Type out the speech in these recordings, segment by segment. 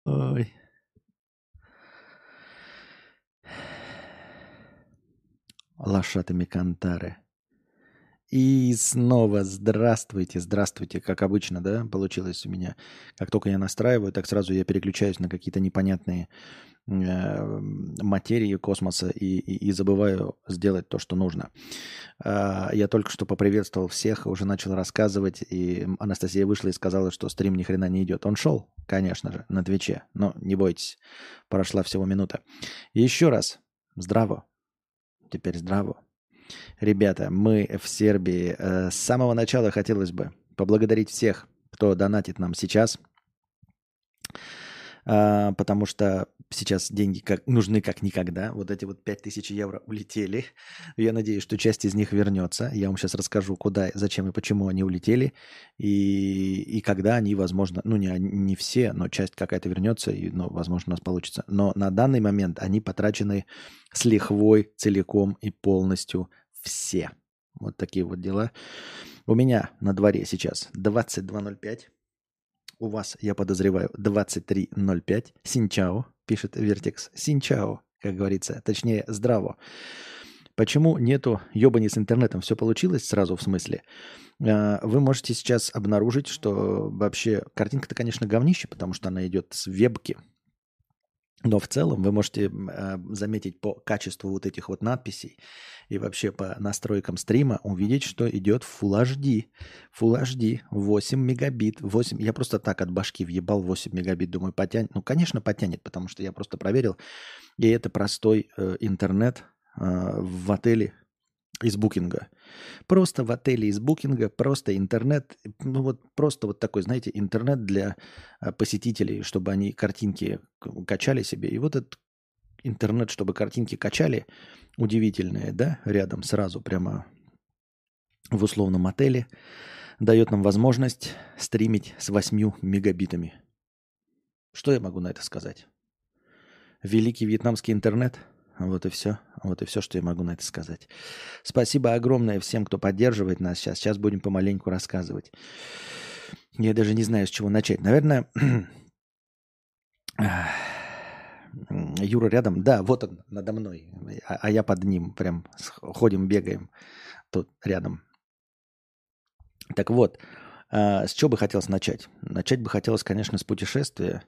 Ой. Лошатыми кантары. И снова здравствуйте, здравствуйте. Как обычно, да, получилось у меня. Как только я настраиваю, так сразу я переключаюсь на какие-то непонятные материи космоса и забываю сделать то, что нужно. Я только что поприветствовал всех, уже начал рассказывать, и Анастасия вышла и сказала, что стрим ни хрена не идет. Он шел, конечно же, на Твиче, но не бойтесь, прошла всего минута. И еще раз, здраво, теперь здраво. Ребята, мы в Сербии. С самого начала хотелось бы поблагодарить всех, кто донатит нам сейчас, потому что сейчас деньги нужны как никогда. Вот эти вот 5000 евро улетели. Я надеюсь, что часть из них вернется. Я вам сейчас расскажу, куда, зачем и почему они улетели. И когда они, возможно, ну не все, но часть какая-то вернется, и, ну, возможно, у нас получится. Но на данный момент они потрачены с лихвой целиком и полностью все. Вот такие вот дела. У меня на дворе сейчас 22:05. У вас, я подозреваю, 23:05. Синчао, пишет Вертекс. Синчао, как говорится. Точнее, здраво. Почему нету ебани с интернетом? Все получилось сразу в смысле? Вы можете сейчас обнаружить, что вообще картинка-то, конечно, говнище, потому что она идет с вебки. Но в целом вы можете заметить по качеству вот этих вот надписей и вообще по настройкам стрима увидеть, что идет Full HD. Full HD 8 мегабит. 8. Я просто так от башки въебал 8 мегабит. Думаю, потянет. Ну, конечно, потянет, потому что я просто проверил. И это простой интернет в отеле из букинга. Просто в отеле из букинга, просто интернет, ну вот просто вот такой, знаете, интернет для посетителей, чтобы они картинки качали себе. И вот этот интернет, чтобы картинки качали, удивительные, да, рядом сразу прямо в условном отеле, дает нам возможность стримить с 8 мегабитами. Что я могу на это сказать? Великий вьетнамский интернет. Вот и все. Вот и все, что я могу на это сказать. Спасибо огромное всем, кто поддерживает нас сейчас. Сейчас будем помаленьку рассказывать. Я даже не знаю, с чего начать. Наверное, Юра рядом. Да, вот он надо мной. А я под ним. Прям ходим, бегаем тут рядом. Так вот, с чего бы хотелось начать? Начать бы хотелось, конечно, с путешествия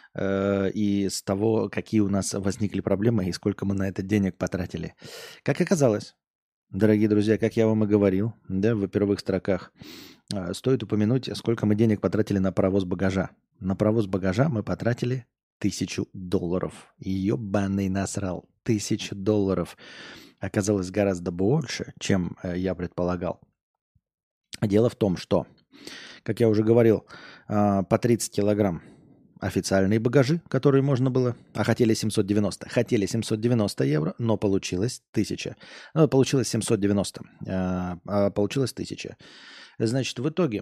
и с того, какие у нас возникли проблемы и сколько мы на это денег потратили. Как оказалось, дорогие друзья, как я вам и говорил, да, в первых строках, стоит упомянуть, сколько мы денег потратили на провоз багажа. На провоз багажа мы потратили $1000. Ебаный насрал. $1000. Оказалось гораздо больше, чем я предполагал. Дело в том, что, как я уже говорил, по 30 килограмм официальные багажи, которые можно было, а хотели 790. Хотели 790 евро, но получилось 1000. Ну, получилось 790, а получилось 1000. Значит, в итоге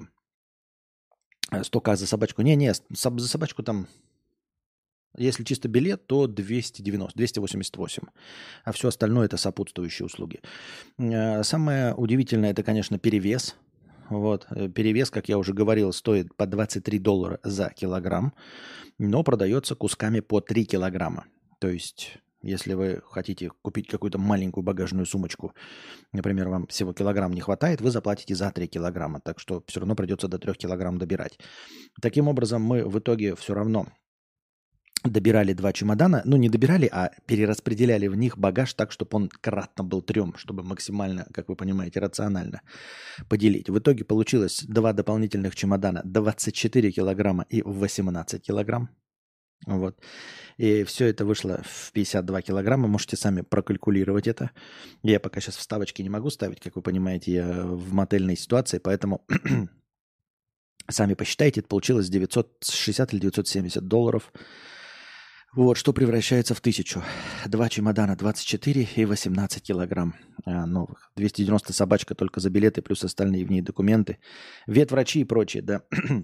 100к за собачку. Не, за собачку там, если чисто билет, то 290, 288. А все остальное это сопутствующие услуги. Самое удивительное, это, конечно, перевес. Вот. Перевес, как я уже говорил, стоит по $23 за килограмм, но продается кусками по 3 килограмма. То есть, если вы хотите купить какую-то маленькую багажную сумочку, например, вам всего килограмм не хватает, вы заплатите за 3 килограмма, так что все равно придется до 3 килограмм добирать. Таким образом, мы в итоге все равно добирали 2 чемодана, ну не добирали, а перераспределяли в них багаж так, чтобы он кратно был 3, чтобы максимально, как вы понимаете, рационально поделить. В итоге получилось 2 дополнительных чемодана, 24 килограмма и 18 килограмм. Вот. И все это вышло в 52 килограмма. Можете сами прокалькулировать это. Я пока сейчас вставочки не могу ставить, как вы понимаете, я в мотельной ситуации, поэтому сами посчитайте, это получилось 960 или $970. Вот, что превращается в 1000. 2 чемодана 24 и 18 килограмм новых. 290 собачка только за билеты, плюс остальные в ней документы. Ветврачи и прочее, да.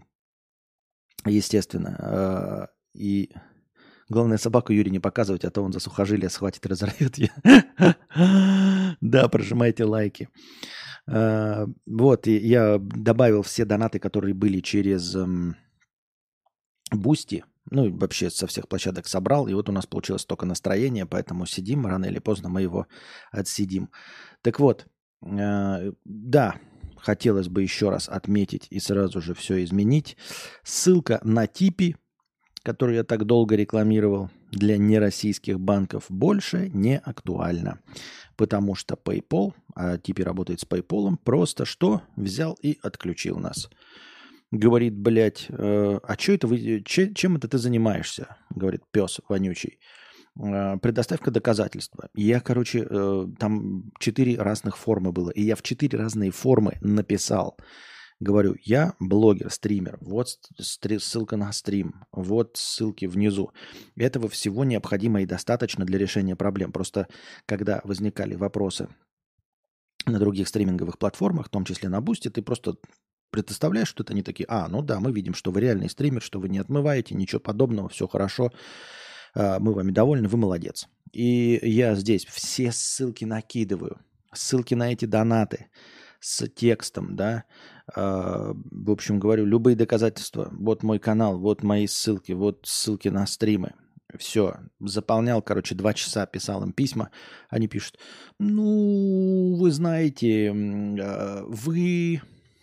Естественно. И главное, собаку Юре не показывать, а то он за сухожилие схватит и разорвет ее. Да, прожимайте лайки. Вот, и я добавил все донаты, которые были через Бусти. Ну, и вообще со всех площадок собрал. И вот у нас получилось только настроение, поэтому сидим, рано или поздно мы его отсидим. Так вот, да, хотелось бы еще раз отметить и сразу же все изменить. Ссылка на Типи, которую я так долго рекламировал для нероссийских банков, больше не актуальна. Потому что PayPal, а Типи работает с PayPal, просто что? Взял и отключил нас. Говорит, блядь, а что это вы, чем это ты занимаешься? Говорит пес вонючий. Предоставь-ка доказательства. Я, короче, там 4 разных формы было. И я в 4 разные формы написал. Говорю, я блогер, стример. Вот ссылка на стрим. Вот ссылки внизу. Этого всего необходимо и достаточно для решения проблем. Просто когда возникали вопросы на других стриминговых платформах, в том числе на Бусти, ты просто предоставляешь что-то, они такие, ну да, мы видим, что вы реальный стример, что вы не отмываете, ничего подобного, все хорошо, мы вами довольны, вы молодец. И я здесь все ссылки накидываю, ссылки на эти донаты с текстом, да, в общем, говорю, любые доказательства, вот мой канал, вот мои ссылки, вот ссылки на стримы, все, заполнял, короче, 2 часа писал им письма, они пишут, ну, вы знаете, вы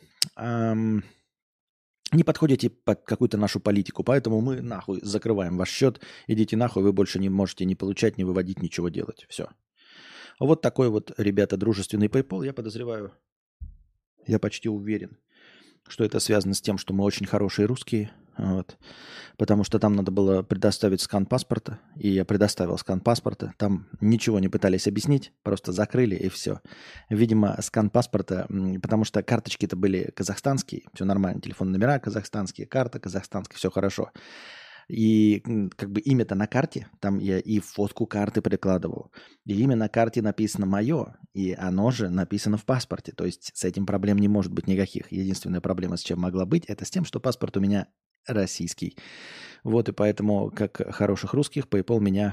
не подходите под какую-то нашу политику, поэтому мы нахуй закрываем ваш счет, идите нахуй, вы больше не можете ни получать, ни выводить, ничего делать. Все. Вот такой вот, ребята, дружественный PayPal. Я подозреваю, я почти уверен, что это связано с тем, что мы очень хорошие русские, вот, потому что там надо было предоставить скан паспорта, и я предоставил скан паспорта, там ничего не пытались объяснить, просто закрыли и все. Видимо, скан паспорта, потому что карточки-то были казахстанские, все нормально, телефонные номера казахстанские, карта казахстанская, все хорошо. И как бы имя-то на карте, там я и фотку карты прикладывал, и имя на карте написано мое, и оно же написано в паспорте. То есть с этим проблем не может быть никаких. Единственная проблема, с чем могла быть, это с тем, что паспорт у меня российский. Вот и поэтому, как хороших русских, PayPal меня,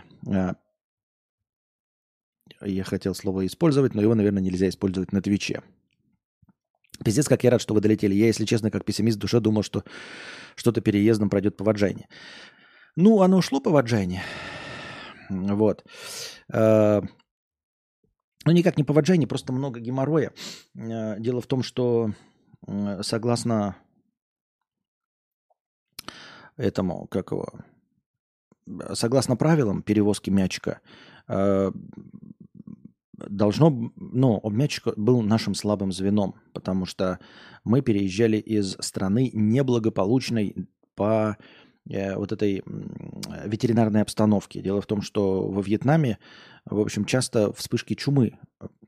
я хотел слово использовать, но его, наверное, нельзя использовать на Твиче. Пиздец, как я рад, что вы долетели. Я, если честно, как пессимист в душе думал, что что-то переездом пройдет по Ваджайне. Ну, оно ушло по Ваджайне. Вот. Ну, никак не по Ваджайне, просто много геморроя. Дело в том, что согласно этому, как его, согласно правилам перевозки мячика, мячик был нашим слабым звеном, потому что мы переезжали из страны неблагополучной по вот этой ветеринарной обстановке. Дело в том, что во Вьетнаме, в общем, часто вспышки чумы,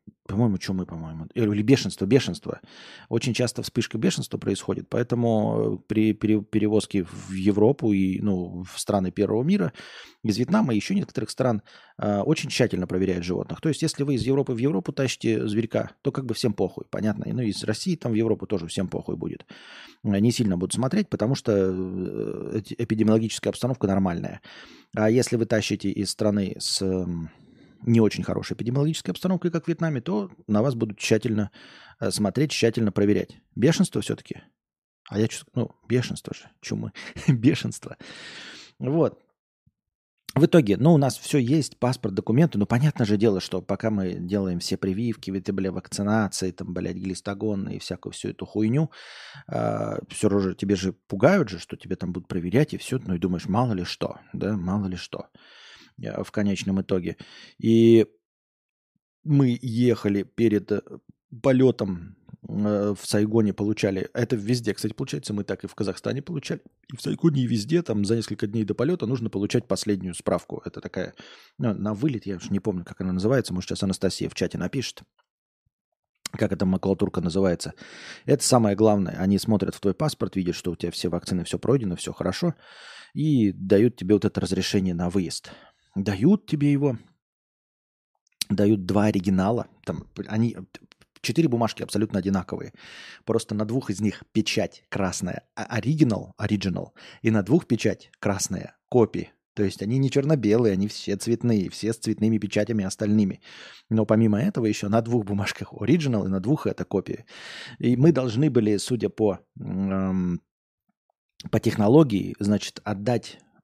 или бешенства. Очень часто вспышка бешенства происходит, поэтому при перевозке в Европу и в страны первого мира из Вьетнама и еще некоторых стран очень тщательно проверяют животных. То есть, если вы из Европы в Европу тащите зверька, то как бы всем похуй, понятно. Ну, из России там в Европу тоже всем похуй будет. Не сильно будут смотреть, потому что эпидемиологическая обстановка нормальная. А если вы тащите из страны с не очень хорошей эпидемиологической обстановкой, как в Вьетнаме, то на вас будут тщательно смотреть, тщательно проверять. Бешенство все-таки. А я чувствую, бешенство же, чумы, бешенство. Вот. В итоге, у нас все есть, паспорт, документы, но понятно же дело, что пока мы делаем все прививки, вакцинации, глистогон и всякую всю эту хуйню, все равно тебе же пугают же, что тебе там будут проверять и все, и думаешь, мало ли что, да, мало ли что в конечном итоге. И мы ехали перед полетом в Сайгоне, получали, это везде, кстати, получается, мы так и в Казахстане получали, и в Сайгоне, и везде, там за несколько дней до полета нужно получать последнюю справку. Это такая, на вылет, я уж не помню, как она называется, может, сейчас Анастасия в чате напишет, как эта макулатурка называется. Это самое главное. Они смотрят в твой паспорт, видят, что у тебя все вакцины, все пройдено, все хорошо, и дают тебе вот это разрешение на выезд. Дают тебе его, дают 2 оригинала. Там они 4 бумажки абсолютно одинаковые. Просто на 2 из них печать красная, оригинал, и на 2 печать красная, копии. То есть они не черно-белые, они все цветные, все с цветными печатями остальными. Но помимо этого еще на 2 бумажках оригинал и на 2 это копии. И мы должны были, судя по технологии, значит, отдать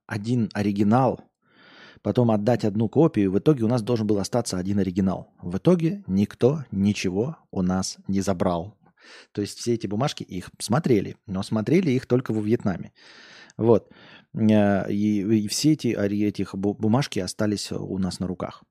один оригинал, потом отдать одну копию. В итоге у нас должен был остаться один оригинал. В итоге никто ничего у нас не забрал. То есть все эти бумажки их смотрели, но смотрели их только во Вьетнаме. Вот. И все этих бумажки остались у нас на руках.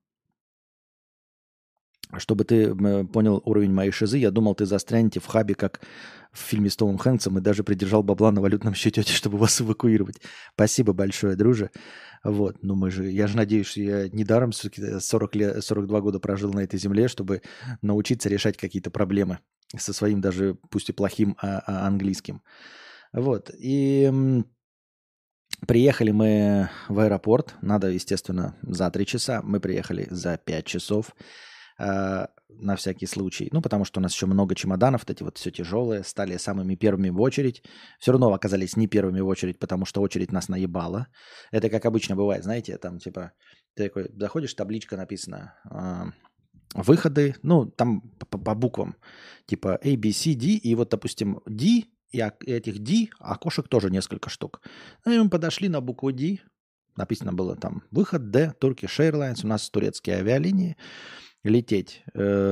Чтобы ты понял уровень моей шизы, я думал, ты застрянете в хабе, как в фильме с Томом Хэнксом, и даже придержал бабла на валютном счете, чтобы вас эвакуировать. Спасибо большое, друже. Вот, ну я же надеюсь, что я недаром 42 года прожил на этой земле, чтобы научиться решать какие-то проблемы со своим даже, пусть и плохим, английским. Вот, и приехали мы в аэропорт, надо, естественно, за 3 часа, мы приехали за 5 часов. На всякий случай. Ну, потому что у нас еще много чемоданов, вот эти вот все тяжелые, стали самыми первыми в очередь. Все равно оказались не первыми в очередь, потому что очередь нас наебала. Это как обычно бывает, знаете, там типа ты такой заходишь, табличка написана выходы, ну, там по буквам, типа A, B, C, D, и вот, допустим, D, и этих D окошек тоже несколько штук. Ну, и мы подошли на букву D, написано было там выход D, Turkish Airlines, у нас турецкие авиалинии, лететь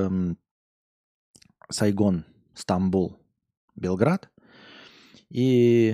Сайгон, Стамбул, Белград и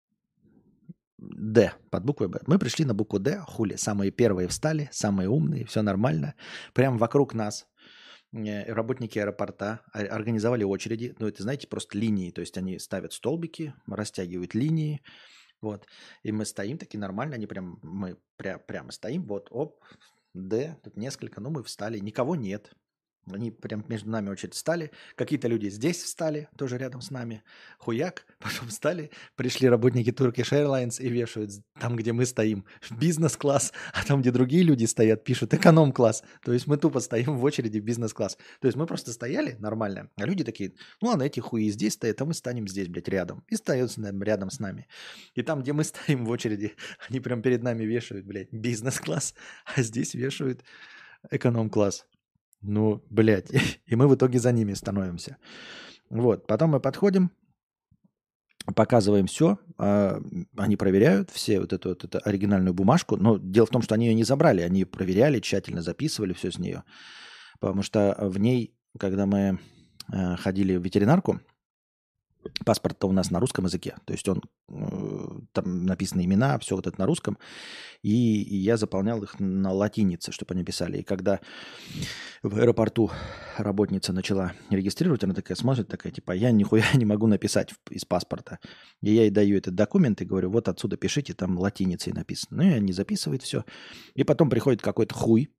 Д, под буквой Б. Мы пришли на букву Д, хули, самые первые встали, самые умные, все нормально. Прямо вокруг нас работники аэропорта организовали очереди, ну это, знаете, просто линии, то есть они ставят столбики, растягивают линии, вот, и мы стоим таки нормально, мы прямо стоим, вот, оп, Д, тут несколько, ну мы встали, никого нет. Они прям между нами очередь встали. Какие-то люди здесь встали, тоже рядом с нами. Хуяк, потом встали. Пришли работники Turkish Airlines и вешают там, где мы стоим, бизнес-класс, а там, где другие люди стоят, пишут эконом-класс. То есть мы тупо стоим в очереди в бизнес-класс. То есть мы просто стояли нормально, а люди такие, ну ладно, эти хуи здесь стоят, а мы станем здесь, блядь, рядом. И стоят рядом с нами. И там, где мы стоим в очереди, они прям перед нами вешают, блядь, бизнес-класс, а здесь вешают эконом-класс. Ну, блядь, и мы в итоге за ними становимся. Вот, потом мы подходим, показываем все, они проверяют все вот эту оригинальную бумажку, но дело в том, что они ее не забрали, они проверяли, тщательно записывали все с нее, потому что в ней, когда мы ходили в ветеринарку, паспорт-то у нас на русском языке, то есть он, там написаны имена, все вот это на русском, и я заполнял их на латинице, чтобы они писали. И когда в аэропорту работница начала регистрировать, она такая смотрит, такая, типа, я нихуя не могу написать из паспорта. И я ей даю этот документ и говорю, вот отсюда пишите, там латиницей написано. Ну и они записывают все. И потом приходит какой-то хуй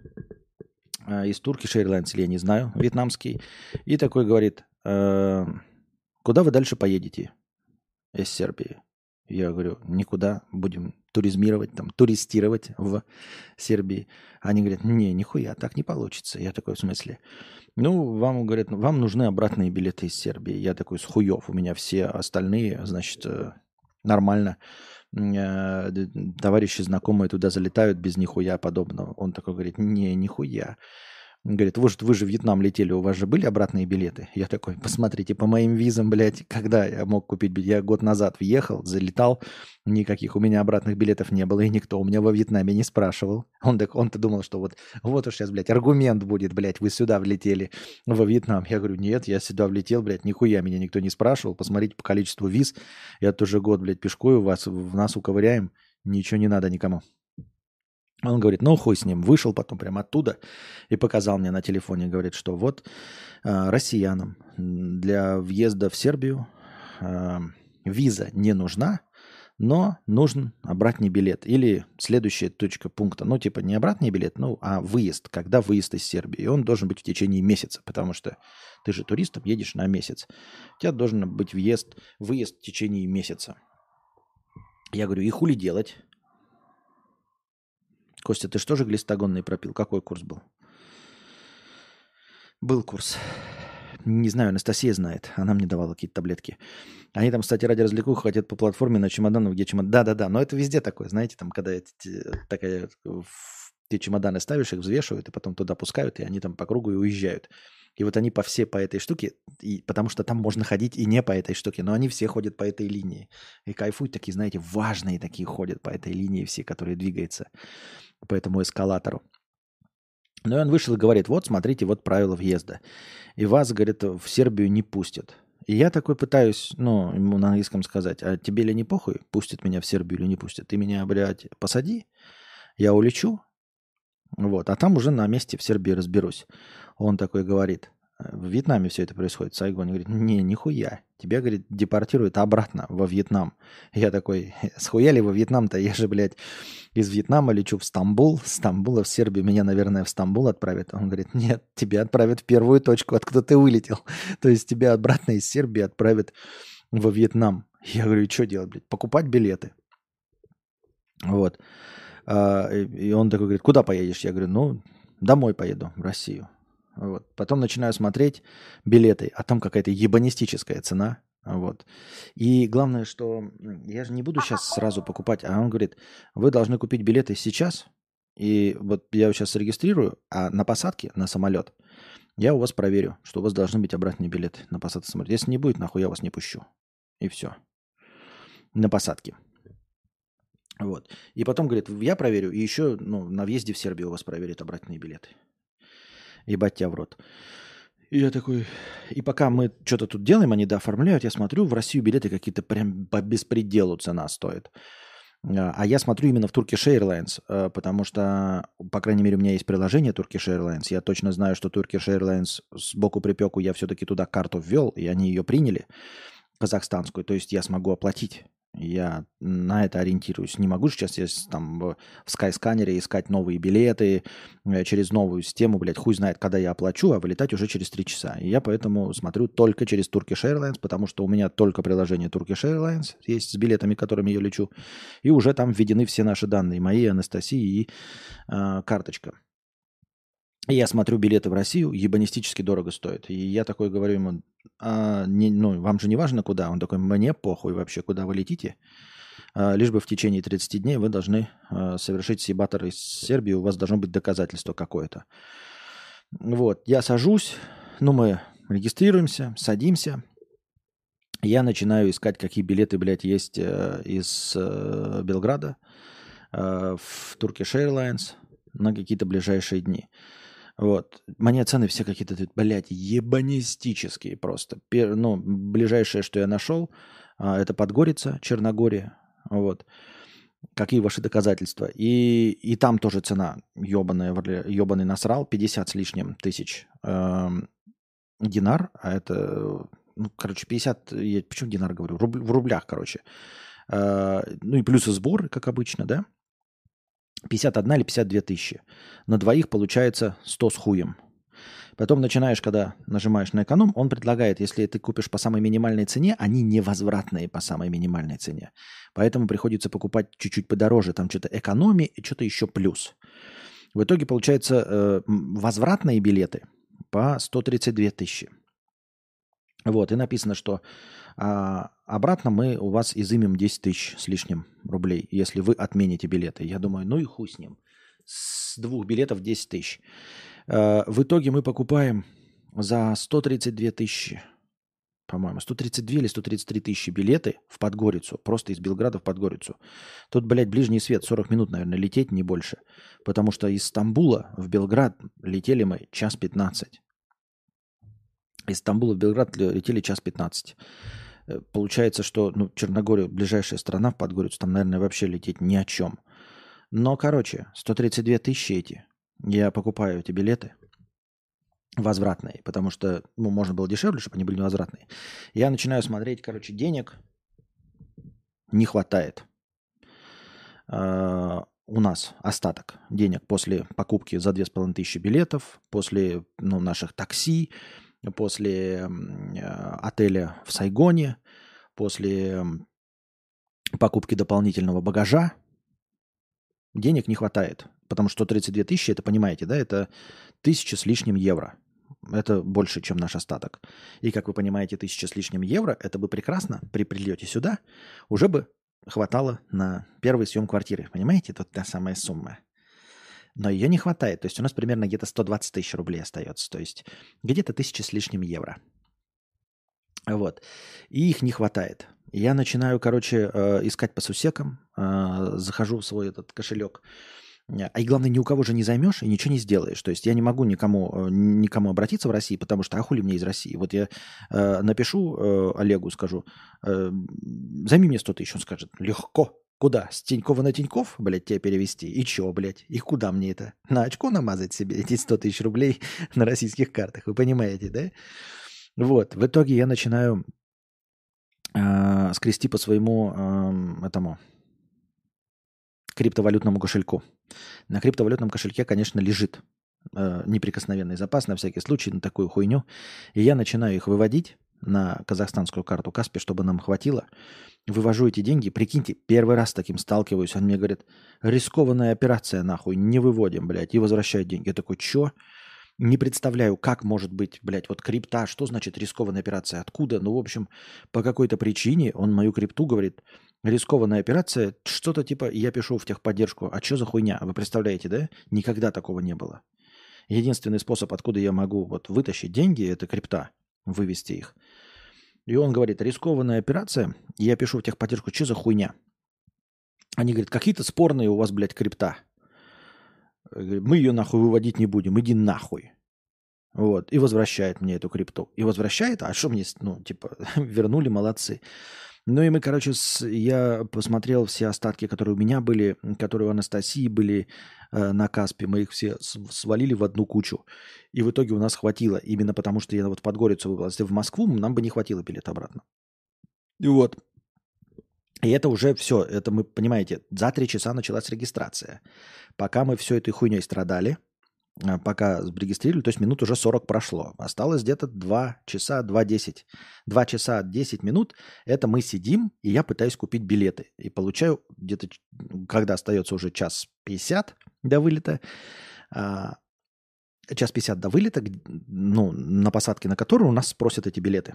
из Turkish Airlines, или я не знаю, вьетнамский, и такой говорит, куда вы дальше поедете из Сербии? Я говорю, никуда, будем туристировать в Сербии. Они говорят, не, нихуя, так не получится. Я такой, в смысле? Ну, вам, говорят, вам нужны обратные билеты из Сербии. Я такой, с хуев, у меня все остальные, значит, нормально. Товарищи знакомые туда залетают без нихуя подобного. Он такой говорит, не, нихуя. Он говорит, вы же в Вьетнам летели, у вас же были обратные билеты? Я такой, посмотрите, по моим визам, блядь, когда я мог купить билет? Я год назад въехал, залетал, никаких у меня обратных билетов не было, и никто у меня во Вьетнаме не спрашивал. Он-то думал, что вот уж сейчас, блядь, аргумент будет, блядь, вы сюда влетели во Вьетнам. Я говорю, нет, я сюда влетел, блядь, нихуя меня никто не спрашивал. Посмотрите по количеству виз, я тоже год, блядь, пешкую, в нас уковыряем, ничего не надо никому. Он говорит, ну хуй с ним. Вышел потом прямо оттуда и показал мне на телефоне, говорит, что вот россиянам для въезда в Сербию виза не нужна, но нужен обратный билет. Или следующая точка пункта, ну типа не обратный билет, ну а выезд, когда выезд из Сербии. И он должен быть в течение месяца, потому что ты же туристом едешь на месяц. У тебя должен быть выезд в течение месяца. Я говорю, и хули делать? Костя, ты что же глистогонный пропил? Какой курс был? Был курс. Не знаю, Анастасия знает. Она мне давала какие-то таблетки. Они там, кстати, ради развлекухи хотят по платформе на чемоданах, где чемодан... Да-да-да, но это везде такое, знаете, там, когда ты чемоданы ставишь, их взвешивают, и потом туда пускают, и они там по кругу и уезжают. И вот они по этой штуке, потому что там можно ходить и не по этой штуке, но они все ходят по этой линии. И кайфуют такие, знаете, важные такие ходят по этой линии все, которые двигаются по этому эскалатору. Ну и он вышел и говорит, вот смотрите, вот правила въезда. И вас, говорит, в Сербию не пустят. И я такой пытаюсь, ну, ему на английском сказать, а тебе ли не похуй, пустят меня в Сербию или не пустят? Ты меня, блядь, посади, я улечу, вот, а там уже на месте в Сербии разберусь. Он такой говорит, в Вьетнаме все это происходит, в Сайгоне. Говорит, не, нихуя, тебя, говорит, депортируют обратно во Вьетнам. Я такой, схуяли во Вьетнам-то, я же, блядь, из Вьетнама лечу в Стамбул, с Стамбула в Сербию, меня, наверное, в Стамбул отправят. Он говорит, нет, тебя отправят в первую точку, откуда ты вылетел. То есть тебя обратно из Сербии отправят во Вьетнам. Я говорю, что делать, блядь, покупать билеты. Вот. И он такой говорит, куда поедешь? Я говорю, ну, домой поеду, в Россию. Вот. Потом начинаю смотреть билеты, а там какая-то ебанистическая цена. Вот. И главное, что я же не буду сейчас сразу покупать, а он говорит, вы должны купить билеты сейчас, и вот я его сейчас зарегистрирую, а на посадке на самолет я у вас проверю, что у вас должны быть обратные билеты на посадку самолета. Если не будет, нахуй я вас не пущу. И все. На посадке. Вот. И потом говорит, я проверю, и еще на въезде в Сербию у вас проверят обратные билеты. Ебать тебя в рот. И я такой, и пока мы что-то тут делаем, они дооформляют, я смотрю, в Россию билеты какие-то прям по беспределу цена стоит. А я смотрю именно в Turkish Airlines, потому что, по крайней мере, у меня есть приложение Turkish Airlines. Я точно знаю, что Turkish Airlines сбоку припеку я все-таки туда карту ввел, и они ее приняли, казахстанскую. То есть я смогу оплатить. Я на это ориентируюсь. Не могу сейчас я там в Skyscanner искать новые билеты через новую систему, блядь, хуй знает, когда я оплачу, а вылетать уже через 3 часа. И я поэтому смотрю только через Turkish Airlines, потому что у меня только приложение Turkish Airlines есть с билетами, которыми я лечу, и уже там введены все наши данные, мои, Анастасии и карточка. И я смотрю, билеты в Россию ебанистически дорого стоят. И я такой говорю ему, вам же не важно куда? Он такой, мне похуй вообще, куда вы летите. Лишь бы в течение 30 дней вы должны совершить сибатор из Сербии, у вас должно быть доказательство какое-то. Вот, я сажусь, мы регистрируемся, садимся. Я начинаю искать, какие билеты, блядь, есть из Белграда в Turkish Airlines на какие-то ближайшие дни. Вот. Мне цены все какие-то, блядь, ебанистические просто. Ближайшее, что я нашел, это Подгорица, Черногория. Вот. Какие ваши доказательства? И там тоже цена ебаный насрал, 50 с лишним тысяч динар, а это, 50, я почему динар говорю, в рублях, короче. И плюс и сбор, как обычно, да? 51 или 52 тысячи. На двоих получается 100 с хуем. Потом начинаешь, когда нажимаешь на эконом, он предлагает, если ты купишь по самой минимальной цене, они невозвратные по самой минимальной цене. Поэтому приходится покупать чуть-чуть подороже, там что-то экономи и что-то еще плюс. В итоге получается возвратные билеты по 132 тысячи. Вот, и написано, что обратно мы у вас изымем 10 тысяч с лишним рублей, если вы отмените билеты. Я думаю, ну и хуй с ним. С 2 билетов 10 тысяч. В итоге мы покупаем за 132 тысячи, по-моему, 132 или 133 тысячи билеты в Подгорицу, просто из Белграда в Подгорицу. Тут, блядь, ближний свет, 40 минут, наверное, лететь, не больше. Потому что из Стамбула в Белград летели мы 1:15. Из Стамбула в Белград летели 1:15. Получается, что Черногория, ближайшая страна в Подгорицу, там, наверное, вообще лететь ни о чем. Но, 132 тысячи эти. Я покупаю эти билеты возвратные, потому что можно было дешевле, чтобы они были возвратные. Я начинаю смотреть, денег не хватает. У нас остаток денег после покупки за 2500 билетов, после наших такси, после отеля в Сайгоне, после покупки дополнительного багажа денег не хватает. Потому что 132 тысячи, это понимаете, да, это 1000 с лишним евро. Это больше, чем наш остаток. И, как вы понимаете, 1000 с лишним евро, это бы прекрасно при прилете сюда уже бы хватало на первый съем квартиры. Понимаете, тут та самая сумма. Но ее не хватает. То есть у нас примерно где-то 120 тысяч рублей остается. То есть где-то 1000 с лишним евро. Вот. И их не хватает. Я начинаю, короче, искать по сусекам, захожу в свой этот кошелек. И главное, ни у кого же не займешь и ничего не сделаешь. То есть я не могу никому обратиться в России, потому что а хули мне из России? Вот я напишу Олегу, скажу, займи мне 100 тысяч. Он скажет, легко. Куда? С Тинькова на Тиньков, блядь, тебя перевести? И чё, блядь? И куда мне это? На очко намазать себе эти 100 тысяч рублей на российских картах? Вы понимаете, да? Вот. В итоге я начинаю скрести по своему этому криптовалютному кошельку. На криптовалютном кошельке, конечно, лежит неприкосновенный запас на всякий случай, на такую хуйню. И я начинаю их выводить на казахстанскую карту Каспи, чтобы нам хватило. Вывожу эти деньги. Прикиньте, первый раз с таким сталкиваюсь. Он мне говорит, рискованная операция, нахуй, не выводим, блядь, и возвращают деньги. Я такой, чё? Не представляю, как может быть, блядь, вот крипта, что значит рискованная операция, откуда? Ну, в общем, по какой-то причине он мою крипту говорит, рискованная операция, что-то типа, я пишу в техподдержку, а что за хуйня? Вы представляете, да? Никогда такого не было. Единственный способ, откуда я могу вот вытащить деньги, это крипта, вывести их. И он говорит, рискованная операция, и я пишу в техподдержку, что за хуйня? Они говорят, какие-то спорные у вас, блядь, крипта. Мы ее нахуй выводить не будем, иди нахуй. Вот, и возвращает мне эту крипту. И возвращает, а что мне, ну, типа, вернули, молодцы. Ну и мы, короче, я посмотрел все остатки, которые у меня были, которые у Анастасии были на Каспе, мы их все свалили в одну кучу. И в итоге у нас хватило, именно потому что я вот в Подгорицу выбрал. Если в Москву, нам бы не хватило билет обратно. И вот. И это уже все, это мы, понимаете, за 3 часа началась регистрация. Пока мы все этой хуйней страдали, пока зарегистрировали, то есть минут уже 40 прошло. Осталось где-то 2 часа, 2:10. 2 часа 10 минут, это мы сидим, и я пытаюсь купить билеты. И получаю где-то, когда остается уже час 50 до вылета, час 50 до вылета, ну, на посадке на которую у нас спросят эти билеты.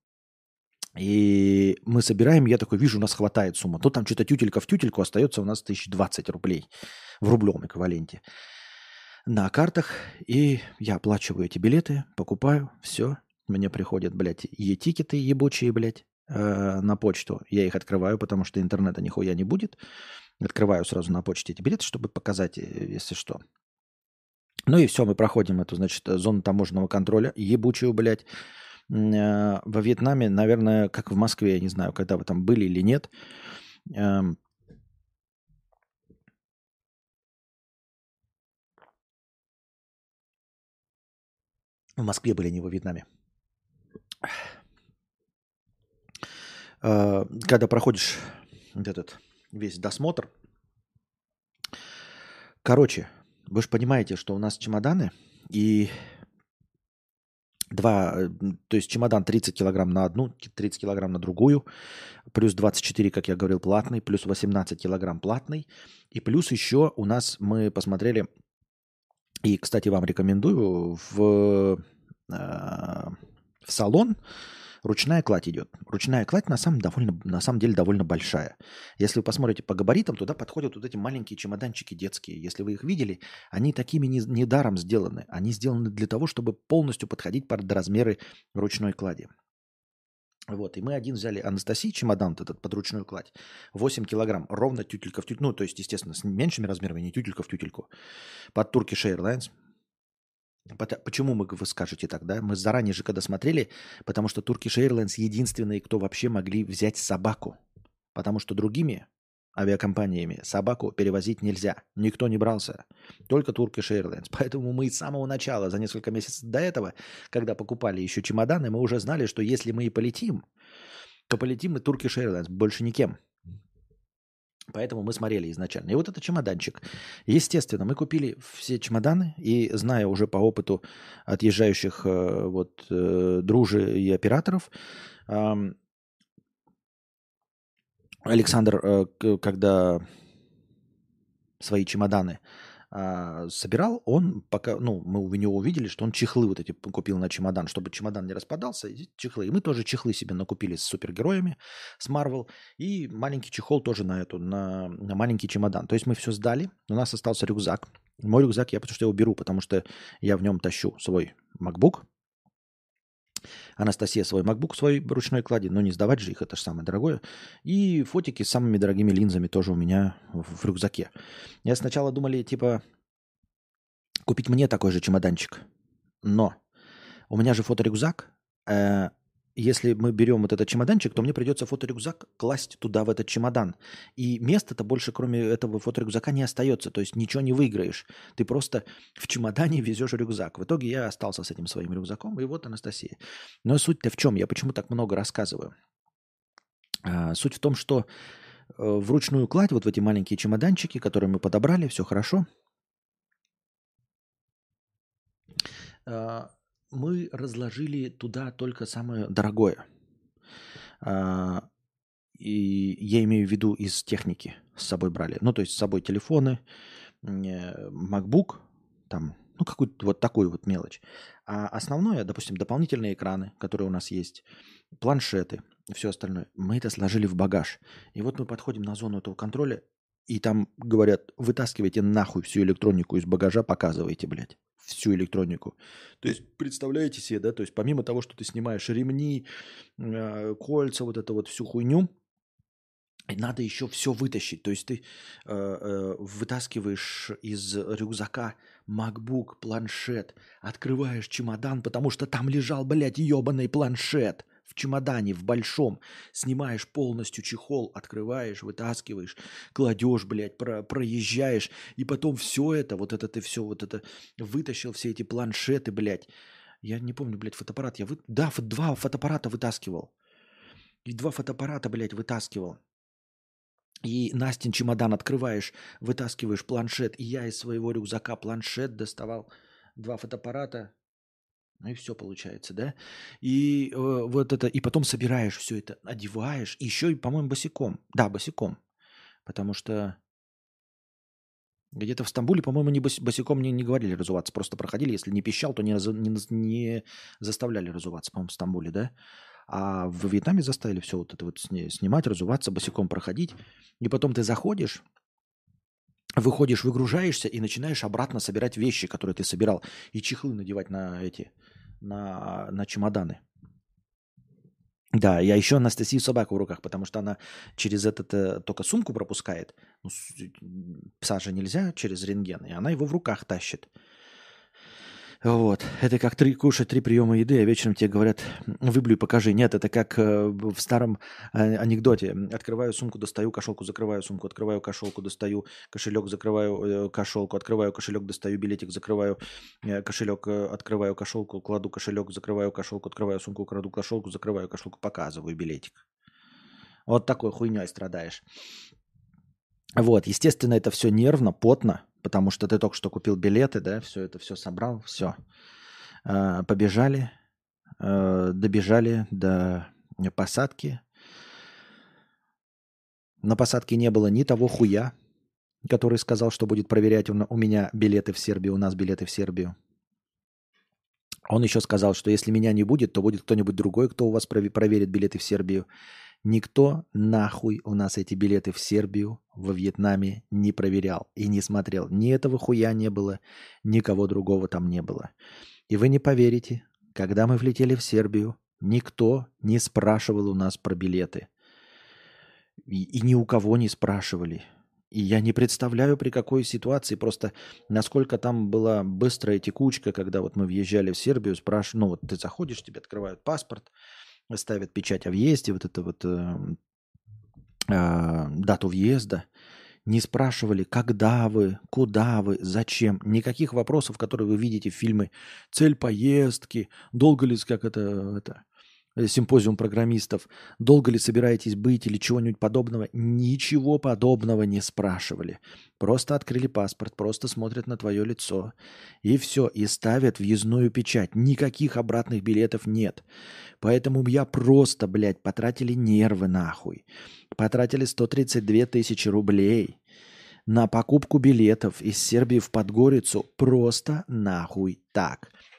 И мы собираем, я такой вижу, у нас хватает сумма. То там что-то тютелька в тютельку остается у нас 1020 рублей в рублевом эквиваленте на картах. И я оплачиваю эти билеты, покупаю, все. Мне приходят, блядь, e-тикеты ебучие, блядь, на почту. Я их открываю, потому что интернета нихуя не будет. Открываю сразу на почте эти билеты, чтобы показать, если что. Ну и все, мы проходим эту, значит, зону таможенного контроля, ебучую, блядь. Во Вьетнаме, наверное, как в Москве, я не знаю, когда вы там были или нет. В Москве были, не во Вьетнаме. Когда проходишь вот этот весь досмотр. Короче, вы же понимаете, что у нас чемоданы и то есть чемодан 30 килограмм на одну, 30 килограмм на другую, плюс 24, как я говорил, платный, плюс 18 килограмм платный. И плюс еще у нас мы посмотрели, и, кстати, вам рекомендую, в салон ручная кладь идет. Ручная кладь на самом деле довольно большая. Если вы посмотрите по габаритам, туда подходят вот эти маленькие чемоданчики детские. Если вы их видели, они такими недаром сделаны. Они сделаны для того, чтобы полностью подходить под размеры ручной клади. Вот, и мы один взяли Анастасии чемодан этот под ручную кладь. 8 килограмм, ровно тютелька в тютельку. Ну, то есть, естественно, с меньшими размерами, не тютелька в тютельку. Под Turkish Airlines. Почему вы скажете так, да? Мы заранее же когда смотрели, потому что Turkish Airlines единственные, кто вообще могли взять собаку. Потому что другими авиакомпаниями собаку перевозить нельзя. Никто не брался. Только Turkish Airlines. Поэтому мы с самого начала, за несколько месяцев до этого, когда покупали еще чемоданы, мы уже знали, что если мы и полетим, то полетим мы Turkish Airlines, больше никем. Поэтому мы смотрели изначально. И вот этот чемоданчик. Естественно, мы купили все чемоданы, и зная уже по опыту отъезжающих дружи и операторов, Александр, когда свои чемоданы собирал, он пока, мы у него увидели, что он чехлы вот эти купил на чемодан, чтобы чемодан не распадался, и чехлы. И мы тоже чехлы себе накупили с супергероями, с Marvel, и маленький чехол тоже на маленький чемодан. То есть мы все сдали, у нас остался рюкзак. Мой рюкзак, потому что я его беру, потому что я в нем тащу свой MacBook. Анастасия свой MacBook, свой ручной клади, но не сдавать же их, это же самое дорогое. И фотики с самыми дорогими линзами тоже у меня в рюкзаке. Я сначала думали, типа, купить мне такой же чемоданчик. Но у меня же фоторюкзак. Если мы берем вот этот чемоданчик, то мне придется фоторюкзак класть туда, в этот чемодан. И места-то больше, кроме этого фоторюкзака, не остается. То есть ничего не выиграешь. Ты просто в чемодане везешь рюкзак. В итоге я остался с этим своим рюкзаком. И вот Анастасия. Но суть-то в чем? Я почему так много рассказываю? Суть в том, что вручную кладь вот в эти маленькие чемоданчики, которые мы подобрали, все хорошо. Мы разложили туда только самое дорогое. И я имею в виду из техники с собой брали. Ну, то есть с собой телефоны, MacBook, там, ну, какую-то вот такую вот мелочь. А основное, допустим, дополнительные экраны, которые у нас есть, планшеты, все остальное, мы это сложили в багаж. И вот мы подходим на зону этого контроля, и там говорят, вытаскивайте нахуй всю электронику из багажа, показывайте, блядь, всю электронику. То есть, представляете себе, да, то есть помимо того, что ты снимаешь ремни, кольца, вот это вот всю хуйню, надо еще все вытащить. То есть ты вытаскиваешь из рюкзака MacBook, планшет, открываешь чемодан, потому что там лежал, блядь, ебаный планшет в чемодане, в большом. Снимаешь полностью чехол, открываешь, вытаскиваешь, кладешь, блядь, проезжаешь. И потом все это, вот это ты все, вот это вытащил, все эти планшеты, блядь. Я не помню, блядь, фотоаппарат. Да, два фотоаппарата вытаскивал. И два фотоаппарата, блядь, вытаскивал. И Настин чемодан открываешь, вытаскиваешь планшет. И я из своего рюкзака планшет доставал, два фотоаппарата. Ну и все получается, да? И вот это, и потом собираешь все это, одеваешь. И еще и, по-моему, босиком. Да, босиком. Потому что где-то в Стамбуле, по-моему, босиком не говорили разуваться. Просто проходили. Если не пищал, то не заставляли разуваться, по-моему, в Стамбуле, да? А в Вьетнаме заставили все вот это вот снимать, разуваться, босиком проходить. И потом ты заходишь, выходишь, выгружаешься и начинаешь обратно собирать вещи, которые ты собирал. И чехлы надевать на эти, на чемоданы. Да, я еще Анастасию собаку в руках, потому что она через этот только сумку пропускает. Ну, пса же нельзя через рентген, и она его в руках тащит. Вот. Это как кушать 3 приема еды, а вечером тебе говорят, выблюй, покажи. Нет, это как в старом анекдоте. Открываю сумку, достаю кошелку, закрываю сумку, открываю кошелку, достаю кошелек, закрываю кошелку, открываю кошелек, достаю билетик, закрываю кошелек, открываю кошелку, кладу кошелек, закрываю кошелку, открываю сумку, кладу кошелку, закрываю кошелку, показываю билетик. Вот такой хуйней страдаешь. Вот, естественно, это все нервно, потно, потому что ты только что купил билеты, да, все это все собрал, все. Побежали, добежали до посадки. На посадке не было ни того хуя, который сказал, что будет проверять у меня билеты в Сербию, у нас билеты в Сербию. Он еще сказал, что если меня не будет, то будет кто-нибудь другой, кто у вас проверит билеты в Сербию. Никто нахуй у нас эти билеты в Сербию, во Вьетнаме не проверял и не смотрел. Ни этого хуя не было, никого другого там не было. И вы не поверите, когда мы влетели в Сербию, никто не спрашивал у нас про билеты. И ни у кого не спрашивали. И я не представляю, при какой ситуации, просто насколько там была быстрая текучка, когда вот мы въезжали в Сербию, ну вот ты заходишь, тебе открывают паспорт, ставят печать о въезде, вот это вот дату въезда. Не спрашивали, когда вы, куда вы, зачем. Никаких вопросов, которые вы видите в фильме «Цель поездки», «Долго ли, как это симпозиум программистов», «Долго ли собираетесь быть» или чего-нибудь подобного. Ничего подобного не спрашивали. Просто открыли паспорт, просто смотрят на твое лицо. И все, и ставят въездную печать. Никаких обратных билетов нет. Поэтому я просто, блядь, потратили нервы нахуй. Потратили 132 тысячи рублей на покупку билетов из Сербии в Подгорицу просто нахуй так.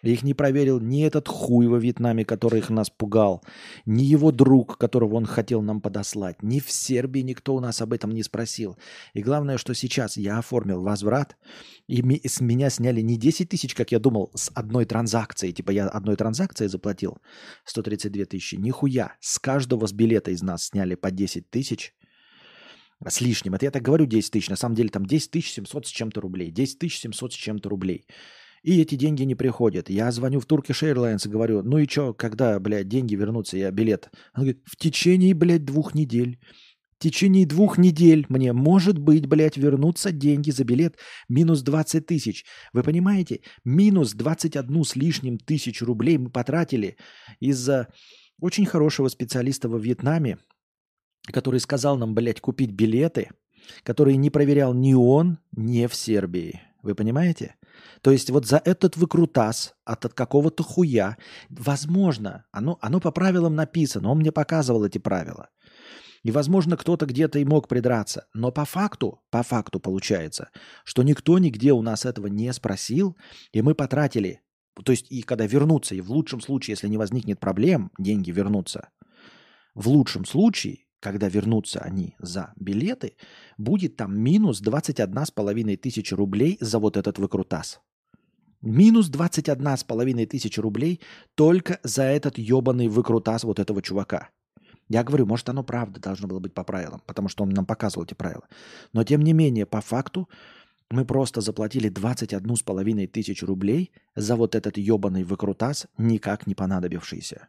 Их не проверил ни этот хуй во Вьетнаме, который их нас пугал, ни его друг, которого он хотел нам подослать, ни в Сербии никто у нас об этом не спросил. И главное, что сейчас я оформил возврат, и с меня сняли не 10 тысяч, как я думал, с одной транзакции. Типа я одной транзакцией заплатил 132 тысячи. Нихуя. С каждого с билета из нас сняли по 10 тысяч с лишним. Это я так говорю 10 тысяч. На самом деле там 10 700 с чем-то рублей. 10 700 с чем-то рублей. И эти деньги не приходят. Я звоню в Turkish Airlines и говорю, ну и что, когда, блядь, деньги вернутся, я билет. Он говорит, в течение, блядь, 2 недель. В течение 2 недель мне, может быть, блядь, вернутся деньги за билет минус 20 тысяч. Вы понимаете? Минус 21 с лишним тысяч рублей мы потратили из-за очень хорошего специалиста во Вьетнаме, который сказал нам, блядь, купить билеты, который не проверял ни он, ни в Сербии. Вы понимаете? То есть вот за этот выкрутас от какого-то хуя, возможно, оно по правилам написано, он мне показывал эти правила. И, возможно, кто-то где-то и мог придраться. Но по факту получается, что никто нигде у нас этого не спросил, и мы потратили. То есть и когда вернутся, и в лучшем случае, если не возникнет проблем, деньги вернутся. В лучшем случае, когда вернутся они за билеты, будет там минус 21,5 тысячи рублей за вот этот выкрутас. Минус 21,5 тысячи рублей только за этот ебаный выкрутас вот этого чувака. Я говорю, может, оно правда должно было быть по правилам, потому что он нам показывал эти правила. Но, тем не менее, по факту мы просто заплатили 21,5 тысячи рублей за вот этот ебаный выкрутас, никак не понадобившийся.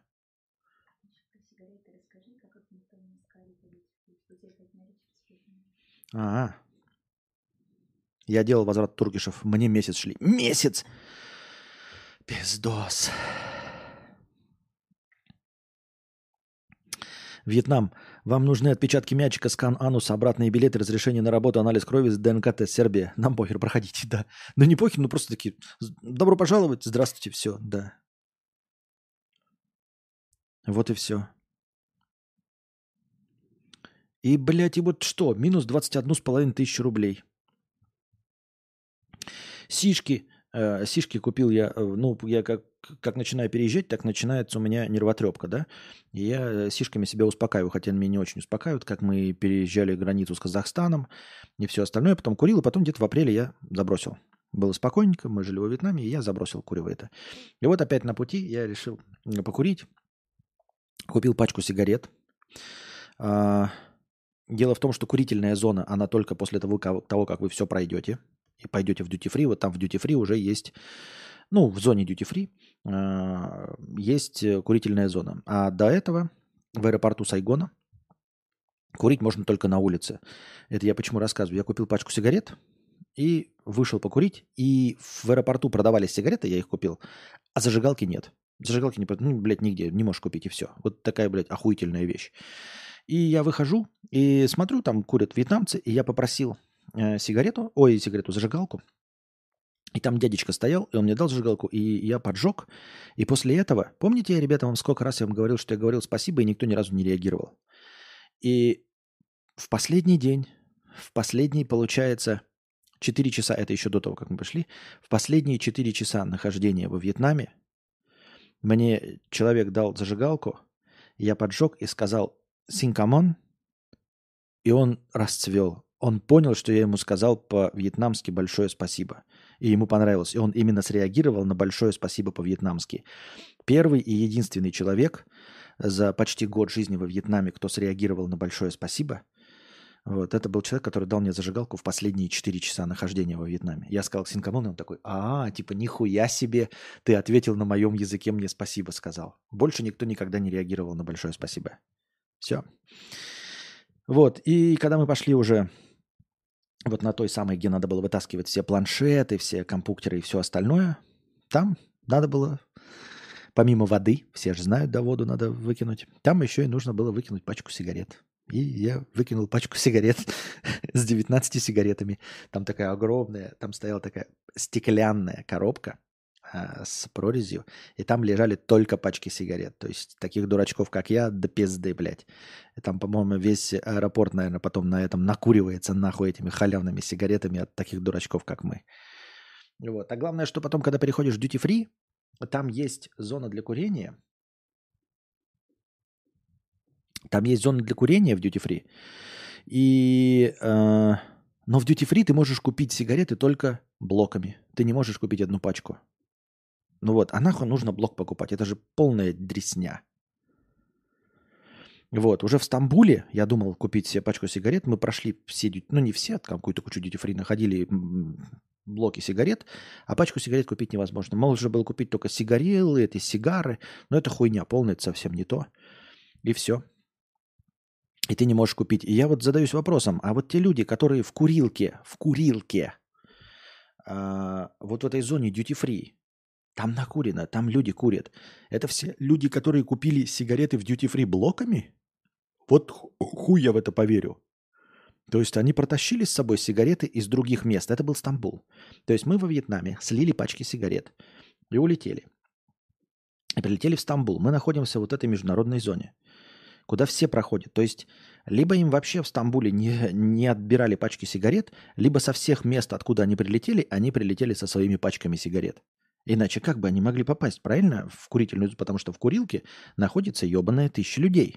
Ага. Я делал возврат туркишев. Мне месяц шли. Месяц! Пиздос. Вьетнам. Вам нужны отпечатки мячика, скан ануса, обратные билеты, разрешение на работу, анализ крови, ДНК-тест. Сербия. Нам похер, проходите, да. Ну не похер, ну просто такие. Добро пожаловать, здравствуйте, все, да. Вот и все. И, блядь, и вот что? Минус 21,5 тысячи рублей. Сишки купил я, ну, я как начинаю переезжать, так начинается у меня нервотрепка, да. И я сишками себя успокаиваю, хотя они меня не очень успокаивают, как мы переезжали границу с Казахстаном и все остальное. Потом курил, и потом где-то в апреле я забросил. Было спокойненько, мы жили во Вьетнаме, и я забросил курево это. И вот опять на пути я решил покурить. Купил пачку сигарет. Дело в том, что курительная зона, она только после того, как вы все пройдете и пойдете в duty-free. Вот там в duty-free уже есть, ну, в зоне duty-free есть курительная зона. А до этого в аэропорту Сайгона курить можно только на улице. Это я почему рассказываю. Я купил пачку сигарет и вышел покурить. И в аэропорту продавались сигареты, я их купил, а зажигалки нет. Зажигалки не, ну, блядь, нигде не можешь купить, и все. Вот такая, блядь, охуительная вещь. И я выхожу и смотрю, там курят вьетнамцы, и я попросил зажигалку. И там дядечка стоял, и он мне дал зажигалку, и я поджег. И после этого, помните, ребята, вам сколько раз я вам говорил, что я говорил спасибо, и никто ни разу не реагировал. И в последний день, получается, 4 часа, это еще до того, как мы пошли, в последние 4 часа нахождения во Вьетнаме мне человек дал зажигалку, я поджег и сказал «Синкамон», и он расцвел. Он понял, что я ему сказал по-вьетнамски большое спасибо. И ему понравилось. И он именно среагировал на большое спасибо по-вьетнамски. Первый и единственный человек за почти год жизни во Вьетнаме, кто среагировал на большое спасибо, вот, это был человек, который дал мне зажигалку в последние 4 часа нахождения во Вьетнаме. Я сказал «Синкамон», и он такой типа нихуя себе, ты ответил на моем языке, мне спасибо сказал. Больше никто никогда не реагировал на большое спасибо. Все. Вот, и когда мы пошли уже вот на той самой, где надо было вытаскивать все планшеты, все компьютеры и все остальное, там надо было, помимо воды, все же знают, да, воду надо выкинуть, там еще и нужно было выкинуть пачку сигарет. И я выкинул пачку сигарет с 19 сигаретами. Там такая огромная, там стояла такая стеклянная коробка с прорезью, и там лежали только пачки сигарет. То есть таких дурачков, как я, до пизды, блядь. И там, по-моему, весь аэропорт, наверное, потом на этом накуривается нахуй этими халявными сигаретами от таких дурачков, как мы. Вот. А главное, что потом, когда переходишь в duty-free, там есть зона для курения. Там есть зона для курения в Duty Free. Но в Duty Free ты можешь купить сигареты только блоками. Ты не можешь купить одну пачку. Ну вот, а нахуй нужно блок покупать? Это же полная дресня. Вот, уже в Стамбуле я думал купить себе пачку сигарет. Мы прошли все, ну не все, там какую-то кучу Duty Free находили блоки сигарет, а пачку сигарет купить невозможно. Можно было купить только сигарелы, эти сигары, но это хуйня полная, это совсем не то. И все. И ты не можешь купить. И я вот задаюсь вопросом, а вот те люди, которые в курилке, вот в этой зоне duty free, там накурено, там люди курят. Это все люди, которые купили сигареты в duty free блоками? Вот хуй я в это поверю. То есть они протащили с собой сигареты из других мест. Это был Стамбул. То есть мы во Вьетнаме слили пачки сигарет и улетели. И прилетели в Стамбул. Мы находимся в вот этой международной зоне, куда все проходят. То есть либо им вообще в Стамбуле не отбирали пачки сигарет, либо со всех мест, откуда они прилетели со своими пачками сигарет. Иначе как бы они могли попасть, правильно, в курительную зону? Потому что в курилке находится ебаная 1000 людей.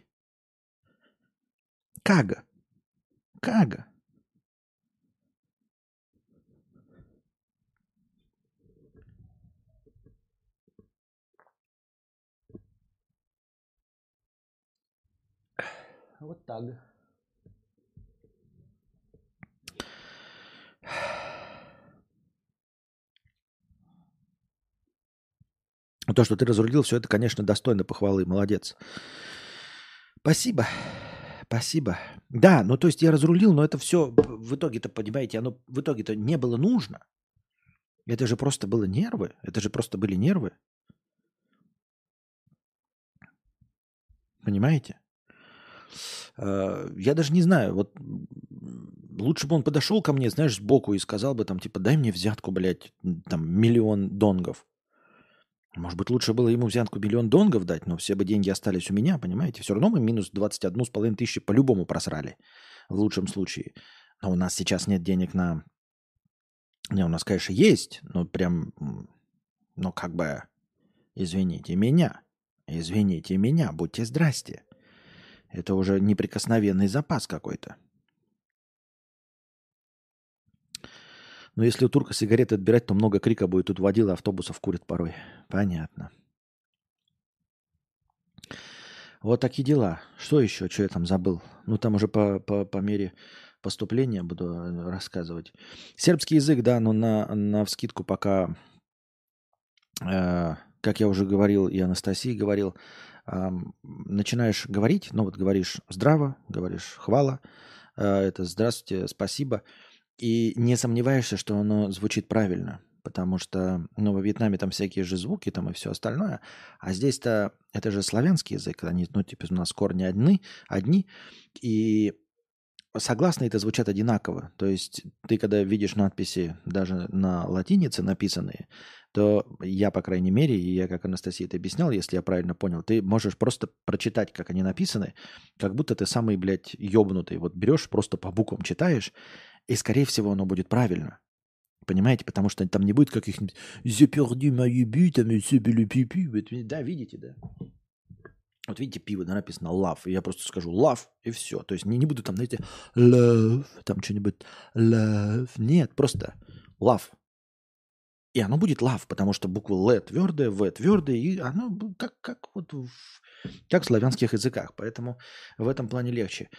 Как? Как? Вот так. То, что ты разрулил, все это, конечно, достойно похвалы. Молодец. Спасибо. Спасибо. Да, ну то есть я разрулил, но это все в итоге-то, понимаете, оно в итоге-то не было нужно. Это же просто было нервы. Это же просто были нервы. Понимаете? Я даже не знаю, вот лучше бы он подошел ко мне, знаешь, сбоку и сказал бы там, типа, дай мне взятку, блядь, там, 1 000 000 донгов. Может быть, лучше было ему взятку 1 000 000 донгов дать, но все бы деньги остались у меня, понимаете? Все равно мы минус 21,5 тысячи по-любому просрали, в лучшем случае. Но у нас сейчас нет денег на... Не, у нас, конечно, есть, но прям, ну, как бы, извините меня, будьте здрасте. Это уже неприкосновенный запас какой-то. Но если у турка сигареты отбирать, то много крика будет. Тут водила автобусов курят порой. Понятно. Вот такие дела. Что еще? Что я там забыл? Ну, там уже по мере поступления буду рассказывать. Сербский язык, да, но на вскидку пока, как я уже говорил, и Анастасии говорил, начинаешь говорить, ну вот говоришь здраво, говоришь хвала, это здравствуйте, спасибо, и не сомневаешься, что оно звучит правильно. Потому что, ну, во Вьетнаме там всякие же звуки там и все остальное. А здесь-то это же славянский язык. Они, ну, типа, у нас корни одни. И согласные это звучат одинаково. То есть ты, когда видишь надписи даже на латинице написанные, то я, по крайней мере, и я, как Анастасия это объяснял, если я правильно понял, ты можешь просто прочитать, как они написаны, как будто ты самый, блядь, ёбнутый. Вот берешь, просто по буквам читаешь, и, скорее всего, оно будет правильно. Понимаете? Потому что там не будет каких-нибудь «Je perdu ma but, mais c'est le pipi». Да, видите, да? Вот видите, пиво, да, написано «love», и я просто скажу «love», и все. То есть не буду там, знаете, «love», там что-нибудь «love». Нет, просто «love». И оно будет «love», потому что буква «л» твердая, «в» твердая, и оно как вот как в славянских языках. Поэтому в этом плане легче.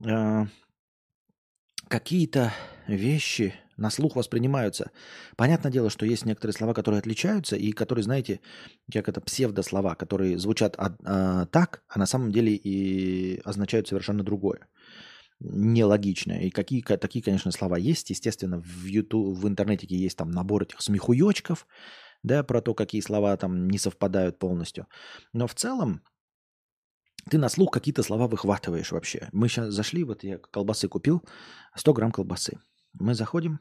Какие-то вещи на слух воспринимаются. Понятное дело, что есть некоторые слова, которые отличаются, и которые, знаете, как это псевдослова, которые звучат так, а на самом деле и означают совершенно другое. Нелогичное. И такие, конечно, слова есть. Естественно, в YouTube, в интернете есть там набор этих смехуёчков, да, про то, какие слова там не совпадают полностью. Но в целом ты на слух какие-то слова выхватываешь вообще. Мы сейчас зашли, вот я колбасы купил, 100 грамм колбасы. Мы заходим,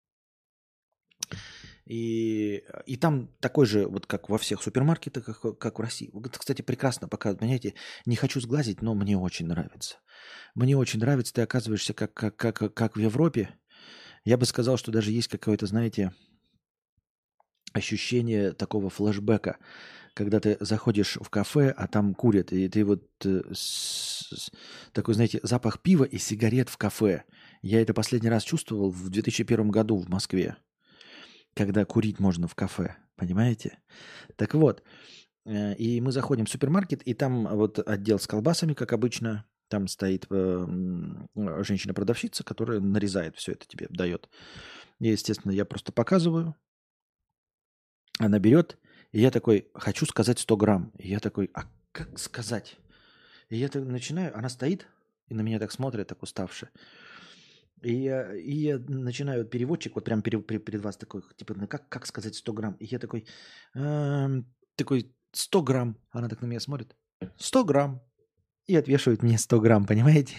и там такой же, вот как во всех супермаркетах, как в России. Вот, это, кстати, прекрасно показывает. Понимаете, не хочу сглазить, но мне очень нравится. Мне очень нравится, ты оказываешься как в Европе. Я бы сказал, что даже есть какое-то, знаете, ощущение такого флешбека, когда ты заходишь в кафе, а там курят, и ты вот такой, знаете, запах пива и сигарет в кафе. Я это последний раз чувствовал в 2001 году в Москве, когда курить можно в кафе, понимаете? Так вот, и мы заходим в супермаркет, и там вот отдел с колбасами, как обычно, там стоит женщина-продавщица, которая нарезает все это тебе, дает. И, естественно, я просто показываю, она берет, и я такой, хочу сказать 100 грамм. И я такой, а как сказать? И я так начинаю, она стоит и на меня так смотрит, так уставшая. И я начинаю, вот переводчик, вот прям перед вас такой, типа, ну как сказать 100 грамм? И я такой, такой, 100 грамм. Она так на меня смотрит, 100 грамм. И отвешивает мне 100 грамм, понимаете?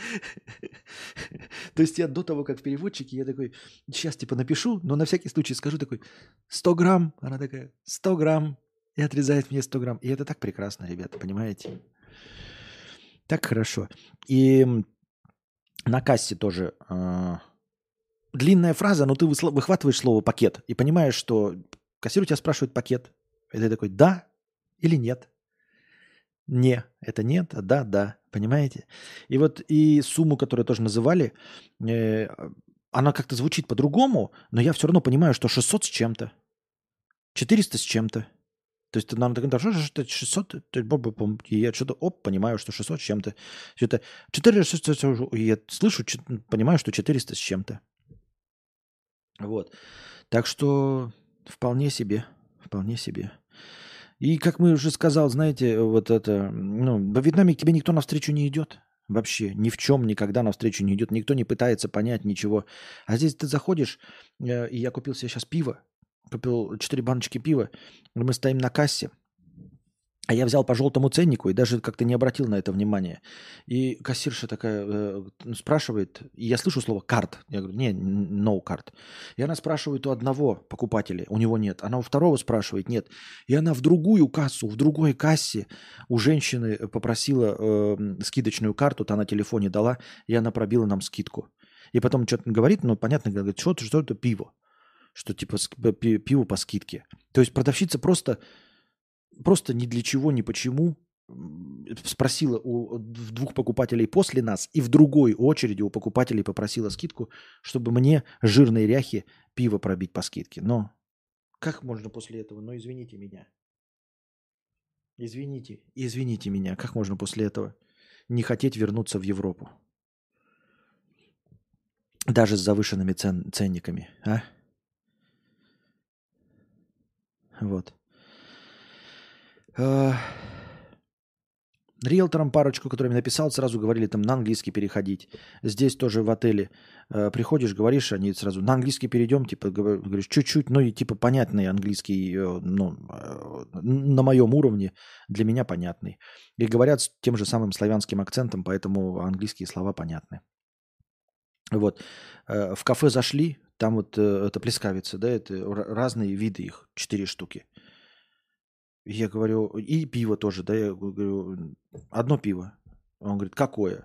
То есть я до того, как в переводчике, я такой, сейчас типа напишу, но на всякий случай скажу такой, 100 грамм. Она такая, 100 грамм. И отрезает мне 100 грамм. И это так прекрасно, ребята, понимаете? Так хорошо. И на кассе тоже длинная фраза, но ты выхватываешь слово «пакет» и понимаешь, что кассир у тебя спрашивает «пакет». И ты такой «да» или «нет». Не, это нет, а да, да, понимаете? И вот и сумму, которую тоже называли, э, она как-то звучит по-другому, но я все равно понимаю, что 600 с чем-то, 400 с чем-то. То есть нам так, да, что 600, и я что-то, понимаю, что 600 с чем-то. Что-то 400, и я слышу, понимаю, что 400 с чем-то. Вот. Так что вполне себе, вполне себе. И, как мы уже сказал, знаете, вот это, ну, во Вьетнаме к тебе никто навстречу не идет. Вообще, ни в чем никогда навстречу не идет. Никто не пытается понять ничего. А здесь ты заходишь, и я купил себе сейчас пиво. Купил 4 баночки пива. Мы стоим на кассе. А я взял по желтому ценнику и даже как-то не обратил на это внимания. И кассирша такая спрашивает, и я слышу слово «карт». Я говорю, не, no card. И она спрашивает у одного покупателя, у него нет. Она у второго спрашивает, нет. И она в другую кассу, в другой кассе у женщины попросила скидочную карту, та на телефоне дала, и она пробила нам скидку. И потом что-то говорит, ну, понятно, говорит, что это пиво. Что типа пиво по скидке. То есть продавщица просто ни для чего, ни почему спросила у двух покупателей после нас и в другой очереди у покупателей попросила скидку, чтобы мне, жирной ряхи, пиво пробить по скидке. Но как можно после этого? Ну, извините меня. Извините меня. Как можно после этого не хотеть вернуться в Европу? Даже с завышенными ценниками, а? Вот. Риэлторам парочку, которым написал, сразу говорили там на английский переходить. Здесь тоже в отеле приходишь, говоришь, они сразу на английский перейдем, типа говоришь чуть-чуть, ну и типа понятный английский, ну, на моем уровне для меня понятный. И говорят с тем же самым славянским акцентом, поэтому английские слова понятны. Вот. В кафе зашли, там вот это плескавица, да, это разные виды их, 4 штуки. Я говорю, и пиво тоже, да, я говорю, одно пиво. Он говорит, какое?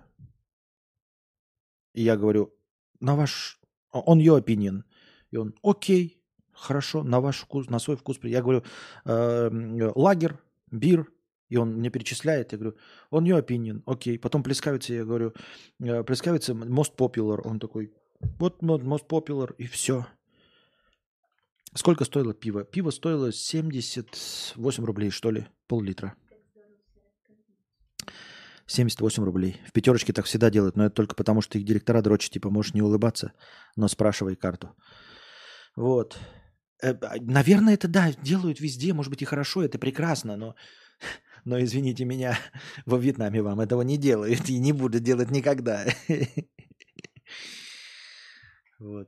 И я говорю, на ваш, on your opinion. И он, окей, хорошо, на ваш вкус, на свой вкус. Я говорю, лагер, бир. И он мне перечисляет, я говорю, on your opinion, окей. Потом плескавица, я говорю, плескавица most popular. Он такой, вот most popular, и все. Сколько стоило пиво? Пиво стоило 78 рублей, что ли, пол-литра. 78 рублей. В пятерочке так всегда делают, но это только потому, что их директора дрочат. Типа, можешь не улыбаться, но спрашивай карту. Вот. Наверное, это, да, делают везде. Может быть, и хорошо, это прекрасно, но извините меня, во Вьетнаме вам этого не делают и не будут делать никогда. Вот.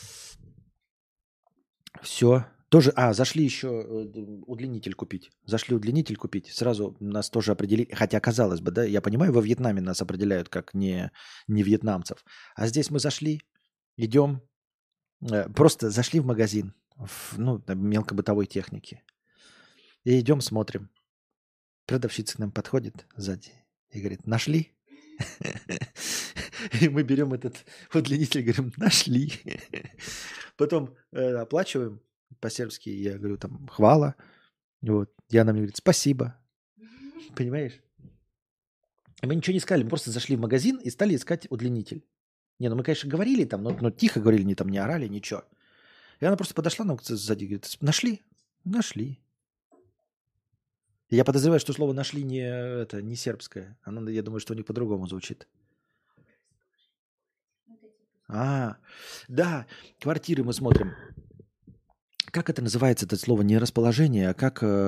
Все. Тоже, зашли еще удлинитель купить. Зашли удлинитель купить. Сразу нас тоже определили. Хотя, казалось бы, да, я понимаю, во Вьетнаме нас определяют как не вьетнамцев. А здесь мы зашли, идем, просто зашли в магазин, ну, мелкобытовой техники. И идем, смотрим. Продавщица к нам подходит сзади и говорит, нашли? И мы берем этот удлинитель, говорим, нашли. Потом оплачиваем. По-сербски я говорю там хвала. Вот. И она мне говорит спасибо. Понимаешь? И мы ничего не сказали, мы просто зашли в магазин и стали искать удлинитель. Не, ну мы, конечно, говорили там, но тихо говорили, не там не орали, ничего. И она просто подошла нам сзади и говорит, нашли? Нашли. И я подозреваю, что слово нашли не сербское. Оно, я думаю, что у них по-другому звучит. Да, квартиры мы смотрим. Как это называется, это слово не расположение, а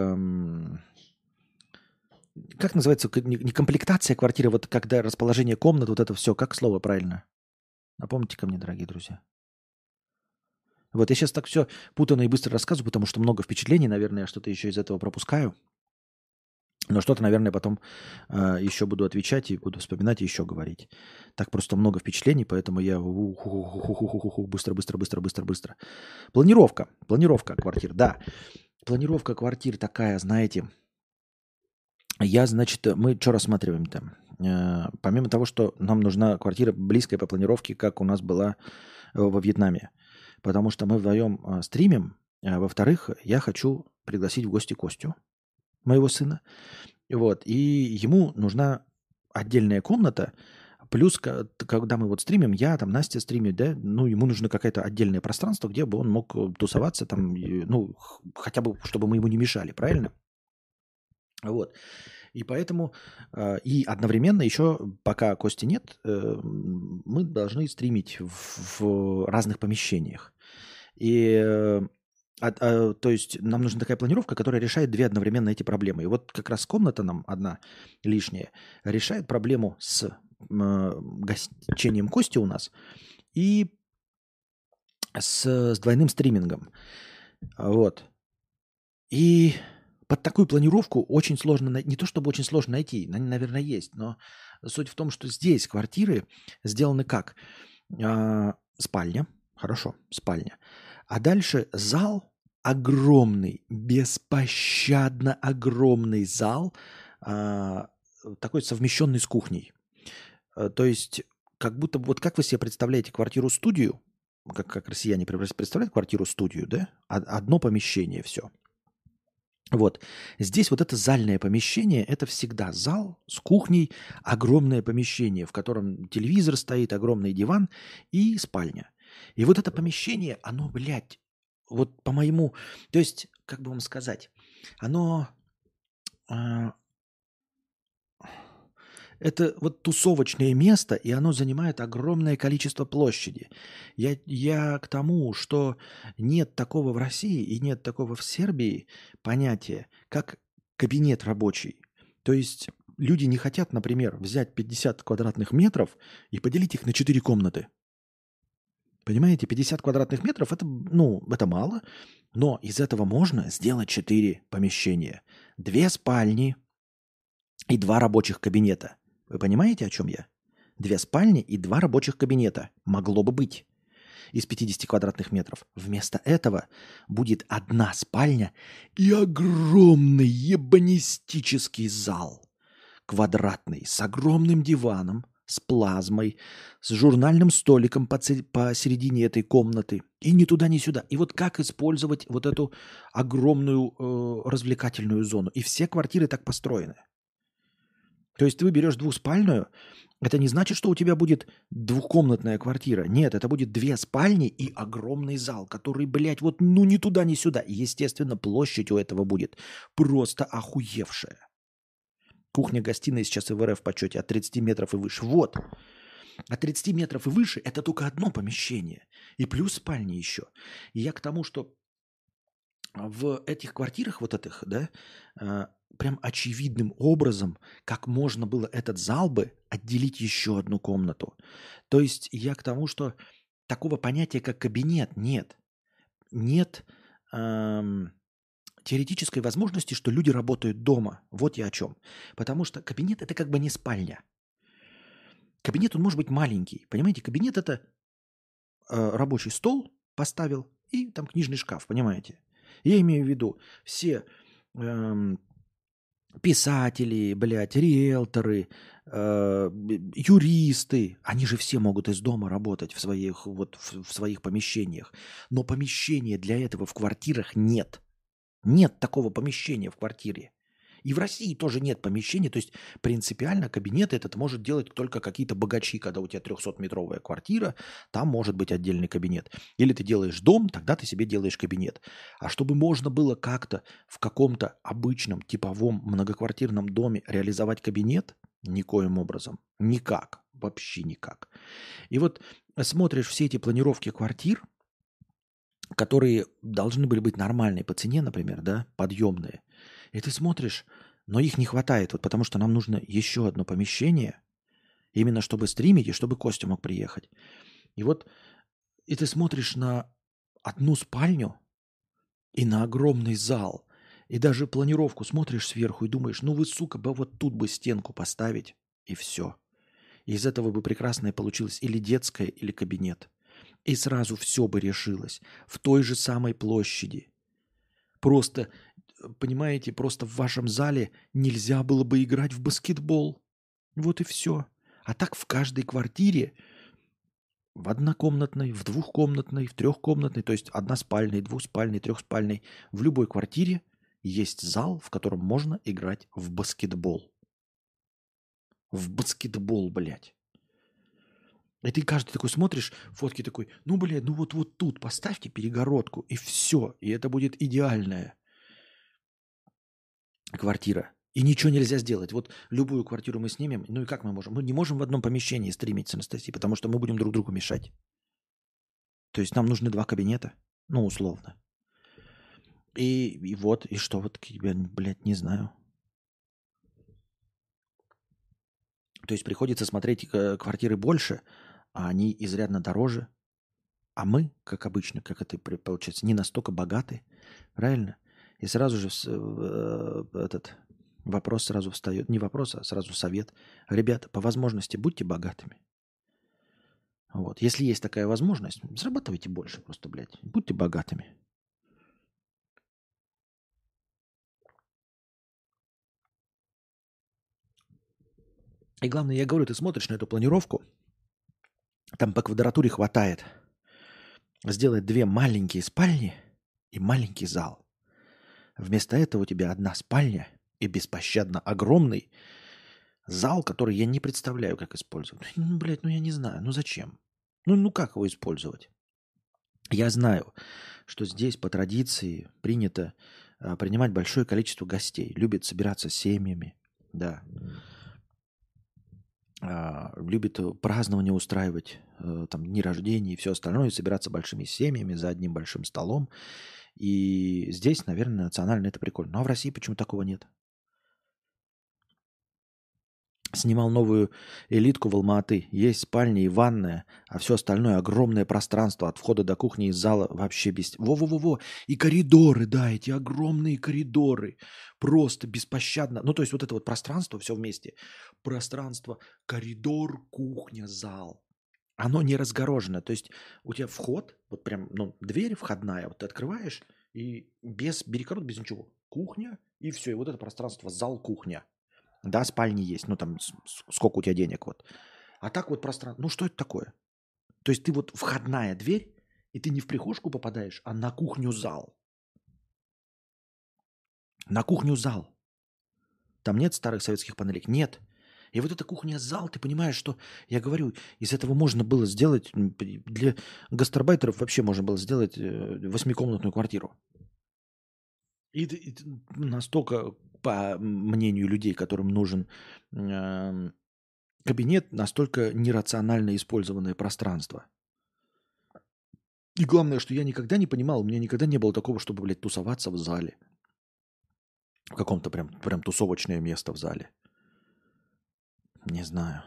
как называется, не комплектация квартиры, вот когда расположение комнат, вот это все, как слово правильно? Напомните ко мне, дорогие друзья. Вот я сейчас так все путанно и быстро рассказываю, потому что много впечатлений, наверное, я что-то еще из этого пропускаю. Но что-то, наверное, потом еще буду отвечать и буду вспоминать и еще говорить. Так просто много впечатлений, поэтому я быстро, быстро, быстро, быстро, быстро. Планировка квартир, да. Планировка квартир такая, знаете. Значит, мы что рассматриваем там? Помимо того, что нам нужна квартира близкая по планировке, как у нас была во Вьетнаме. Потому что мы вдвоем стримим. Во-вторых, я хочу пригласить в гости Костю, моего сына. Вот. И ему нужна отдельная комната. Плюс, когда мы вот стримим, я, там, Настя стримит, да, ну, ему нужно какое-то отдельное пространство, где бы он мог тусоваться, там, ну, хотя бы, чтобы мы ему не мешали, правильно? Вот. И поэтому, и одновременно еще, пока Кости нет, мы должны стримить в разных помещениях. И то есть нам нужна такая планировка, которая решает две одновременно эти проблемы. И вот как раз комната нам одна лишняя решает проблему с гостением Кости у нас и с двойным стримингом. Вот. И под такую планировку очень сложно, не то чтобы очень сложно найти, наверное, есть, но суть в том, что здесь квартиры сделаны как? Спальня, хорошо, спальня. А дальше зал огромный, беспощадно огромный зал, такой совмещенный с кухней. То есть как будто, вот как вы себе представляете квартиру-студию, как россияне представляют квартиру-студию, да? Одно помещение, все. Вот. Здесь вот это зальное помещение, это всегда зал с кухней, огромное помещение, в котором телевизор стоит, огромный диван и спальня. И вот это помещение, оно, блядь, вот по-моему, то есть, как бы вам сказать, оно, а, это вот тусовочное место, и оно занимает огромное количество площади. Я к тому, что нет такого в России и нет такого в Сербии понятия, как кабинет рабочий. То есть люди не хотят, например, взять 50 квадратных метров и поделить их на 4 комнаты. Понимаете, 50 квадратных метров это, ну, это мало, но из этого можно сделать 4 помещения. 2 спальни и 2 рабочих кабинета. Вы понимаете, о чем я? 2 спальни и 2 рабочих кабинета. Могло бы быть из 50 квадратных метров. Вместо этого будет одна спальня и огромный ебанистический зал. Квадратный, с огромным диваном, с плазмой, с журнальным столиком посередине этой комнаты. И ни туда, ни сюда. И вот как использовать вот эту огромную развлекательную зону. И все квартиры так построены. То есть ты выберешь двухспальную, это не значит, что у тебя будет двухкомнатная квартира. Нет, это будет 2 спальни и огромный зал, который, блядь, вот ну ни туда, ни сюда. И, естественно, площадь у этого будет просто охуевшая. Кухня-гостиная сейчас и в РФ в почете от 30 метров и выше. Вот. От 30 метров и выше это только одно помещение. И плюс спальни еще. И я к тому, что в этих квартирах вот этих, да, прям очевидным образом, как можно было этот зал бы отделить еще одну комнату. То есть я к тому, что такого понятия, как кабинет, нет. Нет теоретической возможности, что люди работают дома. Вот я о чем. Потому что кабинет – это как бы не спальня. Кабинет, он может быть маленький. Понимаете, кабинет – это рабочий стол поставил и там книжный шкаф, понимаете? Я имею в виду все писатели, блядь, риэлторы, юристы, они же все могут из дома работать в своих, вот, в своих помещениях. Но помещения для этого в квартирах нет. Нет такого помещения в квартире. И в России тоже нет помещения. То есть принципиально кабинет этот может делать только какие-то богачи. Когда у тебя 300-метровая квартира, там может быть отдельный кабинет. Или ты делаешь дом, тогда ты себе делаешь кабинет. А чтобы можно было как-то в каком-то обычном типовом многоквартирном доме реализовать кабинет, никоим образом. Никак. Вообще никак. И вот смотришь все эти планировки квартир, которые должны были быть нормальные по цене, например, да, подъемные. И ты смотришь, но их не хватает, вот потому что нам нужно еще одно помещение, именно чтобы стримить и чтобы Костя мог приехать. И вот, и ты смотришь на одну спальню и на огромный зал, и даже планировку смотришь сверху и думаешь, ну вы, сука, бы вот тут бы стенку поставить, и все. И из этого бы прекрасное получилось или детское, или кабинет. И сразу все бы решилось в той же самой площади. Просто, понимаете, просто в вашем зале нельзя было бы играть в баскетбол. Вот и все. А так в каждой квартире, в однокомнатной, в двухкомнатной, в трехкомнатной, то есть односпальной, двухспальной, трехспальной, в любой квартире есть зал, в котором можно играть в баскетбол. В баскетбол, блядь. И ты каждый такой смотришь, фотки такой, ну, блядь, ну вот тут поставьте перегородку, и все. И это будет идеальная квартира. И ничего нельзя сделать. Вот любую квартиру мы снимем, ну и как мы можем? Мы не можем в одном помещении стримить с Анастасией, потому что мы будем друг другу мешать. То есть нам нужны два кабинета, ну, условно. И вот, и что вот, я, блядь, не знаю. То есть приходится смотреть квартиры больше, а они изрядно дороже. А мы, как обычно, как это получается, не настолько богаты, правильно? И сразу же этот вопрос сразу встает. Не вопрос, а сразу совет. Ребята, по возможности будьте богатыми. Вот. Если есть такая возможность, зарабатывайте больше просто, блядь. Будьте богатыми. И главное, я говорю, ты смотришь на эту планировку, там по квадратуре хватает сделать две маленькие спальни и маленький зал. Вместо этого у тебя одна спальня и беспощадно огромный зал, который я не представляю, как использовать. Ну, блядь, ну я не знаю, ну зачем? Ну как его использовать? Я знаю, что здесь по традиции принято принимать большое количество гостей. Любят собираться семьями, да. Любит празднование устраивать, там, дни рождения и все остальное, и собираться большими семьями за одним большим столом. И здесь, наверное, национально это прикольно. Ну а в России почему такого нет? Снимал новую элитку в Алма-Аты. Есть спальня и ванная, а все остальное огромное пространство от входа до кухни и зала вообще без... Во-во-во-во! И коридоры, да, эти огромные коридоры. Просто беспощадно. Ну, то есть вот это вот пространство, все вместе. Пространство, коридор, кухня, зал. Оно не разгорожено. То есть у тебя вход, вот прям, ну, дверь входная, вот ты открываешь, и без перегород, без ничего. Кухня, и все. И вот это пространство, зал, кухня. Да, спальни есть, ну там сколько у тебя денег вот. А так вот пространство, ну что это такое? То есть ты вот входная дверь, и ты не в прихожку попадаешь, а на кухню-зал. На кухню-зал. Там нет старых советских панелек? Нет. И вот эта кухня-зал, ты понимаешь, что, я говорю, из этого можно было сделать, для гастарбайтеров вообще можно было сделать 8-комнатную квартиру. И настолько, по мнению людей, которым нужен кабинет, настолько нерационально использованное пространство. И главное, что я никогда не понимал, у меня никогда не было такого, чтобы, блядь, тусоваться в зале. В каком-то прям тусовочное место в зале. Не знаю.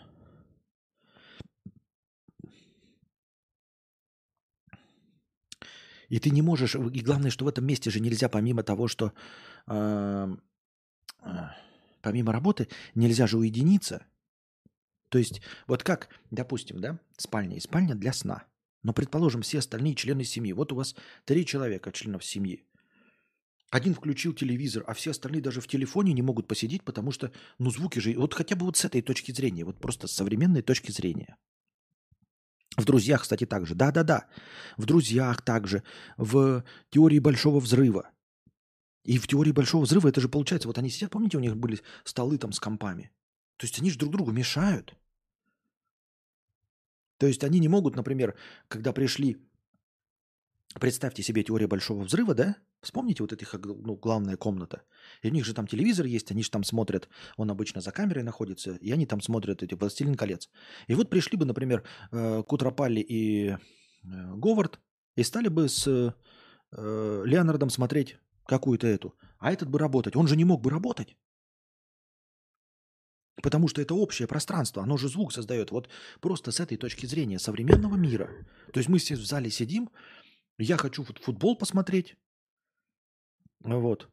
И ты не можешь... И главное, что в этом месте же нельзя, помимо того, что... э, э, помимо работы, нельзя же уединиться. То есть, вот как, допустим, да, спальня и спальня для сна. Но, предположим, все остальные члены семьи. Вот у вас 3 человека, членов семьи. Один включил телевизор, а все остальные даже в телефоне не могут посидеть, потому что, ну, звуки же... Вот хотя бы вот с этой точки зрения, вот просто с современной точки зрения. В «Друзьях», кстати, также. Да-да-да. В «Друзьях» также. В «Теории большого взрыва». И в «Теории большого взрыва» это же получается, вот они сидят, помните, у них были столы там с компами? То есть они же друг другу мешают. То есть они не могут, например, когда пришли, представьте себе «Теория большого взрыва», да? Вспомните вот эта их, ну, главная комната. И у них же там телевизор есть, они же там смотрят, он обычно за камерой находится, и они там смотрят эти «Властелин колец». И вот пришли бы, например, Кутрапалли и Говард, и стали бы с Леонардом смотреть какую-то эту. А этот бы работать. Он же не мог бы работать. Потому что это общее пространство, оно же звук создает. Вот просто с этой точки зрения современного мира. То есть мы все в зале сидим, я хочу футбол посмотреть, вот.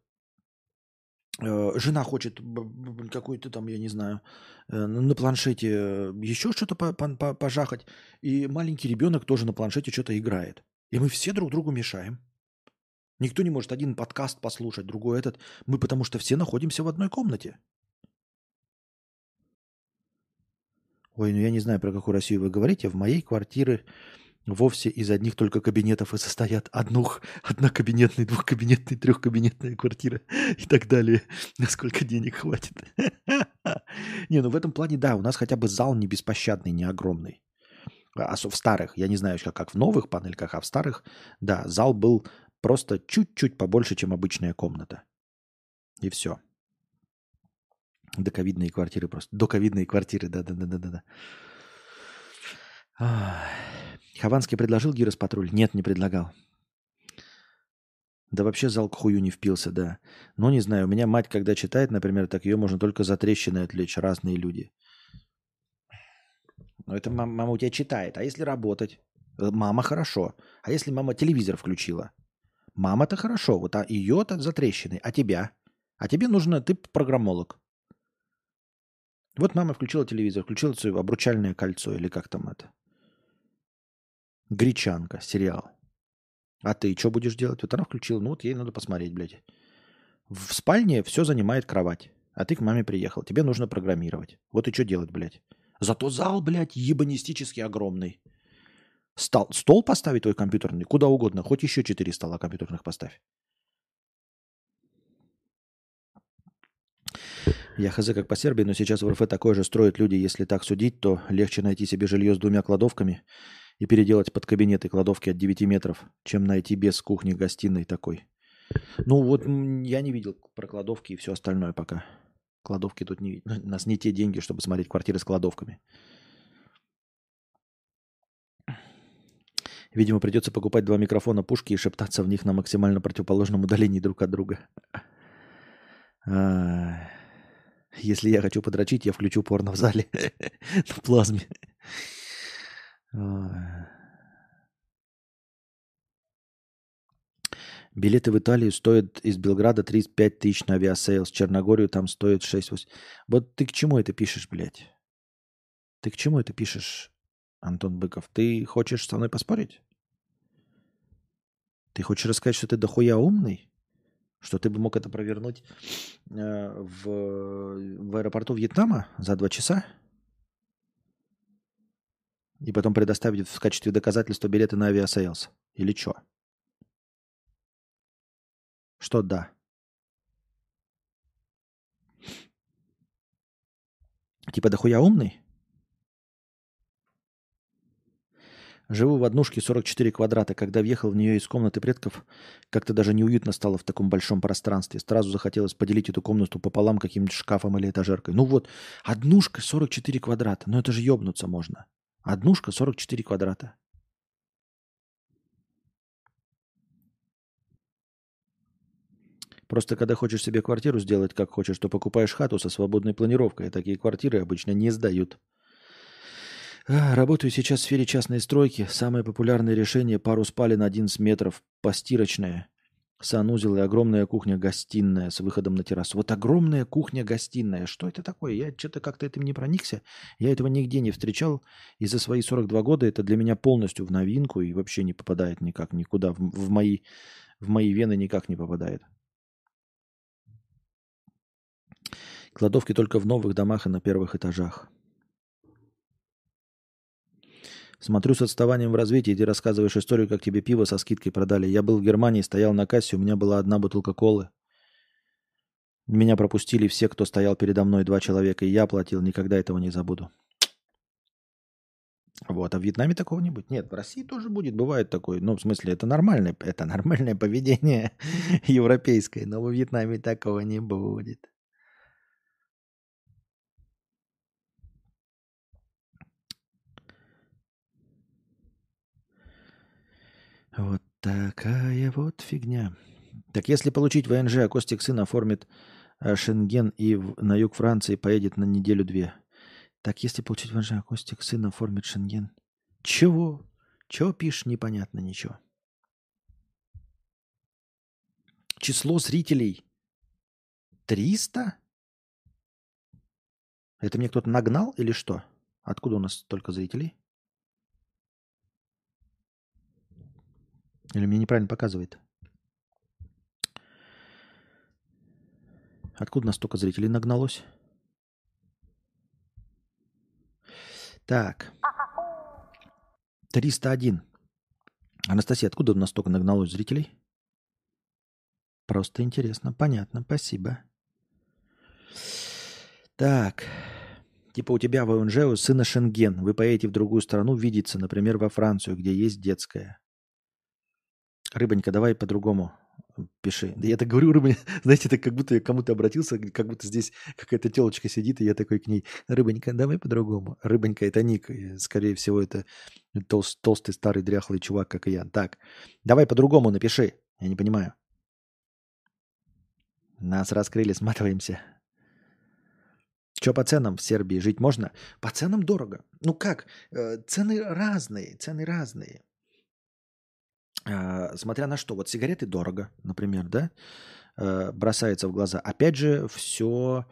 Жена хочет какой-то там, я не знаю, на планшете еще что-то пожахать, и маленький ребенок тоже на планшете что-то играет. И мы все друг другу мешаем. Никто не может один подкаст послушать, другой этот. Мы потому что все находимся в одной комнате. Ой, ну я не знаю, про какую Россию вы говорите. В моей квартире вовсе из одних только кабинетов и состоят однокабинетные, двухкабинетные, трехкабинетная квартира и так далее. Насколько денег хватит. Не, ну в этом плане, да, у нас хотя бы зал не беспощадный, не огромный. А в старых, я не знаю, как в новых панельках, а в старых, да, зал был просто чуть-чуть побольше, чем обычная комната. И все. Доковидные квартиры просто. Доковидные квартиры, да-да-да-да-да. Хованский предложил Гирос Патруль? Нет, не предлагал. Да вообще зал к хую не впился, да. Но не знаю, у меня мать, когда читает, например, так ее можно только за трещины отвлечь, разные люди. Но это мама у тебя читает. А если работать? Мама хорошо. А если мама телевизор включила? Мама-то хорошо, вот а ее-то за трещины. А тебя? А тебе нужно, ты программолог. Вот мама включила телевизор, включила свое обручальное кольцо, или как там это. Гречанка, сериал. А ты что будешь делать? Вот она включила, ну вот ей надо посмотреть, блядь. В спальне все занимает кровать. А ты к маме приехал. Тебе нужно программировать. Вот и что делать, блядь? Зато зал, блядь, ебанистически огромный. Стол поставить твой компьютерный? Куда угодно. Хоть еще 4 стола компьютерных поставь. Я хз как по Сербии, но сейчас в РФ такое же строят люди. Если так судить, то легче найти себе жилье с 2 кладовками и переделать под кабинеты кладовки от 9 метров, чем найти без кухни-гостиной такой. Ну вот я не видел про кладовки и все остальное пока. Кладовки тут не видно. У нас не те деньги, чтобы смотреть квартиры с кладовками. Видимо, придется покупать 2 микрофона пушки и шептаться в них на максимально противоположном удалении друг от друга. Если я хочу подрочить, я включу порно в зале на плазме. Билеты в Италию стоят из Белграда 35 тысяч на авиасейлс. Черногорию там стоит 6-8. Вот ты к чему это пишешь, блядь? Ты к чему это пишешь, Антон Быков? Ты хочешь со мной поспорить? Ты хочешь рассказать, что ты дохуя умный? Что ты бы мог это провернуть в аэропорту Вьетнама за 2 часа? И потом предоставить в качестве доказательства билеты на авиасейлс? Или что? Что да? Типа дохуя умный? Живу в однушке 44 квадрата. Когда въехал в нее из комнаты предков, как-то даже неуютно стало в таком большом пространстве. Сразу захотелось поделить эту комнату пополам каким-нибудь шкафом или этажеркой. Ну вот, однушка 44 квадрата. Ну это же ебнуться можно. Однушка 44 квадрата. Просто когда хочешь себе квартиру сделать как хочешь, то покупаешь хату со свободной планировкой. Такие квартиры обычно не сдают. Работаю сейчас в сфере частной стройки. Самое популярное решение – пару спален 11 метров, постирочная, санузел и огромная кухня-гостиная с выходом на террасу. Вот огромная кухня-гостиная. Что это такое? Я что-то как-то этим не проникся. Я этого нигде не встречал. И за свои 42 года это для меня полностью в новинку и вообще не попадает никак никуда. В мои вены никак не попадает. Кладовки только в новых домах и на первых этажах. Смотрю с отставанием в развитии, и ты рассказываешь историю, как тебе пиво со скидкой продали. Я был в Германии, стоял на кассе, у меня была одна бутылка колы. Меня пропустили все, кто стоял передо мной, 2 человека, и я платил, никогда этого не забуду. Вот, а в Вьетнаме такого не будет. Нет, в России тоже будет, бывает такое. Ну, в смысле, это нормальное поведение европейское, но во Вьетнаме такого не будет. Вот такая вот фигня. Так если получить ВНЖ, а Костик сын оформит Шенген и на юг Франции поедет на неделю-две. Так если получить ВНЖ, а Костик сын оформит Шенген. Чего? Чего пишешь? Непонятно ничего. Число зрителей 300? Это мне кто-то нагнал или что? Откуда у нас столько зрителей? Или мне неправильно показывает? Откуда у нас столько зрителей нагналось? Так. 301. Анастасия, откуда у нас столько нагналось зрителей? Просто интересно. Понятно. Спасибо. Так. Типа у тебя в ВНЖ у сына Шенген. Вы поедете в другую страну видеться, например, во Францию, где есть детская. Рыбонька, давай по-другому пиши. Да я так говорю, Рыбонька, знаете, это как будто я кому-то обратился, как будто здесь какая-то телочка сидит, и я такой к ней, Рыбонька, давай по-другому. Рыбонька это ник, и, скорее всего, это толстый, старый, дряхлый чувак, как и я. Так, давай по-другому напиши. Я не понимаю. Нас раскрыли, сматываемся. Что по ценам в Сербии жить можно? По ценам дорого. Ну как? Цены разные, цены разные. Смотря на что. Вот сигареты дорого, например, да, бросается в глаза. Опять же, все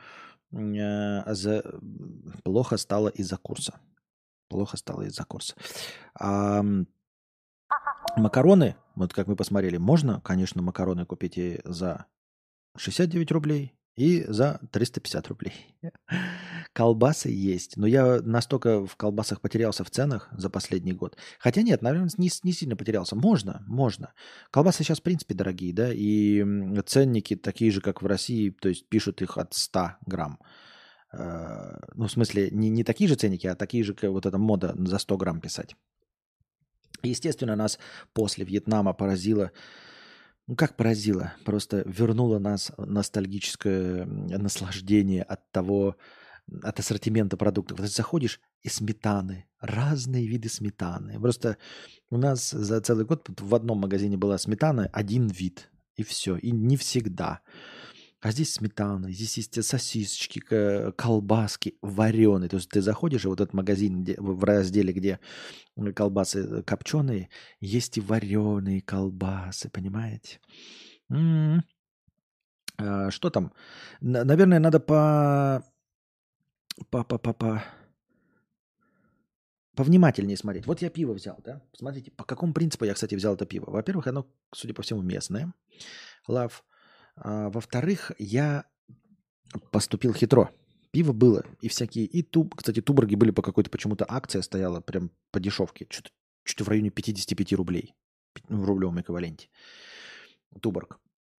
плохо стало из-за курса. Плохо стало из-за курса. А макароны, вот как мы посмотрели, можно, конечно, макароны купить и за 69 рублей, и за 350 рублей. Колбасы есть. Но я настолько в колбасах потерялся в ценах за последний год. Хотя нет, наверное, не сильно потерялся. Можно, можно. Колбасы сейчас, в принципе, дорогие, да, и ценники такие же, как в России, то есть пишут их от 100 грамм. Ну, в смысле, не такие же ценники, а такие же, как вот эта мода за 100 грамм писать. Естественно, нас после Вьетнама поразило. Ну, как поразило? Просто вернуло нас ностальгическое наслаждение от ассортимента продуктов. Вот ты заходишь, и сметаны, разные виды сметаны. Просто у нас за целый год в одном магазине была сметана, один вид, и все. И не всегда. А здесь сметана, здесь есть сосисочки, колбаски вареные. То есть ты заходишь, и вот этот магазин в разделе, где колбасы копченые, есть и вареные колбасы, понимаете? Что там? Наверное, надо повнимательнее смотреть. Вот я пиво взял, да? Посмотрите, по какому принципу я, кстати, взял это пиво. Во-первых, оно, судя по всему, местное. Лав. Во-вторых, я поступил хитро. Пиво было, и всякие, кстати, туборги были по какой-то почему-то акция стояла, прям по дешевке, что-то в районе 55 рублей в рублевом эквиваленте. Туборг.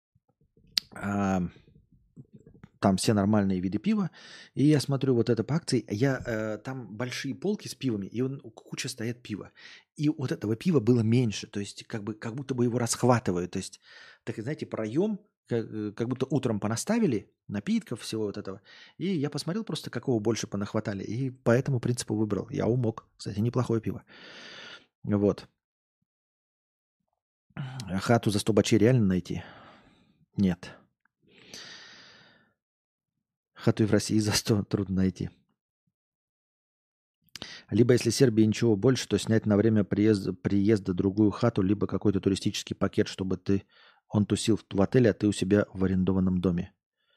Там все нормальные виды пива. И я смотрю вот это по акции. Там большие полки с пивами, и куча стоит пива. И вот этого пива было меньше. То есть как будто бы его расхватывают. То есть, так знаете, проем, как будто утром понаставили напитков, всего вот этого. И я посмотрел просто, какого больше понахватали. И по этому принципу выбрал. Я умок. Кстати, неплохое пиво. Вот. Хату за 100 бачей реально найти? Нет. Хату и в России за 100 трудно найти. Либо, если Сербии ничего больше, то снять на время приезда другую хату, либо какой-то туристический пакет, чтобы он тусил в отеле, а ты у себя в арендованном доме.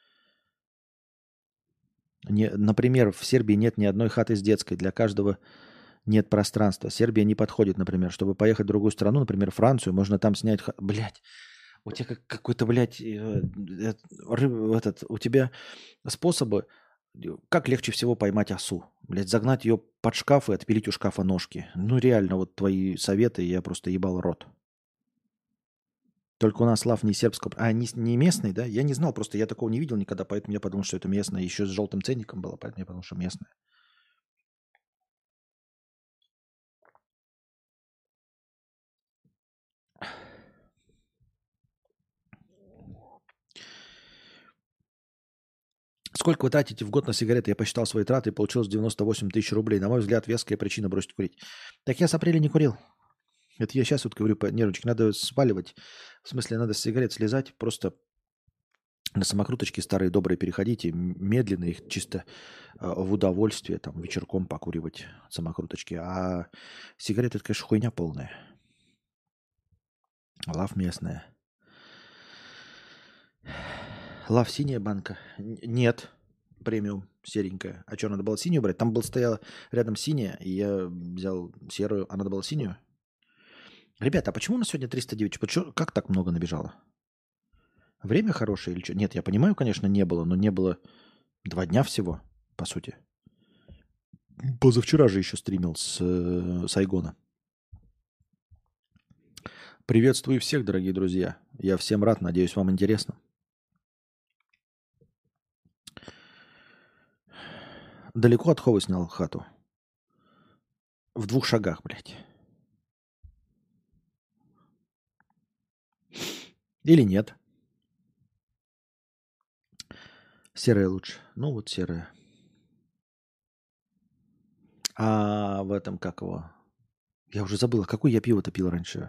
Например, в Сербии нет ни одной хаты с детской. Для каждого нет пространства. Сербия не подходит, например. Чтобы поехать в другую страну, например, Францию, можно там снять... Блядь. У тебя какой-то, блядь, у тебя способы, как легче всего поймать осу. Блядь, загнать ее под шкаф и отпилить у шкафа ножки. Ну, реально, вот твои советы, я просто ебал рот. Только у нас Слав не сербского, не местный, да? Я не знал, просто я такого не видел никогда, поэтому я подумал, что это местное. Еще с желтым ценником было, поэтому я подумал, что местное. Сколько вы тратите в год на сигареты? Я посчитал свои траты и получилось 98 тысяч рублей. На мой взгляд, веская причина бросить курить. Так я с апреля не курил. Это я сейчас вот говорю по нервничек. Надо спаливать. В смысле, надо с сигарет слезать. Просто на самокруточки старые добрые переходите. Медленно их чисто в удовольствие. Там вечерком покуривать самокруточки. А сигареты, это, конечно, хуйня полная. Лав местная. Лав синяя банка? Нет. Премиум серенькая. А что, надо было синюю брать? Там стояла рядом синяя, и я взял серую, а надо было синюю. Ребята, а почему у нас сегодня 309? Как так много набежало? Время хорошее или что? Нет, я понимаю, конечно, не было, но не было 2 дня всего, по сути. Позавчера же еще стримил с Сайгона. Приветствую всех, дорогие друзья. Я всем рад, надеюсь, вам интересно. Далеко от Хова снял хату? В 2 шагах, блядь. Или нет? Серая лучше. Ну вот серая. А в этом как его? Я уже забыл, какое я пиво-то пил раньше.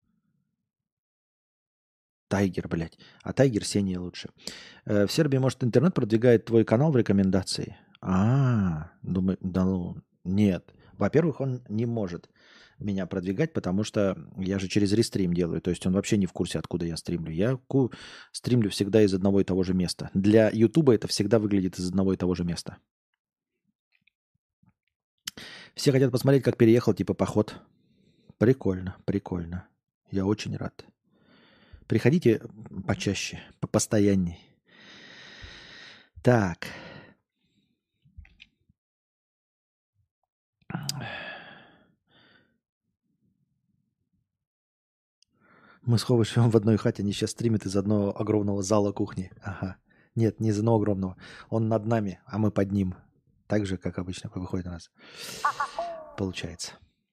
Тайгер, блядь. А Тайгер синий лучше. В Сербии, может, интернет продвигает твой канал в рекомендации? Думаю, да ну, нет. Во-первых, он не может меня продвигать, потому что я же через рестрим делаю. То есть он вообще не в курсе, откуда я стримлю. Я стримлю всегда из одного и того же места. Для Ютуба это всегда выглядит из одного и того же места. Все хотят посмотреть, как переехал, типа поход. Прикольно, прикольно. Я очень рад. Приходите почаще, попостоянней. Так. Мы с Ховой живем в одной хате, они сейчас стримят из одного огромного зала кухни. Ага. Нет, не из одного огромного. Он над нами, а мы под ним. Так же, как обычно выходит у нас. Получается.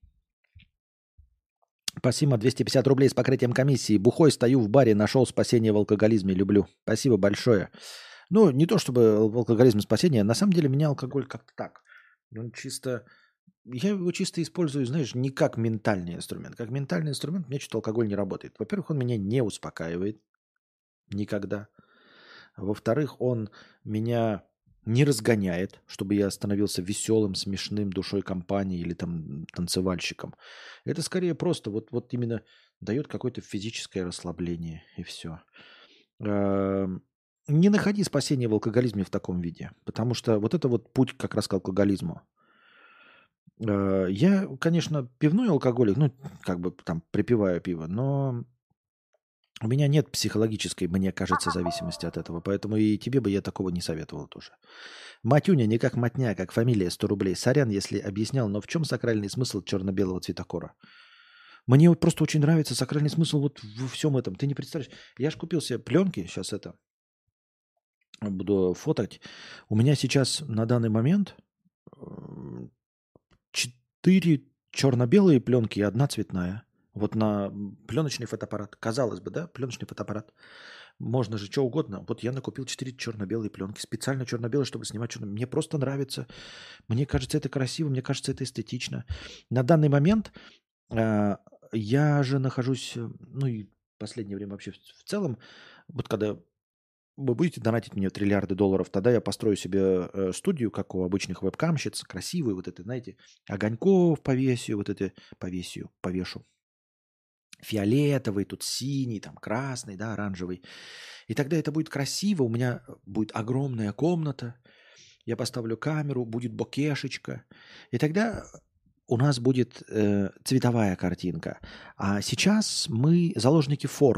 Спасибо, 250 рублей с покрытием комиссии. Бухой стою в баре, нашел спасение в алкоголизме, люблю. Спасибо большое. Ну, не то чтобы в алкоголизме спасение, на самом деле меня алкоголь как-то так. Он чисто... Я его чисто использую, знаешь, не как ментальный инструмент. Как ментальный инструмент у меня что-то алкоголь не работает. Во-первых, он меня не успокаивает никогда. Во-вторых, он меня не разгоняет, чтобы я становился веселым, смешным душой компании или там танцевальщиком. Это скорее просто вот именно дает какое-то физическое расслабление и все. Не находи спасения в алкоголизме в таком виде, потому что вот это вот путь как раз к алкоголизму. Я, конечно, пивной алкоголик, ну, как бы там припиваю пиво, но у меня нет психологической, мне кажется, зависимости от этого, поэтому и тебе бы я такого не советовал тоже. Матюня не как матня, как фамилия 100 рублей. Сорян, если объяснял, но в чем сакральный смысл черно-белого цветокора? Мне вот просто очень нравится сакральный смысл вот во всем этом. Ты не представляешь. Я же купил себе пленки, сейчас это буду фотать. У меня сейчас на данный момент 4 черно-белые пленки и 1 цветная. Вот на пленочный фотоаппарат. Казалось бы, да, пленочный фотоаппарат. Можно же что угодно. Вот я накупил 4 черно-белые пленки. Специально черно-белые, чтобы снимать черно. Мне просто нравится. Мне кажется, это красиво. Мне кажется, это эстетично. На данный момент я же нахожусь, ну и в последнее время вообще в целом, вот когда вы будете донатить мне триллиарды долларов, тогда я построю себе студию, как у обычных вебкамщиц, красивую, вот это, знаете, огоньков повесию, вот это повешу. Фиолетовый, тут синий, там красный, да, оранжевый. И тогда это будет красиво, у меня будет огромная комната, я поставлю камеру, будет бокешечка. И тогда у нас будет цветовая картинка. А сейчас мы заложники формы.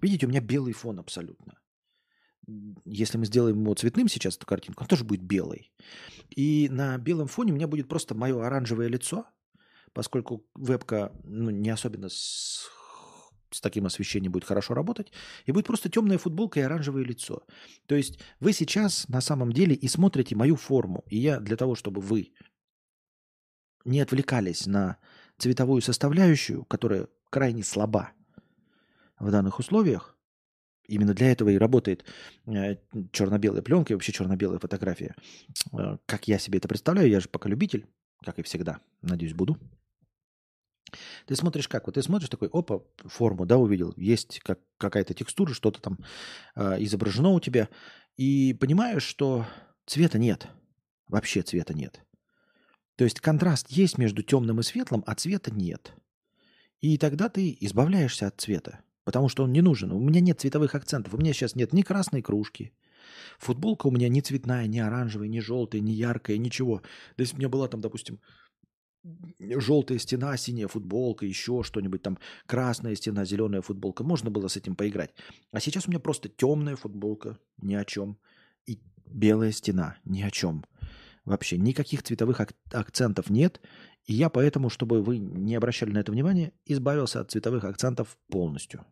Видите, у меня белый фон абсолютно. Если мы сделаем его цветным сейчас, эту картинку, он тоже будет белый. И на белом фоне у меня будет просто мое оранжевое лицо, поскольку вебка не особенно с таким освещением будет хорошо работать, и будет просто темная футболка и оранжевое лицо. То есть вы сейчас на самом деле и смотрите мою форму. И я для того, чтобы вы не отвлекались на цветовую составляющую, которая крайне слаба в данных условиях, именно для этого и работает черно-белая пленка и вообще черно-белая фотография. Как я себе это представляю, я же пока любитель, как и всегда, надеюсь, буду. Ты смотришь как? Вот ты смотришь такой, опа, форму, да, увидел, есть какая-то текстура, что-то там изображено у тебя, и понимаешь, что цвета нет, вообще цвета нет. То есть контраст есть между темным и светлым, а цвета нет. И тогда ты избавляешься от цвета, потому что он не нужен. У меня нет цветовых акцентов, у меня сейчас нет ни красной кружки, футболка у меня не цветная, не оранжевая, не желтая, не яркая, ничего. То есть у меня была там, допустим, желтая стена, синяя футболка, еще что-нибудь там, красная стена, зеленая футболка. Можно было с этим поиграть. А сейчас у меня просто темная футболка, ни о чем. И белая стена, ни о чем. Вообще никаких цветовых акцентов нет. И я поэтому, чтобы вы не обращали на это внимание, избавился от цветовых акцентов полностью.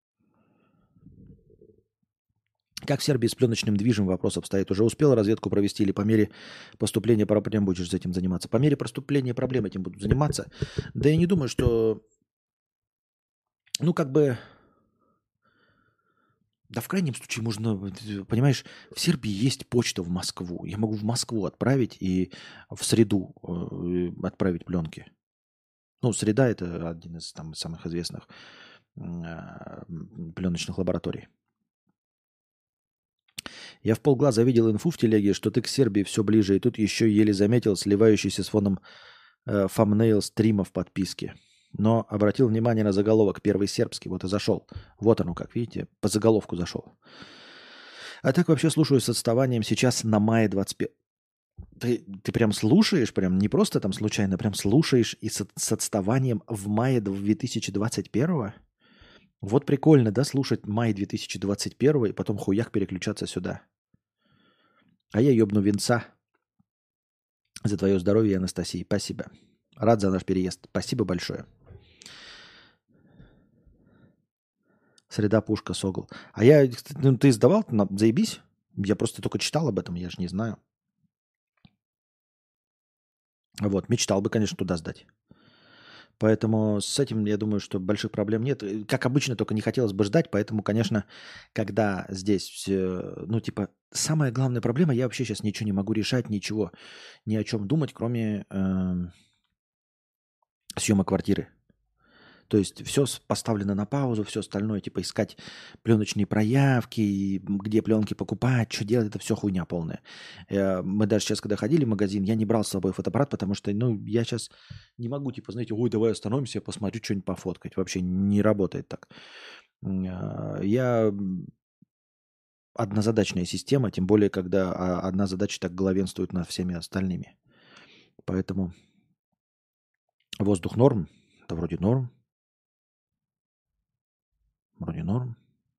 Как в Сербии с пленочным движем вопрос обстоит? Уже успел разведку провести или по мере поступления проблем будешь этим заниматься? По мере поступления проблем этим буду заниматься. Да я не думаю, что... Да в крайнем случае можно, понимаешь, в Сербии есть почта в Москву. Я могу в Москву отправить и в среду отправить пленки. Ну, среда – это один из там самых известных пленочных лабораторий. Я в полглаза видел инфу в телеге, что ты к Сербии все ближе, и тут еще еле заметил сливающийся с фоном фамнейл стрима в подписке. Но обратил внимание на заголовок «Первый сербский», вот и зашел. Вот оно как, видите, по заголовку зашел. А так вообще слушаю с отставанием сейчас на мае 25. Ты прям слушаешь, прям не просто там случайно, прям слушаешь и с отставанием в мае 2021? Вот прикольно, да, слушать май 2021 и потом хуяк переключаться сюда. А я ебну венца за твое здоровье, Анастасия. Спасибо. Рад за наш переезд. Спасибо большое. Среда, пушка, согл. А я, ты сдавал? Заебись? Я просто только читал об этом, я же не знаю. Вот, мечтал бы, конечно, туда сдать. Поэтому с этим, я думаю, что больших проблем нет. Как обычно, только не хотелось бы ждать. Поэтому, конечно, когда здесь, самая главная проблема, я вообще сейчас ничего не могу решать, ничего, ни о чем думать, кроме съема квартиры. То есть все поставлено на паузу, все остальное, типа искать пленочные проявки, где пленки покупать, что делать, это все хуйня полная. Мы даже сейчас, когда ходили в магазин, я не брал с собой фотоаппарат, потому что, я сейчас не могу, типа, знаете, ой, давай остановимся, я посмотрю, что-нибудь пофоткать. Вообще не работает так. Я однозадачная система, тем более, когда одна задача так главенствует над всеми остальными. Поэтому воздух норм, да вроде норм. Вроде норм.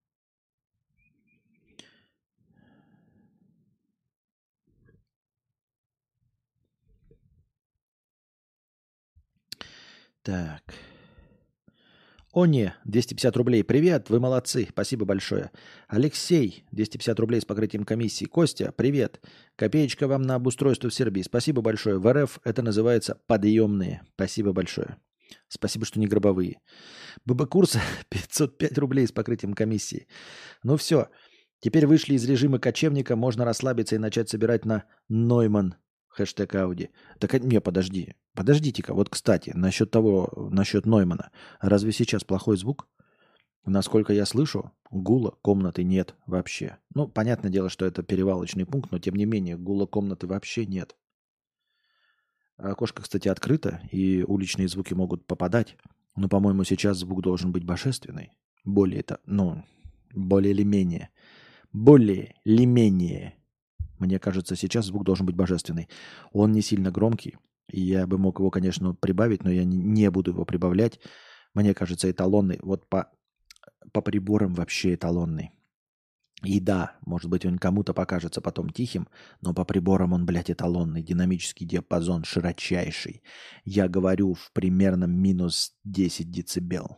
Так. О, не, 250 рублей. Привет, вы молодцы. Спасибо большое. Алексей, 250 рублей с покрытием комиссии. Костя, привет. Копеечка вам на обустройство в Сербии. Спасибо большое. В РФ это называется подъемные. Спасибо большое. Спасибо, что не гробовые. ББ-курс 505 рублей с покрытием комиссии. Ну все. Теперь вышли из режима кочевника. Можно расслабиться и начать собирать на Нойман. Хэштег Ауди. Так, не, подожди. Подождите-ка. Вот, кстати, насчет Ноймана. Разве сейчас плохой звук? Насколько я слышу, гула комнаты нет вообще. Ну, понятное дело, что это перевалочный пункт, но тем не менее, гула комнаты вообще нет. Окошко, кстати, открыто, и уличные звуки могут попадать. Но, по-моему, сейчас звук должен быть божественный. Более или менее. Более или менее. Мне кажется, сейчас звук должен быть божественный. Он не сильно громкий. И я бы мог его, конечно, прибавить, но я не буду его прибавлять. Мне кажется, эталонный. Вот по по приборам вообще эталонный. И да, может быть, он кому-то покажется потом тихим, но по приборам он, блядь, эталонный. Динамический диапазон широчайший. Я говорю в примерно минус 10 децибел.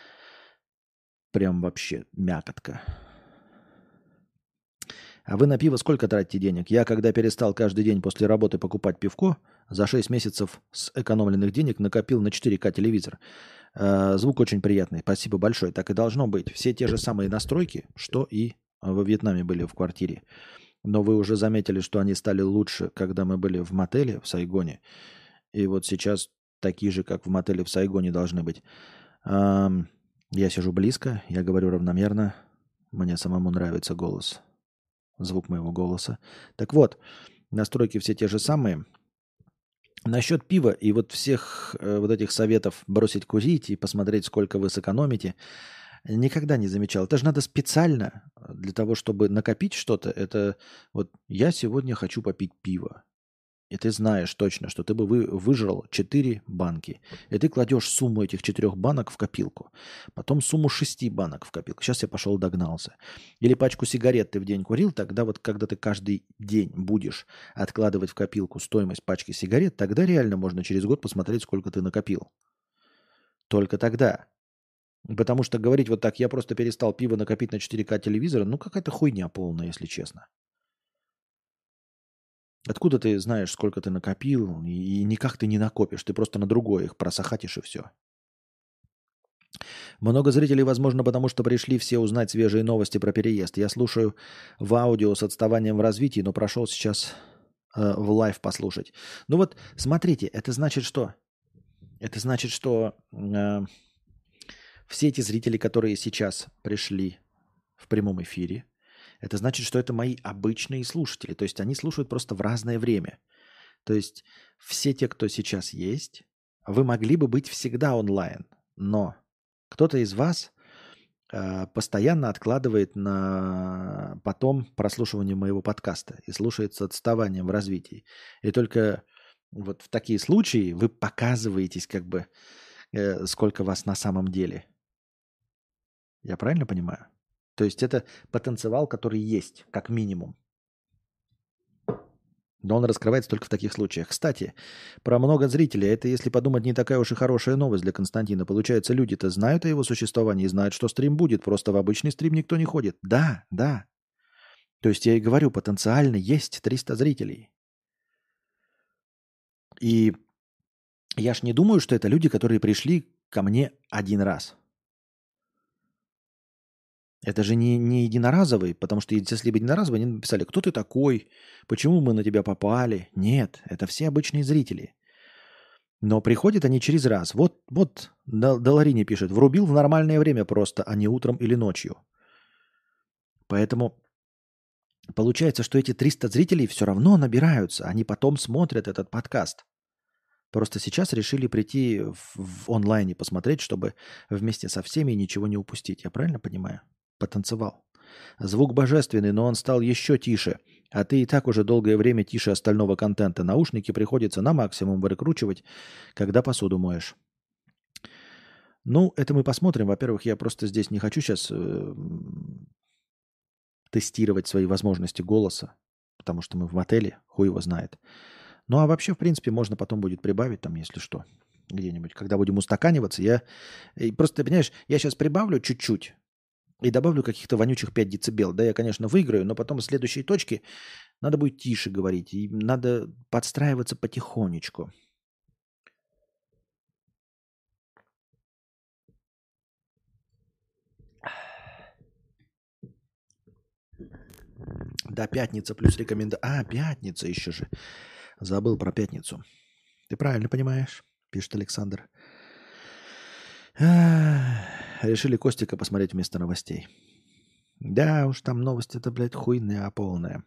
Прям вообще мякотка. А вы на пиво сколько тратите денег? Я, когда перестал каждый день после работы покупать пивко, за 6 месяцев с экономленных денег накопил на 4К телевизор. Звук очень приятный. Спасибо большое. Так и должно быть. Все те же самые настройки, что и во Вьетнаме были в квартире. Но вы уже заметили, что они стали лучше, когда мы были в мотеле в Сайгоне. И вот сейчас такие же, как в мотеле в Сайгоне, должны быть. Я сижу близко, я говорю равномерно. Мне самому нравится голос. Звук моего голоса. Так вот, настройки все те же самые. Насчет пива и вот всех вот этих советов бросить курить и посмотреть, сколько вы сэкономите, никогда не замечал. Это же надо специально для того, чтобы накопить что-то. Это вот я сегодня хочу попить пиво. И ты знаешь точно, что ты бы выжрал 4 банки. И ты кладешь сумму этих 4 банок в копилку. Потом сумму 6 банок в копилку. Сейчас я пошел догнался. Или пачку сигарет ты в день курил. Тогда вот, когда ты каждый день будешь откладывать в копилку стоимость пачки сигарет, тогда реально можно через год посмотреть, сколько ты накопил. Только тогда. Потому что говорить вот так, я просто перестал пиво накопить на 4К телевизора, ну какая-то хуйня полная, если честно. Откуда ты знаешь, сколько ты накопил, и никак ты не накопишь, ты просто на другое их просохатишь и все. Много зрителей, возможно, потому что пришли все узнать свежие новости про переезд. Я слушаю в аудио с отставанием в развитии, но прошел сейчас в лайв послушать. Ну вот, смотрите, это значит что? Это значит, что все эти зрители, которые сейчас пришли в прямом эфире, это значит, что это мои обычные слушатели. То есть они слушают просто в разное время. То есть все те, кто сейчас есть, вы могли бы быть всегда онлайн, но кто-то из вас постоянно откладывает на потом прослушивание моего подкаста и слушает с отставанием в развитии. И только вот в такие случаи вы показываетесь как бы, сколько вас на самом деле. Я правильно понимаю? То есть это потенциал, который есть, как минимум. Но он раскрывается только в таких случаях. Кстати, про много зрителей. Это, если подумать, не такая уж и хорошая новость для Константина. Получается, люди-то знают о его существовании и знают, что стрим будет. Просто в обычный стрим никто не ходит. Да, да. То есть я и говорю, потенциально есть 300 зрителей. И я ж не думаю, что это люди, которые пришли ко мне один раз. Это же не единоразовый, потому что если бы единоразовый, они написали, кто ты такой, почему мы на тебя попали. Нет, это все обычные зрители. Но приходят они через раз. Вот Доларине пишет, врубил в нормальное время просто, а не утром или ночью. Поэтому получается, что эти 300 зрителей все равно набираются. Они потом смотрят этот подкаст. Просто сейчас решили прийти в онлайне посмотреть, чтобы вместе со всеми ничего не упустить. Я правильно понимаю? Потанцевал. Звук божественный, но он стал еще тише. А ты и так уже долгое время тише остального контента. Наушники приходится на максимум выкручивать, когда посуду моешь. Ну, это мы посмотрим. Во-первых, я просто здесь не хочу сейчас тестировать свои возможности голоса, потому что мы в мотеле, хуй его знает. Ну, а вообще, в принципе, можно потом будет прибавить там, если что, где-нибудь. Когда будем устаканиваться, просто, понимаешь, я сейчас прибавлю чуть-чуть, и добавлю каких-то вонючих 5 децибел. Да, я, конечно, выиграю, но потом в следующей точке надо будет тише говорить. И надо подстраиваться потихонечку. Да, пятница плюс рекомендация. А, пятница еще же. Забыл про пятницу. Ты правильно понимаешь, пишет Александр. Решили Костика посмотреть вместо новостей. Да уж, там новости-то, блядь, хуйня полная.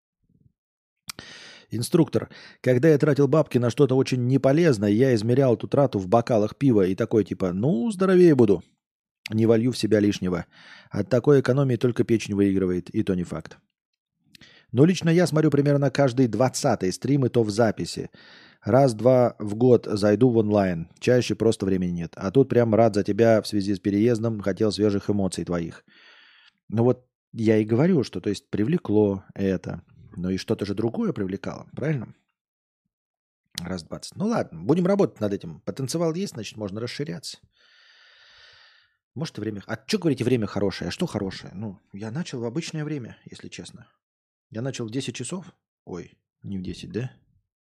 Инструктор, когда я тратил бабки на что-то очень неполезное, я измерял эту трату в бокалах пива и такой типа, ну, здоровее буду. Не волью в себя лишнего. От такой экономии только печень выигрывает, и то не факт. Но лично я смотрю примерно каждый 20-й стрим, и то в записи. Раз-два в год зайду в онлайн. Чаще просто времени нет. А тут прям рад за тебя в связи с переездом. Хотел свежих эмоций твоих. Ну вот я и говорю, что то есть привлекло это. Но и что-то же другое привлекало. Правильно? Раз 20. Ну ладно, будем работать над этим. Потенциал есть, значит, можно расширяться. Может, и время... А что говорите, время хорошее? А что хорошее? Ну, я начал в обычное время, если честно. Я начал в 10 часов. Ой, не в 10, да?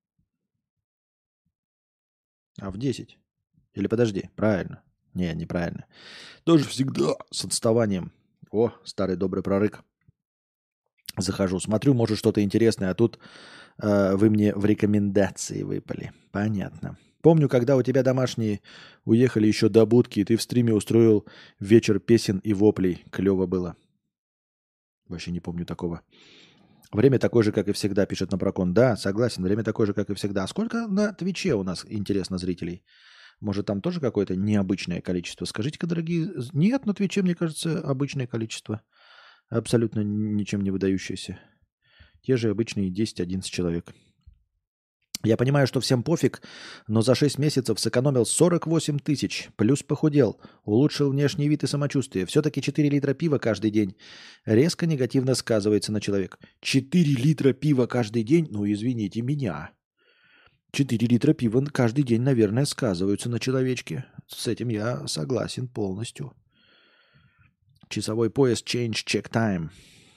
А в 10. Или подожди, правильно. Не, неправильно. Тоже всегда с отставанием. О, старый добрый прорык. Захожу, смотрю, может что-то интересное, а тут вы мне в рекомендации выпали. Понятно. Помню, когда у тебя домашние уехали еще до будки, и ты в стриме устроил вечер песен и воплей. Клево было. Вообще не помню такого. Время такое же, как и всегда, пишет Напрокон. Да, согласен, время такое же, как и всегда. А сколько на Твиче у нас, интересно, зрителей? Может, там тоже какое-то необычное количество? Скажите-ка, дорогие... Нет, на Твиче, мне кажется, обычное количество. Абсолютно ничем не выдающееся. Те же обычные 10-11 человек. Я понимаю, что всем пофиг, но за 6 месяцев сэкономил 48 тысяч, плюс похудел, улучшил внешний вид и самочувствие. Все-таки 4 литра пива каждый день резко негативно сказывается на человек. 4 литра пива каждый день? Ну, извините меня. 4 литра пива каждый день, наверное, сказываются на человечке. С этим я согласен полностью. Часовой пояс change check time.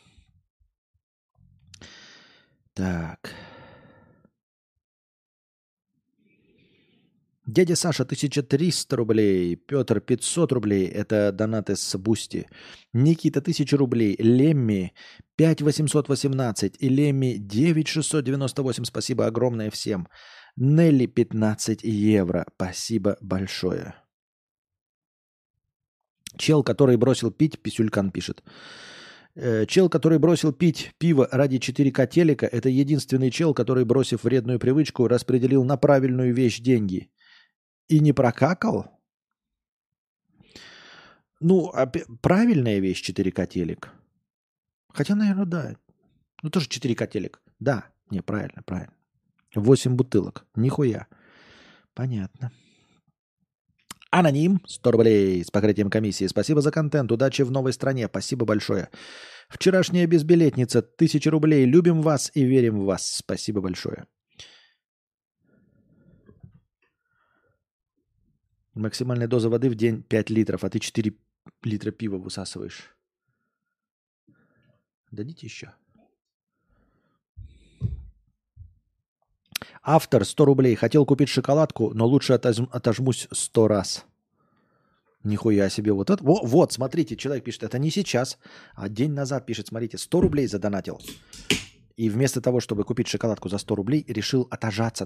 Так. Дядя Саша, 1300 рублей. Петр, 500 рублей. Это донаты с Бусти. Никита, 1000 рублей. Лемми, 5818. И Лемми, 9698. Спасибо огромное всем. Нелли, 15 евро. Спасибо большое. Чел, который бросил пить, Писюлькан пишет. Чел, который бросил пить пиво ради 4К телека, это единственный чел, который, бросив вредную привычку, распределил на правильную вещь деньги. И не прокакал? Ну, правильная вещь 4К телек. Хотя, наверное, да. Ну, тоже 4К телек. Да, не, правильно, правильно. 8 бутылок. Нихуя. Понятно. Аноним, 100 рублей с покрытием комиссии. Спасибо за контент. Удачи в новой стране. Спасибо большое. Вчерашняя безбилетница, 1000 рублей. Любим вас и верим в вас. Спасибо большое. Максимальная доза воды в день 5 литров, а ты 4 литра пива высасываешь. Дадите еще? Автор, 100 рублей. Хотел купить шоколадку, но лучше отожмусь 100 раз. Нихуя себе. Вот это. Вот, смотрите, человек пишет, это не сейчас, а день назад пишет, смотрите, 100 рублей задонатил. И вместо того, чтобы купить шоколадку за 100 рублей, решил отожаться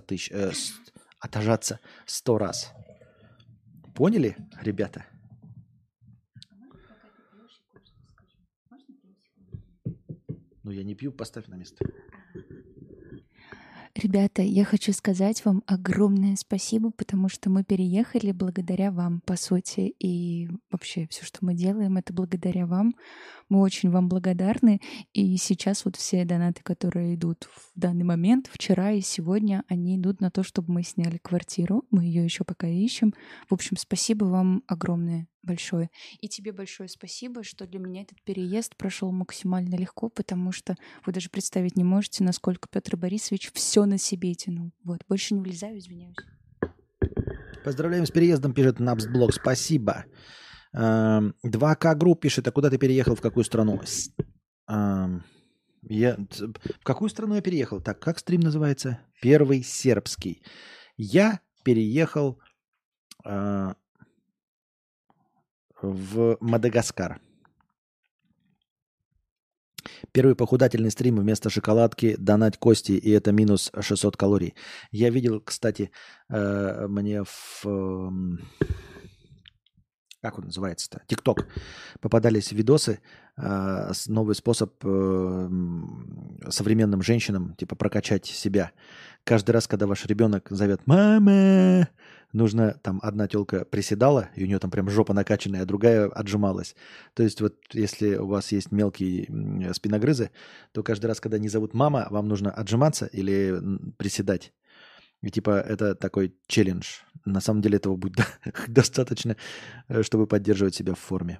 100 раз. Поняли, ребята? Ну, я не пью, поставь на место. Ребята, я хочу сказать вам огромное спасибо, потому что мы переехали благодаря вам, по сути. И вообще все, что мы делаем, это благодаря вам. Мы очень вам благодарны. И сейчас вот все донаты, которые идут в данный момент, вчера и сегодня, они идут на то, чтобы мы сняли квартиру. Мы ее еще пока ищем. В общем, спасибо вам огромное. Большое. И тебе большое спасибо, что для меня этот переезд прошел максимально легко, потому что вы даже представить не можете, насколько Петр Борисович все на себе тянул. Вот, больше не влезаю, извиняюсь. Поздравляем с переездом, пишет Напсблог. Спасибо. 2К Групп пишет, а куда ты переехал, в какую страну? В какую страну я переехал? Так, как стрим называется? Первый сербский. Я переехал в Мадагаскар. Первый похудательный стрим вместо шоколадки, донать кости, и это минус 600 калорий. Я видел, кстати, мне в... Как он называется-то? ТикТок. Попадались видосы, новый способ современным женщинам, типа, прокачать себя. Каждый раз, когда ваш ребенок зовет «Мама!», нужно, там, одна телка приседала, и у нее там прям жопа накачанная, а другая отжималась. То есть вот если у вас есть мелкие спиногрызы, то каждый раз, когда они зовут «мама», вам нужно отжиматься или приседать. И типа это такой челлендж. На самом деле этого будет достаточно, чтобы поддерживать себя в форме.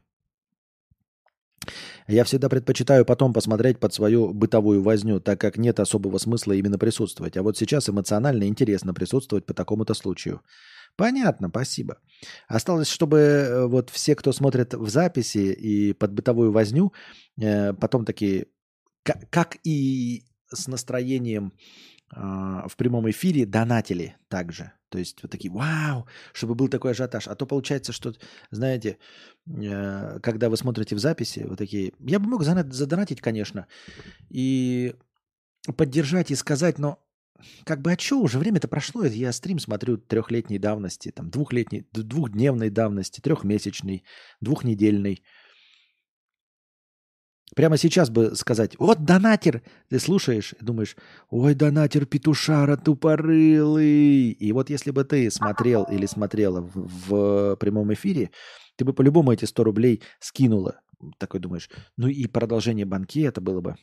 Я всегда предпочитаю потом посмотреть под свою бытовую возню, так как нет особого смысла именно присутствовать. А вот сейчас эмоционально интересно присутствовать по такому-то случаю. Понятно, спасибо. Осталось, чтобы вот все, кто смотрит в записи и под бытовую возню, потом такие, как и с настроением в прямом эфире, донатили также. То есть вот такие, вау, чтобы был такой ажиотаж. А то получается, что, знаете, когда вы смотрите в записи, вы такие, я бы мог задонатить, конечно, и поддержать и сказать, но как бы, а что, уже время-то прошло, я стрим смотрю 3-летней давности, там, 2-летней, 2-дневной давности, 3-месячной, 2-недельной. Прямо сейчас бы сказать, вот донатер, ты слушаешь и думаешь, ой, донатер петушара тупорылый. И вот если бы ты смотрел или смотрела в прямом эфире, ты бы по-любому эти 100 рублей скинула. Такой думаешь, ну и продолжение банкета было бы.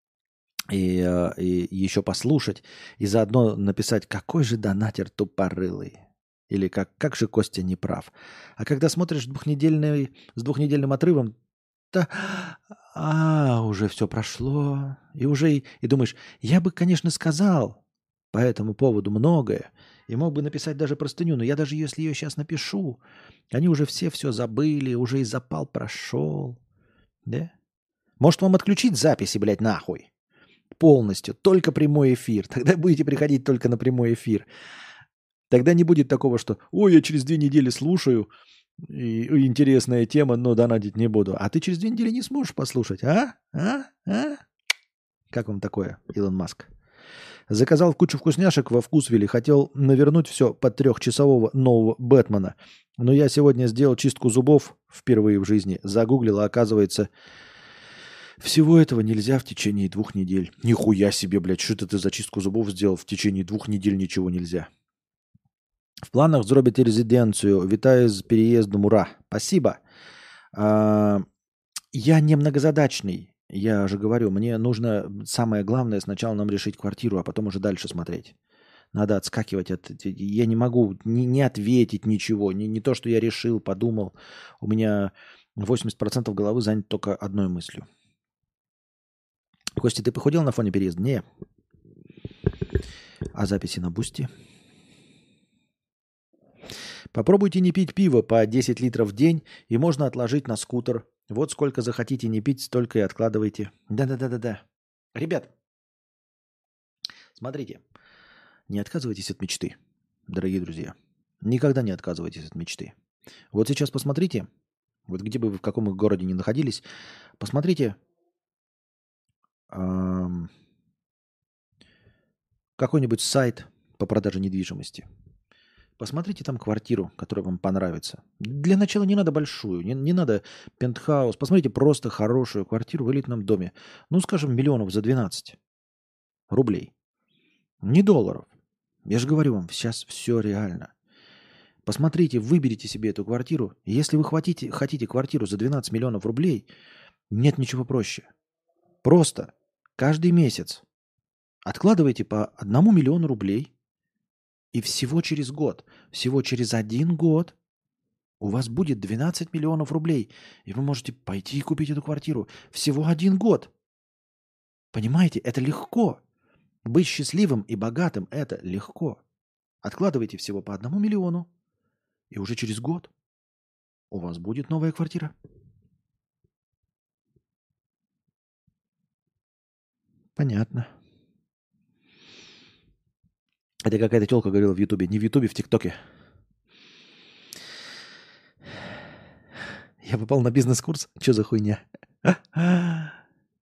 И еще послушать, и заодно написать, какой же донатер тупорылый. Или как же Костя не прав. А когда смотришь с двухнедельным отрывом, да, уже все прошло. И думаешь, я бы, конечно, сказал по этому поводу многое. И мог бы написать даже простыню, но я даже если ее сейчас напишу, они уже все забыли, уже и запал прошел. Да? Может, вам отключить записи, блядь, нахуй? Полностью. Только прямой эфир. Тогда будете приходить только на прямой эфир. Тогда не будет такого, что «Ой, я через 2 недели слушаю, и интересная тема, но донатить не буду». А ты через 2 недели не сможешь послушать. А? Как вам такое, Илон Маск? Заказал кучу вкусняшек во Вкусвилле. Хотел навернуть все под 3-часового нового Бэтмена. Но я сегодня сделал чистку зубов впервые в жизни. Загуглил, а оказывается, всего этого нельзя в течение 2 недель. Нихуя себе, блядь, что это ты за чистку зубов сделал? В течение 2 недель ничего нельзя. В планах зробити резиденцию. Вітаю з переездом. Ура. Спасибо. Я не многозадачный. Я же говорю, мне нужно самое главное сначала нам решить квартиру, а потом уже дальше смотреть. Надо отскакивать от... Я не могу не ответить ничего. Не то, что я решил, подумал. У меня 80% головы занят только одной мыслью. Костя, ты похудел на фоне переезда? Не. А записи на Бусти? Попробуйте не пить пиво по 10 литров в день, и можно отложить на скутер. Вот сколько захотите не пить, столько и откладывайте. Да. Ребят, смотрите, не отказывайтесь от мечты, дорогие друзья. Никогда не отказывайтесь от мечты. Вот сейчас посмотрите, вот где бы вы в каком городе ни находились, посмотрите какой-нибудь сайт по продаже недвижимости. Посмотрите там квартиру, которая вам понравится. Для начала не надо большую, не надо пентхаус. Посмотрите просто хорошую квартиру в элитном доме. Ну, скажем, миллионов за 12 рублей. Не долларов. Я же говорю вам, сейчас все реально. Посмотрите, выберите себе эту квартиру. Если вы хотите квартиру за 12 миллионов рублей, нет ничего проще. Просто каждый месяц откладывайте по 1 миллиону рублей. И всего через год, всего через 1 год у вас будет 12 миллионов рублей. И вы можете пойти и купить эту квартиру. Всего 1 год. Понимаете, это легко. Быть счастливым и богатым – это легко. Откладывайте всего по 1 миллиону. И уже через год у вас будет новая квартира. Понятно. Это какая-то тёлка говорила в Ютубе. Не в Ютубе, в ТикТоке. Я попал на бизнес-курс? Что за хуйня? А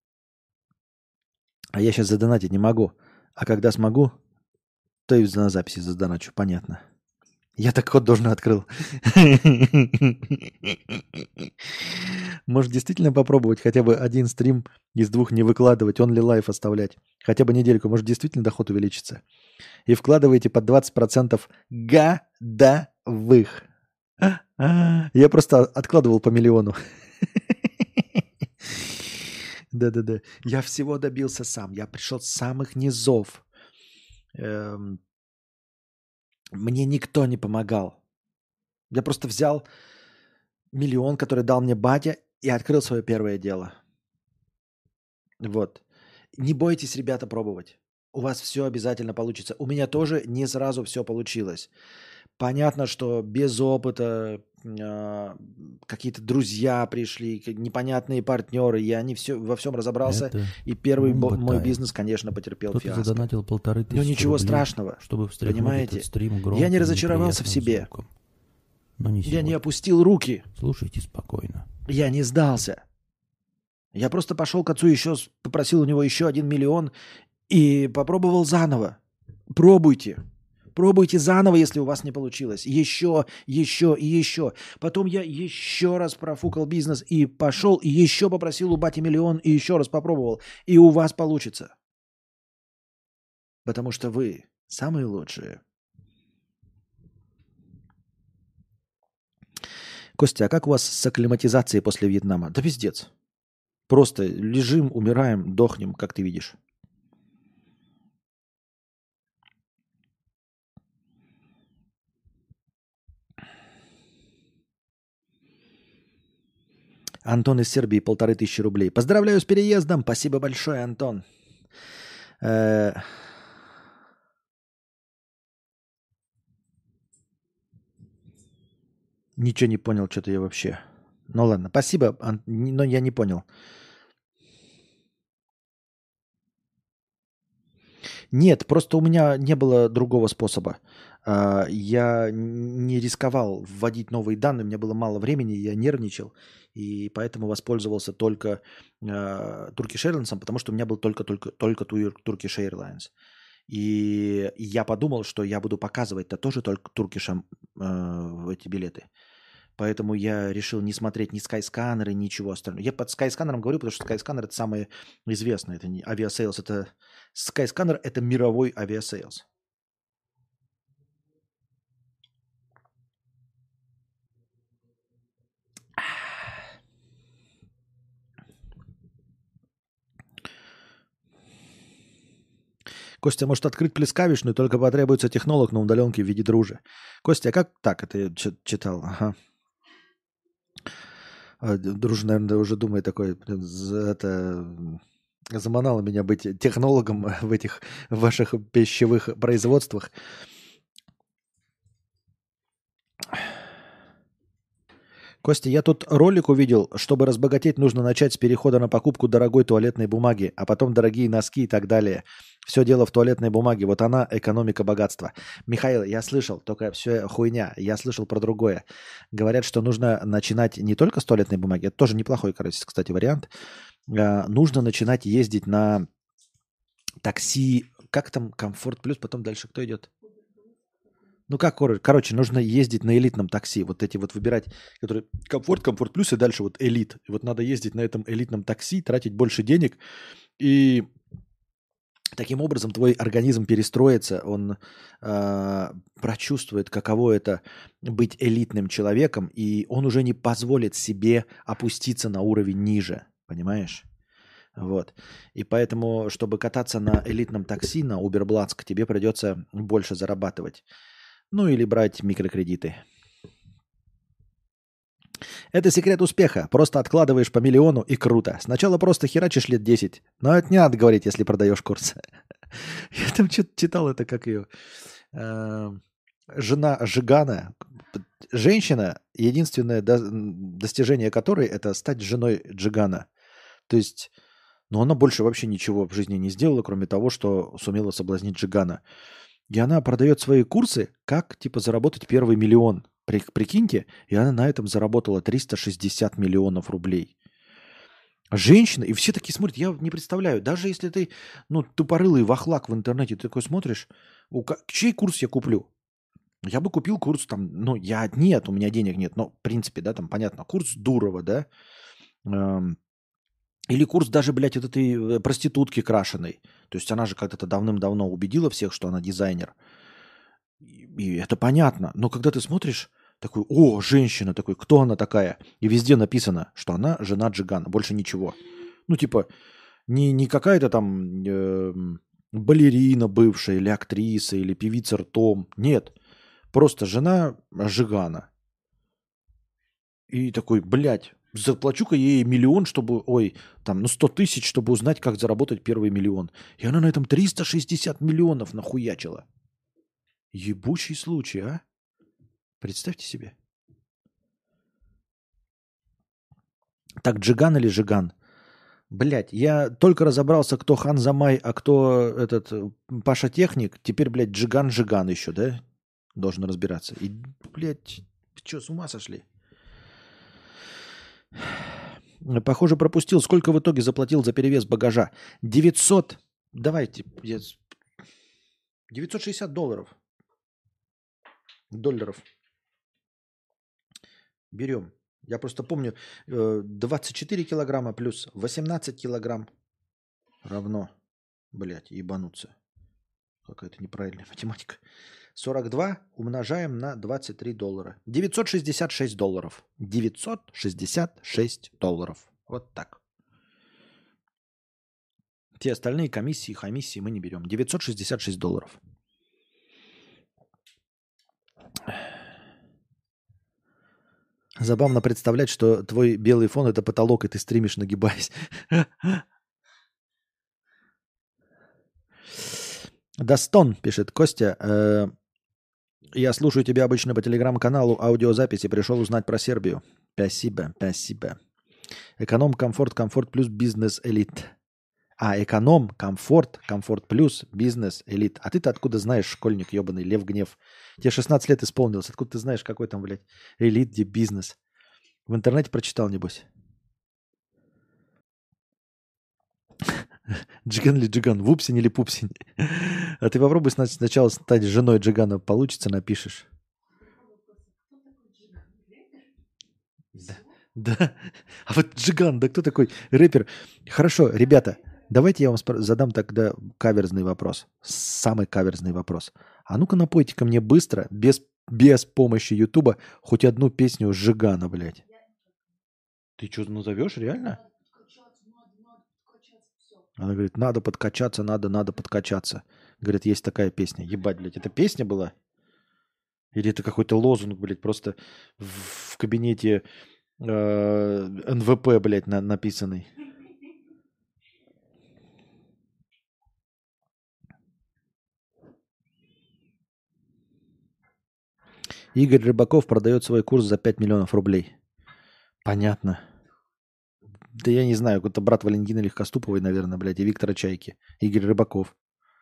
я сейчас задонатить не могу. А когда смогу, то и на записи задоначу. Понятно. Я так код должен открыл. Может, действительно попробовать хотя бы 1 стрим из 2 не выкладывать, онли лайф оставлять. Хотя бы недельку. Может, действительно доход увеличится. И вкладываете под 20% годовых. Я просто откладывал по миллиону. Да. Я всего добился сам. Я пришел с самых низов. Мне никто не помогал. Я просто взял миллион, который дал мне батя, и открыл свое первое дело. Вот. Не бойтесь, ребята, пробовать. У вас все обязательно получится. У меня тоже не сразу все получилось. Понятно, что без опыта какие-то друзья пришли, непонятные партнеры. Я не все, во всем разобрался. Это И первый мой Тайм. бизнес, конечно, потерпел Кто-то фиаско. задонатил 1500 Но ничего рублей, страшного. чтобы встряхнуть Понимаете? этот стрим Я громким не и разочаровался в неприятным себе. звуком. Но не Я сегодня. не опустил руки. Слушайте спокойно. Я не сдался. Я просто пошел к отцу еще, попросил у него еще 1 миллион и попробовал заново. Пробуйте. Пробуйте заново, если у вас не получилось. Еще, еще и еще. Потом я еще раз профукал бизнес и пошел, и еще попросил у бати миллион, и еще раз попробовал. И у вас получится. Потому что вы самые лучшие. Костя, а как у вас с акклиматизацией после Вьетнама? Да пиздец. Просто лежим, умираем, дохнем, как ты видишь. Антон из Сербии, 1500 рублей. Поздравляю с переездом. Спасибо большое, Антон. Ничего не понял, что-то я вообще. Ну ладно, спасибо, но я не понял. Нет, просто у меня не было другого способа. Я не рисковал вводить новые данные, у меня было мало времени, я нервничал, и поэтому воспользовался только Turkish Airlines, потому что у меня был только Turkish Airlines. И я подумал, что я буду показывать-то тоже только Turkish эти билеты. Поэтому я решил не смотреть ни Skyscanner, ничего остального. Я под Skyscanner говорю, потому что Skyscanner это самое известное. Это не авиасейлс, это Skyscanner это мировой авиасейлс. Костя может открыть плескавичную, только потребуется технолог на удаленке в виде дружи. Костя, а как так это я читал? Ага. Дружа, наверное, уже думает такой, это заманало меня быть технологом в этих ваших пищевых производствах. Костя, я тут ролик увидел, чтобы разбогатеть, нужно начать с перехода на покупку дорогой туалетной бумаги, а потом дорогие носки и так далее. Все дело в туалетной бумаге. Вот она, экономика богатства. Михаил, я слышал, только все хуйня. Я слышал про другое. Говорят, что нужно начинать не только с туалетной бумаги, это тоже неплохой, кстати, вариант. Нужно начинать ездить на такси. Как там, Комфорт Плюс, потом дальше кто идет? Ну как, короче, нужно ездить на элитном такси. Вот эти вот выбирать, которые Комфорт Плюс и дальше вот элит. И вот надо ездить на этом элитном такси, тратить больше денег. И таким образом твой организм перестроится, он прочувствует, каково это быть элитным человеком, и он уже не позволит себе опуститься на уровень ниже. Понимаешь? Вот. И поэтому, чтобы кататься на элитном такси, на Uber-Blask, тебе придется больше зарабатывать. Ну или брать микрокредиты. Это секрет успеха. Просто откладываешь по миллиону и круто. Сначала просто херачишь лет 10. Но это не надо говорить, если продаешь курс. Я там что-то читал, это как ее... Жена Жигана. Женщина, единственное достижение которой это стать женой Джигана. То есть, ну она больше вообще ничего в жизни не сделала, кроме того, что сумела соблазнить Джигана. И она продает свои курсы, как типа заработать первый миллион. Прикиньте, и она на этом заработала 360 миллионов рублей. Женщина, и все такие смотрят, я не представляю, даже если ты, ну, тупорылый вахлак в интернете, ты такой смотришь, чей курс я куплю? Я бы купил курс там, ну, нет, у меня денег нет, но в принципе, да, там понятно, курс Дурова, да, или курс даже, блядь, вот этой проститутки крашеной. То есть она же когда-то давным-давно убедила всех, что она дизайнер. И это понятно. Но когда ты смотришь, такой, о, женщина, такой, кто она такая? И везде написано, что она жена Джигана, больше ничего. Ну, типа, не какая-то там балерина бывшая, или актриса, или певица ртом. Нет. Просто жена Жигана. И такой, блядь, заплачу-ка ей миллион, чтобы, ой, там, 100 тысяч, чтобы узнать, как заработать первый миллион. И она на этом 360 миллионов нахуячила. Ебучий случай, а? Представьте себе. Так, Джиган или Жиган? Блядь, я только разобрался, кто Хан Замай, а кто этот Паша Техник. Теперь, блядь, Джиган еще, да? Должен разбираться. И, блядь, что, с ума сошли? Похоже, пропустил. Сколько в итоге заплатил за перевес багажа? 900. Давайте. $960. Долларов. Берем. Я просто помню, 24 килограмма плюс 18 килограмм равно, блядь, ебануться. Какая-то неправильная математика. 42 умножаем на $23. $966. $966. Вот так. Те остальные комиссии, мы не берем. $966. Забавно представлять, что твой белый фон – это потолок, и ты стримишь, нагибаясь. Дастон, пишет Костя. Я слушаю тебя обычно по телеграм-каналу аудиозаписи. Пришел узнать про Сербию. Спасибо, спасибо. Эконом, комфорт, комфорт плюс бизнес элит. Эконом, комфорт, комфорт плюс бизнес элит. А ты-то откуда знаешь, школьник ебаный, Лев Гнев? Тебе 16 лет исполнилось. Откуда ты знаешь, какой там, блядь, элит, где бизнес? В интернете прочитал, небось. Джиган или Джиган? Вупсень или пупсень? А ты попробуй сначала стать женой Джигана. Получится, напишешь. Да. А вот Джиган, да кто такой рэпер? Хорошо, ребята, давайте я вам задам тогда каверзный вопрос. Самый каверзный вопрос. А ну-ка напойте ко мне быстро, без помощи Ютуба, хоть одну песню Жигана, блядь. Ты что, назовешь, реально? Она говорит, надо подкачаться, надо подкачаться. Говорит, есть такая песня. Ебать, блядь, это песня была? Или это какой-то лозунг, блядь, просто в кабинете НВП, блядь, написанный? Игорь Рыбаков продает свой курс за 5 миллионов рублей. Понятно. Да я не знаю, это брат Валентины Легкоступовой, наверное, блядь, и Виктора Чайки. Игорь Рыбаков.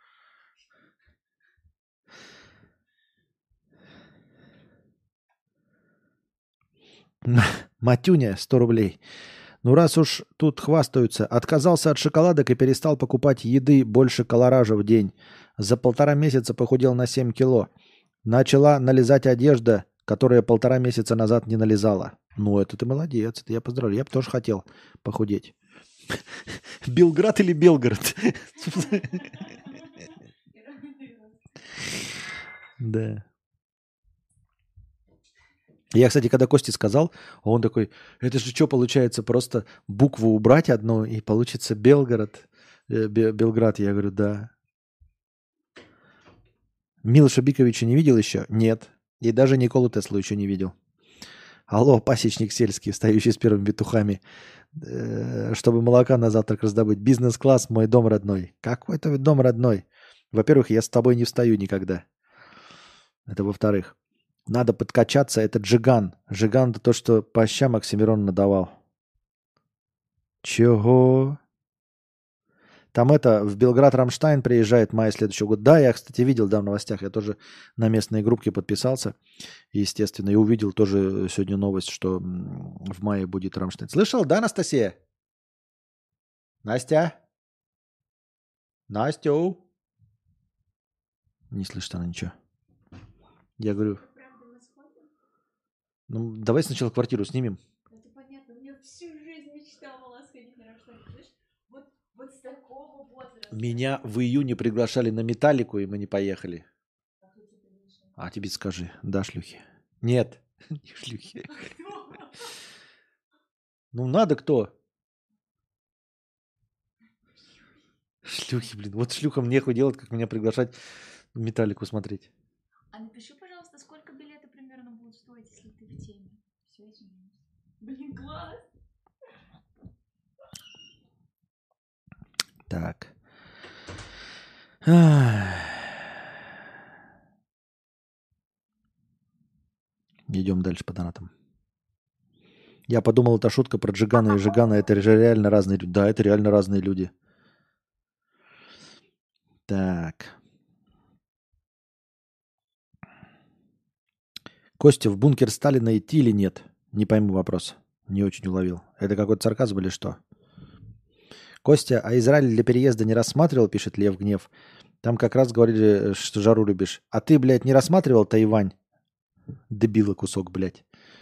Матюня, 100 рублей. Ну раз уж тут хвастаются, отказался от шоколадок и перестал покупать еды больше колоража в день. За 1,5 месяца похудел на 7 кило. Начала налезать одежда, которая 1,5 месяца назад не налезала. Ну это ты молодец, это я поздравляю. Я бы тоже хотел похудеть. Белград или Белгород? Да. Я, кстати, когда Косте сказал, он такой, это же что получается, просто букву убрать одну, и получится Белгород, Белград. Я говорю, да. Милоша Биковича не видел еще? Нет. И даже Николу Теслу еще не видел. Алло, пасечник сельский, встающий с первыми петухами, чтобы молока на завтрак раздобыть. Бизнес-класс, мой дом родной. Какой это дом родной? Во-первых, я с тобой не встаю никогда. Это во-вторых. Надо подкачаться, это Джиган. Джиган – это то, что по щам Оксимирон надавал. Чего? Там в Белград Рамштайн приезжает в мае следующего года. Да, я, кстати, видел, в новостях. Я тоже на местные группки подписался, естественно, и увидел тоже сегодня новость, что в мае будет Рамштайн. Слышал, да, Анастасия? Настя? Настю? Не слышит она ничего. Я говорю... Ну, давай сначала квартиру снимем. Это понятно. У меня всю жизнь мечтала была сходить на Рамштайн. Вот с такого возраста. Меня в июне приглашали на Металлику, и мы не поехали. А тебе скажи, да, шлюхи? Нет, не шлюхи. Ну, надо кто? Шлюхи, блин. Вот шлюхам нехуй делать, как меня приглашать Металлику смотреть. А напиши, пожалуйста, сколько Блин, класс! Так. Ах. Идем дальше по донатам. Я подумал, это шутка про Джигана и Жигана. Это же реально разные люди. Да, это реально разные люди. Так. Костя, в бункер Сталина идти или нет? Не пойму вопрос. Не очень уловил. Это какой-то сарказм или что? Костя, а Израиль для переезда не рассматривал, пишет Лев Гнев. Там как раз говорили, что жару любишь. А ты, блядь, не рассматривал Тайвань? Дебила кусок, блядь.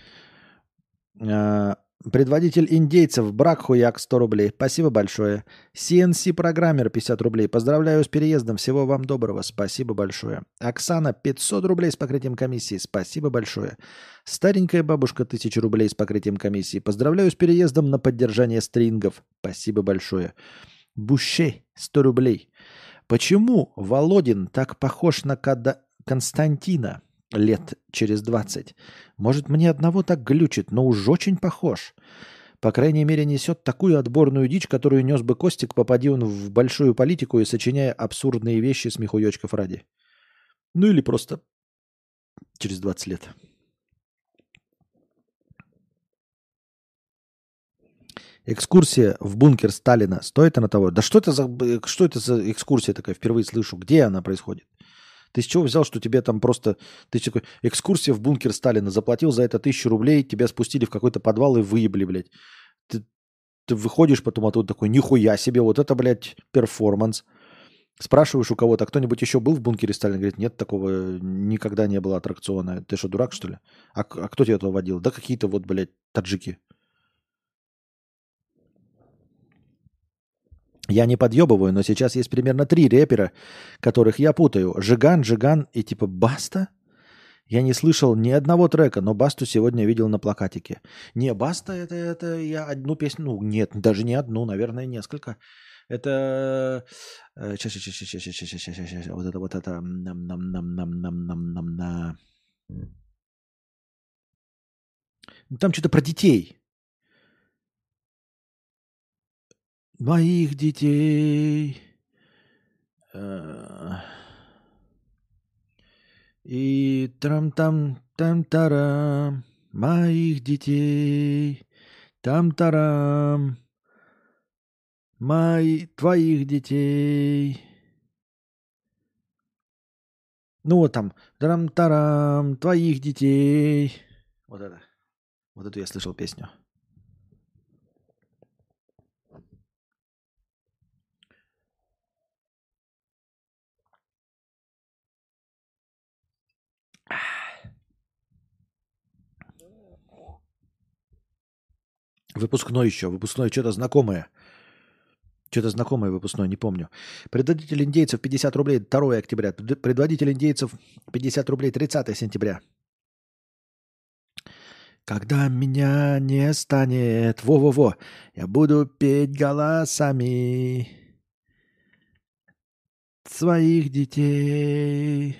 Предводитель индейцев, брак хуяк, 100 рублей. Спасибо большое. CNC-программер, 50 рублей. Поздравляю с переездом. Всего вам доброго. Спасибо большое. Оксана, 500 рублей с покрытием комиссии. Спасибо большое. Старенькая бабушка, 1000 рублей с покрытием комиссии. Поздравляю с переездом на поддержание стрингов. Спасибо большое. Буще, 100 рублей. Почему Володин так похож на Константина? Лет через 20. Может, мне одного так глючит, но уж очень похож. По крайней мере, несет такую отборную дичь, которую нес бы Костик, попади он в большую политику и сочиняя абсурдные вещи смехуёчков ради. Ну или просто через 20 лет. Экскурсия в бункер Сталина. Стоит она того? Да что это за экскурсия такая? Впервые слышу. Где она происходит? Ты с чего взял, что тебе там просто... Ты такой, экскурсия в бункер Сталина. Заплатил за это 1000 рублей, тебя спустили в какой-то подвал и выебли, блядь. Ты выходишь потом оттуда такой, нихуя себе, вот это, блядь, перформанс. Спрашиваешь у кого-то, кто-нибудь еще был в бункере Сталина? Говорит, нет, такого никогда не было аттракциона. Ты что, дурак, что ли? А кто тебя туда водил? Да какие-то вот, блядь, таджики. Я не подъебываю, но сейчас есть примерно 3 рэпера, которых я путаю. Жиган, Джиган и типа Баста. Я не слышал ни одного трека, но Басту сегодня видел на плакатике. Не, Баста это я одну песню, ну нет, даже не одну, наверное, несколько. Это... Сейчас. Вот это... Там что-то про детей. Моих детей. И там-там-там-тарам. Моих детей. Там-тарам. Твоих детей. Ну вот там. Тарам-тарам. Твоих детей. Вот это. Вот эту я слышал песню. Выпускной еще. Выпускной что-то знакомое. Что-то знакомое выпускной, не помню. Предводитель индейцев 50 рублей 2 октября. Предводитель индейцев 50 рублей 30 сентября. Когда меня не станет, во-во-во, я буду петь голосами своих детей.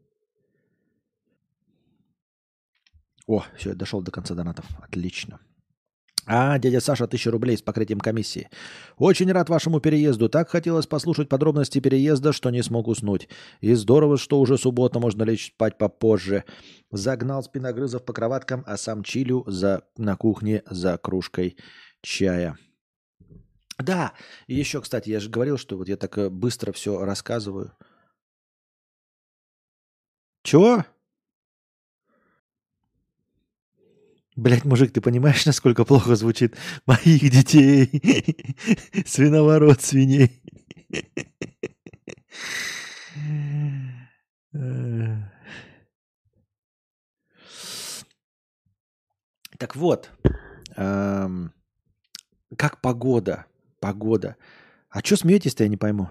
О, все, я дошел до конца донатов. Отлично. Дядя Саша, 1000 рублей с покрытием комиссии. Очень рад вашему переезду. Так хотелось послушать подробности переезда, что не смог уснуть. И здорово, что уже суббота, можно лечь спать попозже. Загнал спиногрызов по кроваткам, а сам чилю на кухне за кружкой чая. Да, и еще, кстати, я же говорил, что вот я так быстро все рассказываю. Чего? Блять, мужик, ты понимаешь, насколько плохо звучит моих детей? Свиноворот свиней. Так вот, как погода? Погода. А что смеетесь-то, я не пойму.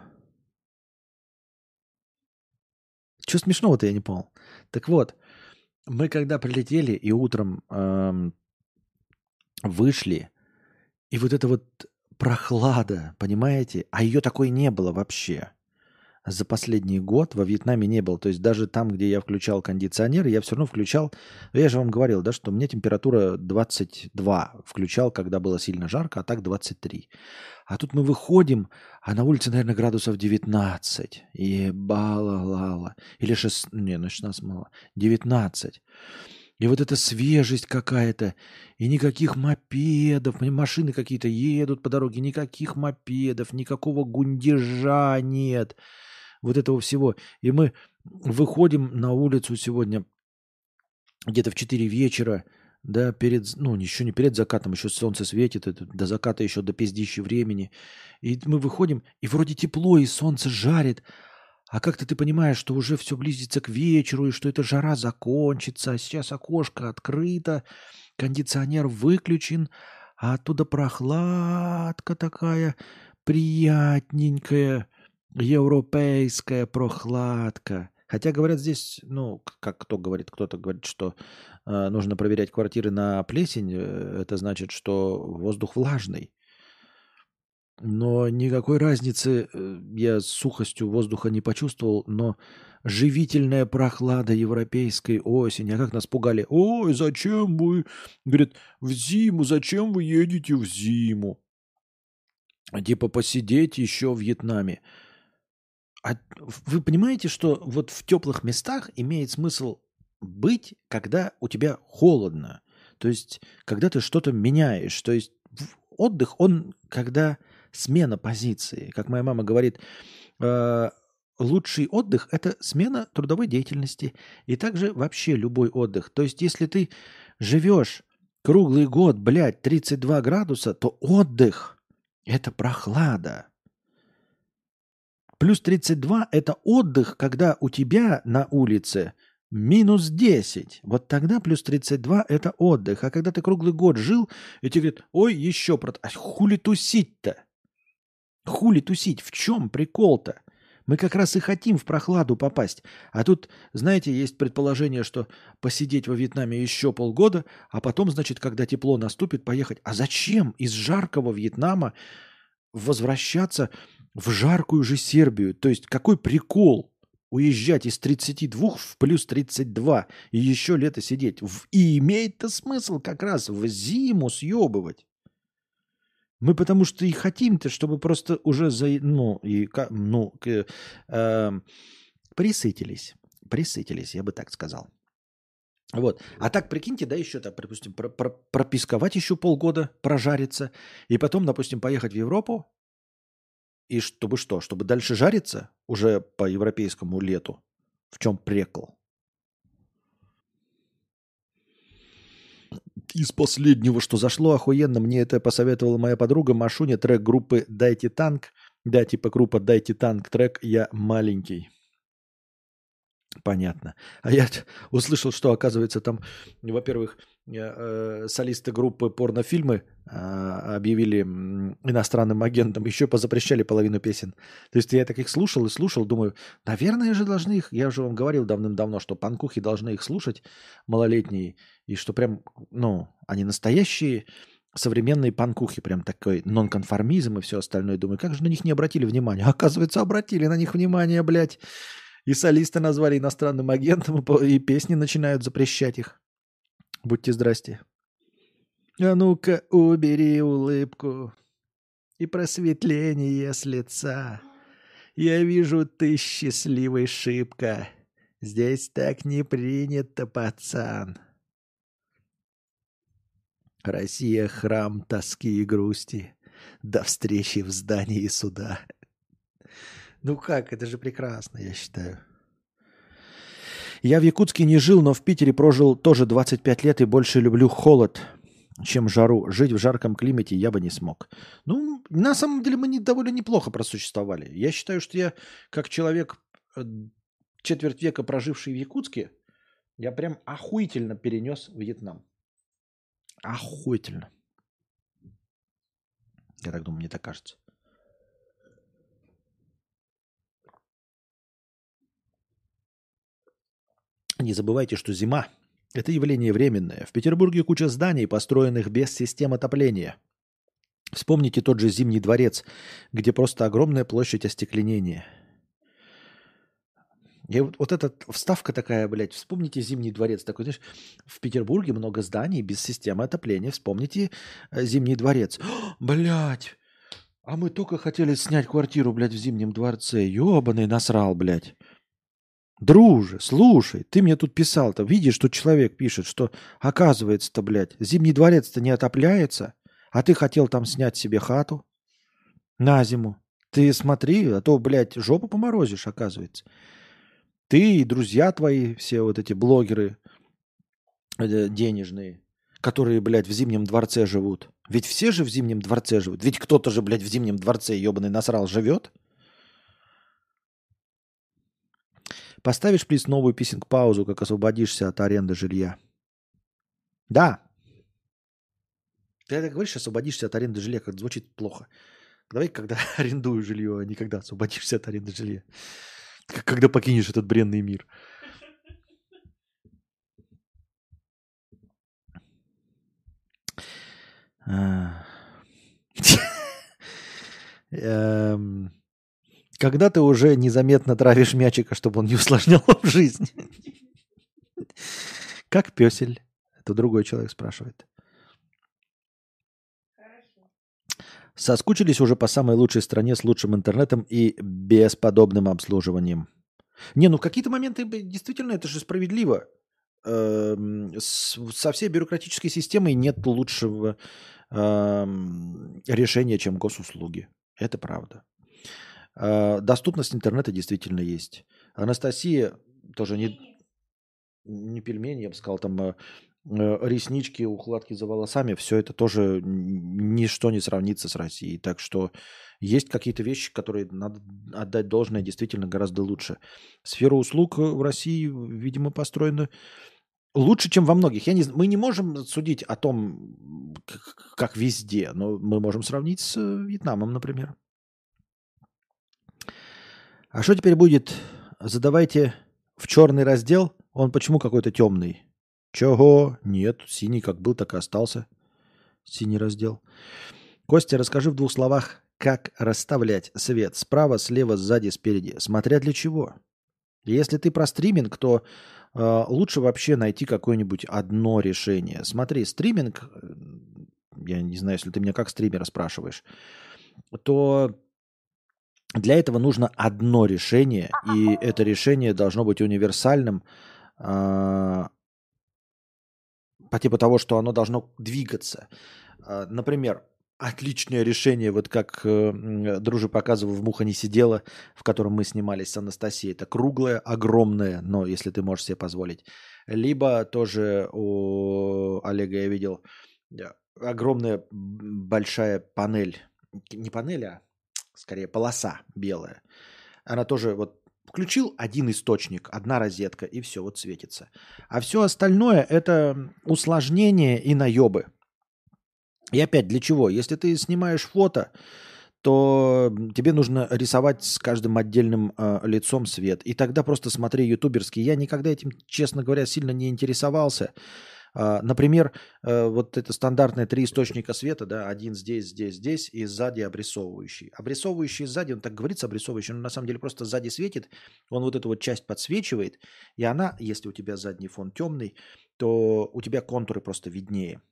Что смешного-то, я не понял. Так вот, мы когда прилетели и утром вышли, и вот эта вот прохлада, понимаете? А ее такой не было вообще. за последний год во Вьетнаме не был. То есть даже там, где я включал кондиционер, я все равно включал... Я же вам говорил, да, что у меня температура 22. Включал, когда было сильно жарко, а так 23. А тут мы выходим, а на улице, наверное, градусов 19. Ебала-лала. Или 6... Не, ну 16 мало. 19. И вот эта свежесть какая-то, и никаких мопедов, машины какие-то едут по дороге, никаких мопедов, никакого гундежа нет, вот этого всего. И мы выходим на улицу сегодня где-то в 4 вечера, да, перед, ну, еще не перед закатом, еще солнце светит, до заката еще до пиздища времени. И мы выходим, и вроде тепло, и солнце жарит, а как-то ты понимаешь, что уже все близится к вечеру, и что эта жара закончится, а сейчас окошко открыто, кондиционер выключен, а оттуда прохладка такая приятненькая, европейская прохладка. Хотя говорят здесь, ну, как кто говорит, кто-то говорит, что нужно проверять квартиры на плесень, это значит, что воздух влажный. Но никакой разницы я с сухостью воздуха не почувствовал, но живительная прохлада европейской осени. А как нас пугали? Ой, зачем вы, говорят, в зиму, зачем вы едете в зиму? Типа посидеть еще в Вьетнаме. А вы понимаете, что вот в теплых местах имеет смысл быть, когда у тебя холодно? То есть, когда ты что-то меняешь. То есть, отдых, он когда... Смена позиции. Как моя мама говорит, лучший отдых – это смена трудовой деятельности. И также вообще любой отдых. То есть, если ты живешь круглый год, блядь, 32 градуса, то отдых – это прохлада. Плюс 32 – это отдых, когда у тебя на улице минус 10. Вот тогда плюс 32 – это отдых. А когда ты круглый год жил, и тебе говорят, ой, еще а хули тусить-то? Хули тусить? В чем прикол-то? Мы как раз и хотим в прохладу попасть. А тут, знаете, есть предположение, что посидеть во Вьетнаме еще полгода, а потом, значит, когда тепло наступит, поехать. А зачем из жаркого Вьетнама возвращаться в жаркую же Сербию? То есть какой прикол уезжать из 32 в плюс 32 и еще лето сидеть? И имеет-то смысл как раз в зиму съебывать. Мы потому что и хотим-то, чтобы просто уже присытились. Присытились, я бы так сказал. Вот. А так, прикиньте, да, еще, так, допустим, прописковать еще полгода, прожариться, и потом, допустим, поехать в Европу, и чтобы что? Чтобы дальше жариться уже по европейскому лету. В чем прикол? Из последнего, что зашло охуенно, мне это посоветовала моя подруга Машуня, трек группы «Дайте танк». Да, типа группа «Дайте танк», трек «Я маленький». Понятно. А я услышал, что, оказывается, там, во-первых, солисты группы порнофильмы объявили иностранным агентом, еще позапрещали половину песен. То есть я таких слушал и слушал, думаю, наверное же должны их, я уже вам говорил давным-давно, что панкухи должны их слушать, малолетние, и что прям, ну, они настоящие современные панкухи, прям такой нонконформизм и все остальное. Думаю, как же на них не обратили внимания? Оказывается, обратили на них внимание, блядь. И солиста назвали иностранным агентом, и песни начинают запрещать их. Будьте здрасте. А ну-ка, убери улыбку и просветление с лица. Я вижу, ты счастливый шибко. Здесь так не принято, пацан. Россия — храм тоски и грусти. До встречи в здании суда. Ну как, это же прекрасно, я считаю. Я в Якутске не жил, но в Питере прожил тоже 25 лет и больше люблю холод, чем жару. Жить в жарком климате я бы не смог. Ну, на самом деле мы довольно неплохо просуществовали. Я считаю, что я, как человек, четверть века проживший в Якутске, я прям охуительно перенес Вьетнам. Охуительно. Я так думаю, мне так кажется. Не забывайте, что зима – это явление временное. В Петербурге куча зданий, построенных без систем отопления. Вспомните тот же Зимний дворец, где просто огромная площадь остекленения. И вот эта вставка такая, блядь, вспомните Зимний дворец. Такой, знаешь, в Петербурге много зданий без системы отопления. Вспомните Зимний дворец. Блядь, а мы только хотели снять квартиру, блядь, в Зимнем дворце. Ёбаный насрал, блядь. Друже, слушай, ты мне тут писал-то, видишь, тут человек пишет, что оказывается-то, блядь, Зимний дворец-то не отопляется, а ты хотел там снять себе хату на зиму. Ты смотри, а то, блядь, жопу поморозишь, оказывается. Ты и друзья твои, все вот эти блогеры денежные, которые, блядь, в Зимнем дворце живут. Ведь все же в Зимнем дворце живут. Ведь кто-то же, блядь, в Зимнем дворце, ебаный насрал, живет. Поставишь, плиз, новую писинг-паузу, как освободишься от аренды жилья. Да. Ты это говоришь, освободишься от аренды жилья, как звучит плохо. Давай, когда арендую жилье, а не когда освободишься от аренды жилья. Когда покинешь этот бренный мир. Когда ты уже незаметно травишь мячика, чтобы он не усложнял в жизни. Как пёсель? Это другой человек спрашивает. Соскучились уже по самой лучшей стране с лучшим интернетом и бесподобным обслуживанием. Не, ну в какие-то моменты действительно это же справедливо. Со всей бюрократической системой нет лучшего решения, чем госуслуги. Это правда. Доступность интернета действительно есть. Анастасия тоже не пельмени, я бы сказал, там реснички, укладки за волосами, все это тоже ничто не сравнится с Россией. Так что есть какие-то вещи, которые надо отдать должное действительно гораздо лучше. Сфера услуг в России, видимо, построена лучше, чем во многих. Мы не можем судить о том, как везде, но мы можем сравнить с Вьетнамом, например. А что теперь будет? Задавайте в черный раздел. Он почему какой-то темный? Чего? Нет, синий как был, так и остался. Синий раздел. Костя, расскажи в 2 словах, как расставлять свет справа, слева, сзади, спереди. Смотря для чего. Если ты про стриминг, то лучше вообще найти какое-нибудь одно решение. Смотри, стриминг, я не знаю, если ты меня как стримера спрашиваешь, то для этого нужно одно решение, и это решение должно быть универсальным, по типу того, что оно должно двигаться. Например, отличное решение, вот как Друже показывал, в «Муха не сидела», в котором мы снимались с Анастасией. Это круглое, огромное, но если ты можешь себе позволить. Либо тоже у Олега я видел огромная большая панель. Не панель, а скорее полоса белая. Она тоже вот включил один источник, одна розетка, и все, вот светится. А все остальное – это усложнение и наебы. И опять, для чего? Если ты снимаешь фото, то тебе нужно рисовать с каждым отдельным лицом свет. И тогда просто смотри ютуберский. Я никогда этим, честно говоря, сильно не интересовался. Например, вот это стандартные 3 источника света, да, один здесь, здесь, здесь и сзади обрисовывающий. Обрисовывающий сзади, он так говорится, обрисовывающий, но на самом деле просто сзади светит, он вот эту вот часть подсвечивает, и она, если у тебя задний фон темный, то у тебя контуры просто виднее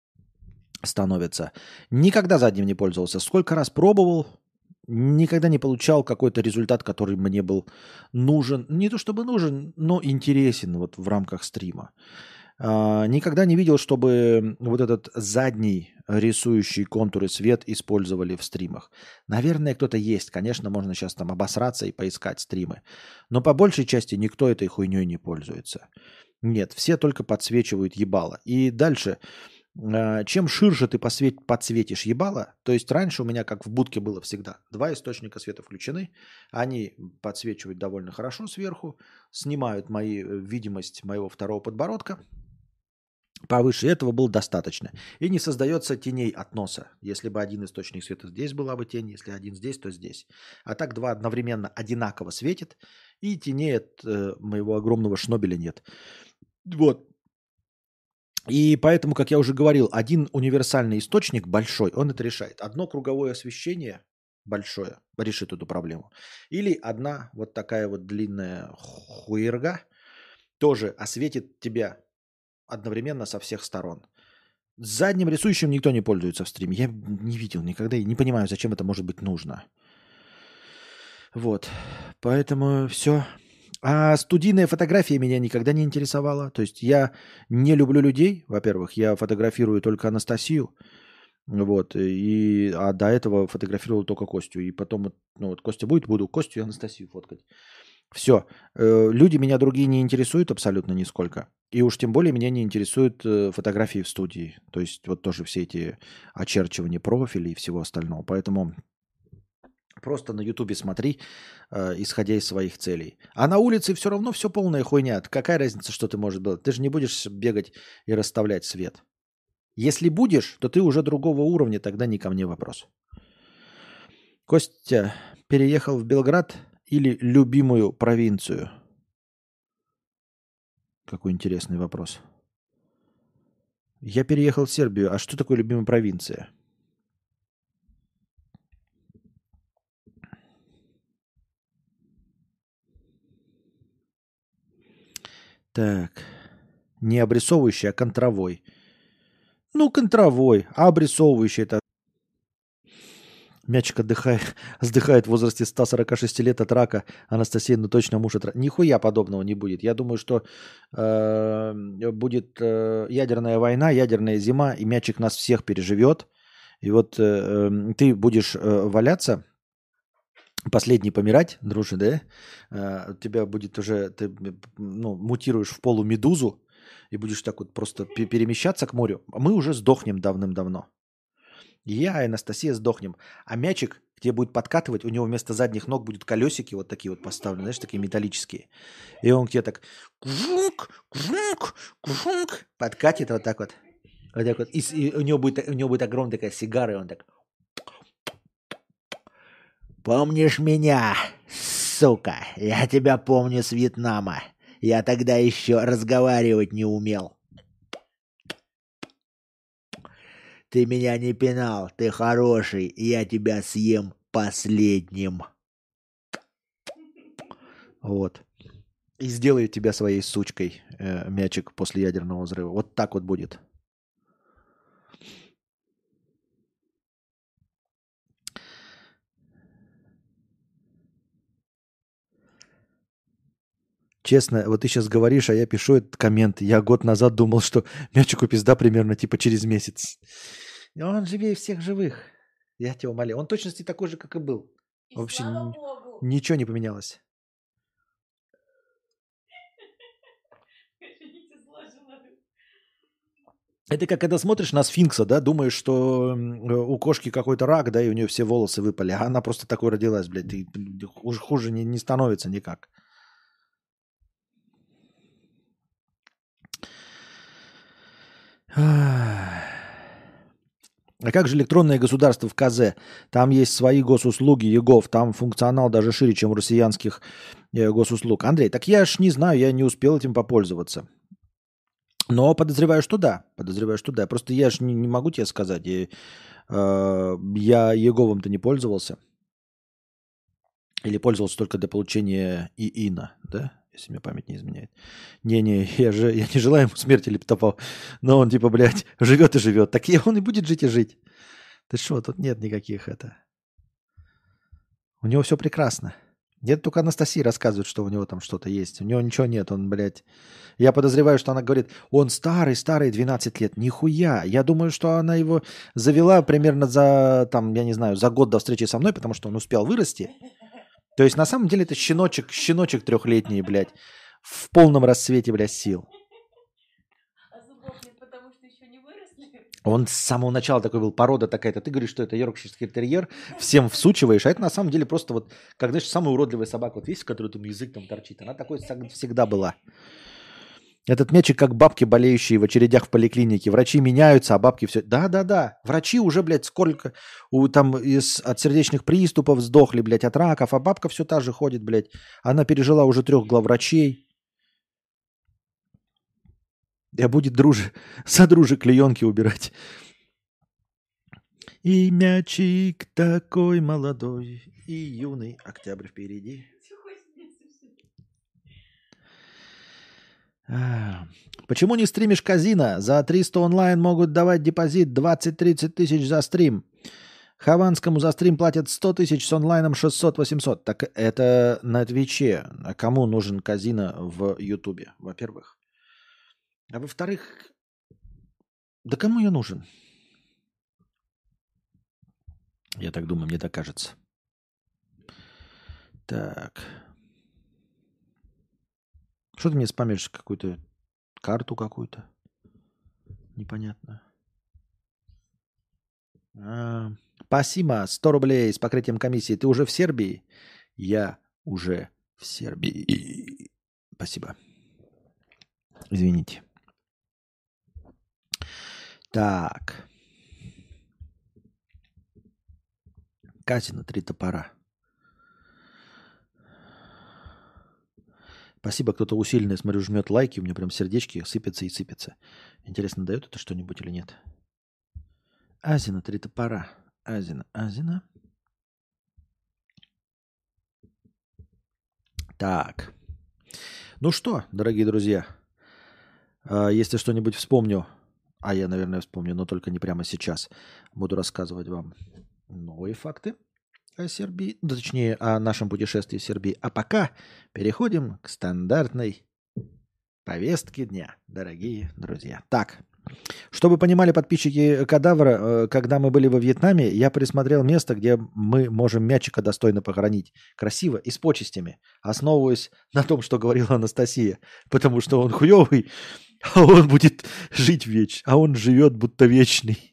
становятся. Никогда задним не пользовался. Сколько раз пробовал, никогда не получал какой-то результат, который мне был нужен. Не то чтобы нужен, но интересен вот в рамках стрима. Никогда не видел, чтобы вот этот задний рисующий контуры свет использовали в стримах. Наверное, кто-то есть. Конечно, можно сейчас там обосраться и поискать стримы. Но по большей части никто этой хуйней не пользуется. Нет, все только подсвечивают ебало. И дальше, чем ширше ты подсветишь ебало, то есть раньше у меня, как в будке было всегда, 2 источника света включены, они подсвечивают довольно хорошо сверху, снимают видимость моего второго подбородка, повыше этого было достаточно. И не создается теней от носа. Если бы один источник света здесь была бы тень, если один здесь, то здесь. А так 2 одновременно одинаково светит, и теней от моего огромного шнобеля нет. Вот. И поэтому, как я уже говорил, один универсальный источник большой, он это решает. Одно круговое освещение большое решит эту проблему. Или одна вот такая вот длинная хуерга тоже осветит тебя одновременно со всех сторон. Задним рисующим никто не пользуется в стриме. Я не видел никогда и не понимаю, зачем это может быть нужно. Вот. Поэтому все. А студийная фотография меня никогда не интересовала. То есть я не люблю людей, во-первых. Я фотографирую только Анастасию. Вот. А до этого фотографировал только Костю. И потом, ну вот Костя будет, буду Костю и Анастасию фоткать. Все. Люди меня другие не интересуют абсолютно нисколько. И уж тем более меня не интересуют фотографии в студии. То есть вот тоже все эти очерчивания профилей и всего остального. Поэтому просто на Ютубе смотри, исходя из своих целей. А на улице все равно все полная хуйня. Какая разница, что ты можешь делать? Ты же не будешь бегать и расставлять свет. Если будешь, то ты уже другого уровня, тогда не ко мне вопрос. Костя переехал в Белград или любимую провинцию? Какой интересный вопрос. Я переехал в Сербию. А что такое любимая провинция? Так. Не обрисовывающий, а контровой. Ну, контровой. А обрисовывающий это... Мячик сдыхает в возрасте 146 лет от рака. Анастасия, ну точно муж от рака. Нихуя подобного не будет. Я думаю, что будет ядерная война, ядерная зима, и мячик нас всех переживет. И вот ты будешь валяться, последний помирать, дружи, да? Тебя будет уже, ты мутируешь в полумедузу и будешь так вот просто перемещаться к морю. Мы уже сдохнем давным-давно. Я и Анастасия сдохнем. А мячик, где будет подкатывать, у него вместо задних ног будут колесики вот такие вот поставлены, знаешь, такие металлические. И он где так подкатит вот так вот. Вот так вот. И у него будет огромная такая сигара, и он так... Помнишь меня, сука? Я тебя помню с Вьетнама. Я тогда еще разговаривать не умел. Ты меня не пинал, ты хороший, я тебя съем последним. Вот. И сделает тебя своей сучкой, мячик, после ядерного взрыва. Вот так вот будет. Честно, вот ты сейчас говоришь, а я пишу этот коммент. Я год назад думал, что мячику пизда примерно типа через месяц. И он живее всех живых. Я тебя умоляю. Он точности такой же, как и был. И Вообще слава богу. ничего не поменялось. Извините, сложно. Это как когда смотришь на сфинкса, да, думаешь, что у кошки какой-то рак, да, и у нее все волосы выпали, а она просто такой родилась, блядь, и хуже не становится никак. А как же электронное государство в КЗ? Там есть свои госуслуги, ЕГОВ, там функционал даже шире, чем у россиянских госуслуг. Андрей, так я ж не знаю, я не успел этим попользоваться. Но подозреваю, что да. Просто я же не могу тебе сказать. Я ЕГОВом-то не пользовался. Или пользовался только для получения ИИНа, да? Если мне память не изменяет. Не-не, я не желаю ему смерти Лептопа. Но он типа, блядь, живет и живет. Так он и будет жить и жить. Ты что, тут нет никаких это. У него все прекрасно. Нет, только Анастасия рассказывает, что у него там что-то есть. У него ничего нет, он, блядь... Я подозреваю, что она говорит, он старый, 12 лет. Нихуя. Я думаю, что она его завела примерно за, там, я не знаю, за год до встречи со мной, потому что он успел вырасти. То есть на самом деле это щеночек 3-летний, блядь, в полном расцвете, блядь, сил. А зубов нет, потому что еще не выросли. Он с самого начала такой был, порода такая-то. Ты говоришь, что это йоркширский терьер, всем всучиваешь, а это на самом деле просто вот, как, знаешь, самая уродливая собака, вот есть, в которой там язык там торчит, она такой всегда была. Этот мячик как бабки, болеющие в очередях в поликлинике. Врачи меняются, а бабки все... Да. Врачи уже, блядь, сколько там от сердечных приступов сдохли, блядь, от раков, а бабка все та же ходит, блядь. Она пережила уже 3 главврачей. Я будет содружек клеенки убирать. И мячик такой молодой, и юный. Октябрь впереди. Почему не стримишь казино? За 300 онлайн могут давать депозит 20-30 тысяч за стрим. Хованскому за стрим платят 100 тысяч, с онлайном 600-800. Так это на Твиче. А кому нужен казино в Ютубе, во-первых? А во-вторых, да кому я нужен? Я так думаю, мне так кажется. Так. Что ты мне спамишь? Какую-то карту какую-то? Непонятно. Спасибо, 100 рублей с покрытием комиссии. Ты уже в Сербии? Я уже в Сербии. Спасибо. Извините. Так. Казино, 3 топора. Спасибо, кто-то усиленно, смотрю, жмет лайки, у меня прям сердечки сыпятся и сыпятся. Интересно, дает это что-нибудь или нет? Азина, 3 топора. Азина. Так. Ну что, дорогие друзья, если что-нибудь вспомню, а я, наверное, вспомню, но только не прямо сейчас, буду рассказывать вам новые факты о Сербии, да, точнее, о нашем путешествии в Сербии. А пока переходим к стандартной повестке дня, дорогие друзья. Так, чтобы понимали подписчики Кадавра, когда мы были во Вьетнаме, я присмотрел место, где мы можем мячика достойно похоронить. Красиво и с почестями, основываясь на том, что говорила Анастасия. Потому что он хуёвый, а он будет жить вечно. А он живет будто вечный.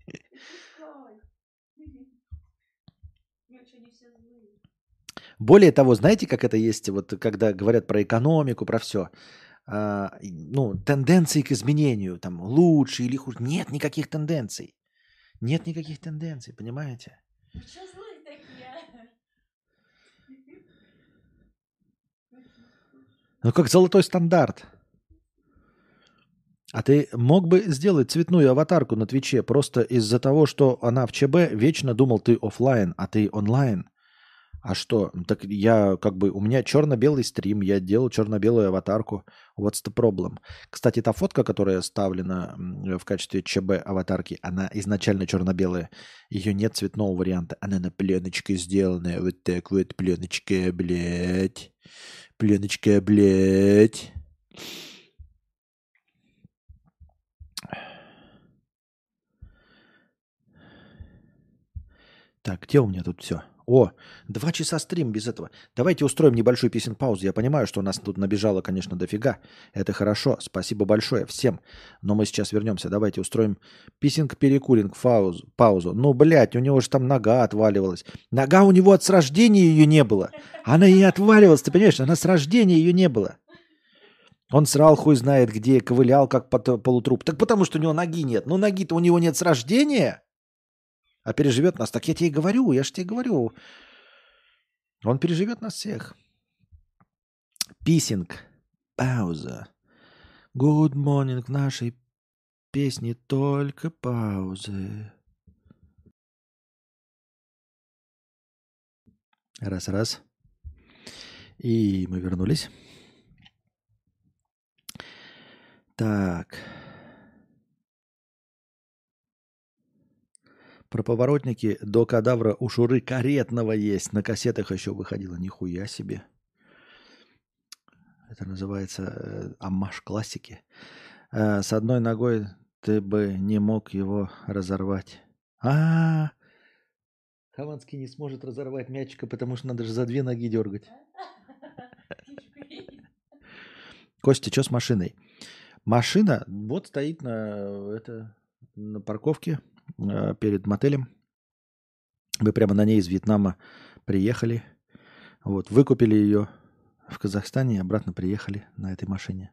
Более того, знаете, как это есть, вот когда говорят про экономику, про все, тенденции к изменению, там, лучше или хуже. Нет никаких тенденций. Нет никаких тенденций, понимаете? Вы что злые такие? Ну, как золотой стандарт. А ты мог бы сделать цветную аватарку на Твиче просто из-за того, что она в ЧБ, вечно думал, ты офлайн, а ты онлайн. А что? Так я у меня черно-белый стрим, я делал черно-белую аватарку. What's the problem? Кстати, та фотка, которая вставлена в качестве ЧБ аватарки, она изначально черно-белая. Ее нет цветного варианта. Она на пленочке сделанная. Вот так вот, пленочка, блядь. Пленочка, блядь. Так, где у меня тут все? 2 часа стрим без этого. Давайте устроим небольшую песен-паузу. Я понимаю, что у нас тут набежало, конечно, дофига. Это хорошо. Спасибо большое всем. Но мы сейчас вернемся. Давайте устроим писинг-перекуринг, паузу. Ну, блядь, у него же там нога отваливалась. Нога у него с рождения ее не было. Она и отваливалась, ты понимаешь? Она с рождения ее не было. Он срал хуй знает где, ковылял как полутруп. Так потому что у него ноги нет. Ну, ноги-то у него нет с рождения. А переживет нас. Так я тебе говорю, я же тебе говорю. Он переживет нас всех. Писинг. Пауза. Good morning. В нашей песне только паузы. Раз. И мы вернулись. Так. Про поворотники до Кадавра у Шуры каретного есть. На кассетах еще выходило. Нихуя себе. Это называется аммаж классики. С одной ногой ты бы не мог его разорвать. Хованский не сможет разорвать мячика, потому что надо же за 2 ноги дергать. Костя, что с машиной? Машина вот стоит на парковке перед мотелем. Мы прямо на ней из Вьетнама приехали. Вот, выкупили ее в Казахстане и обратно приехали на этой машине.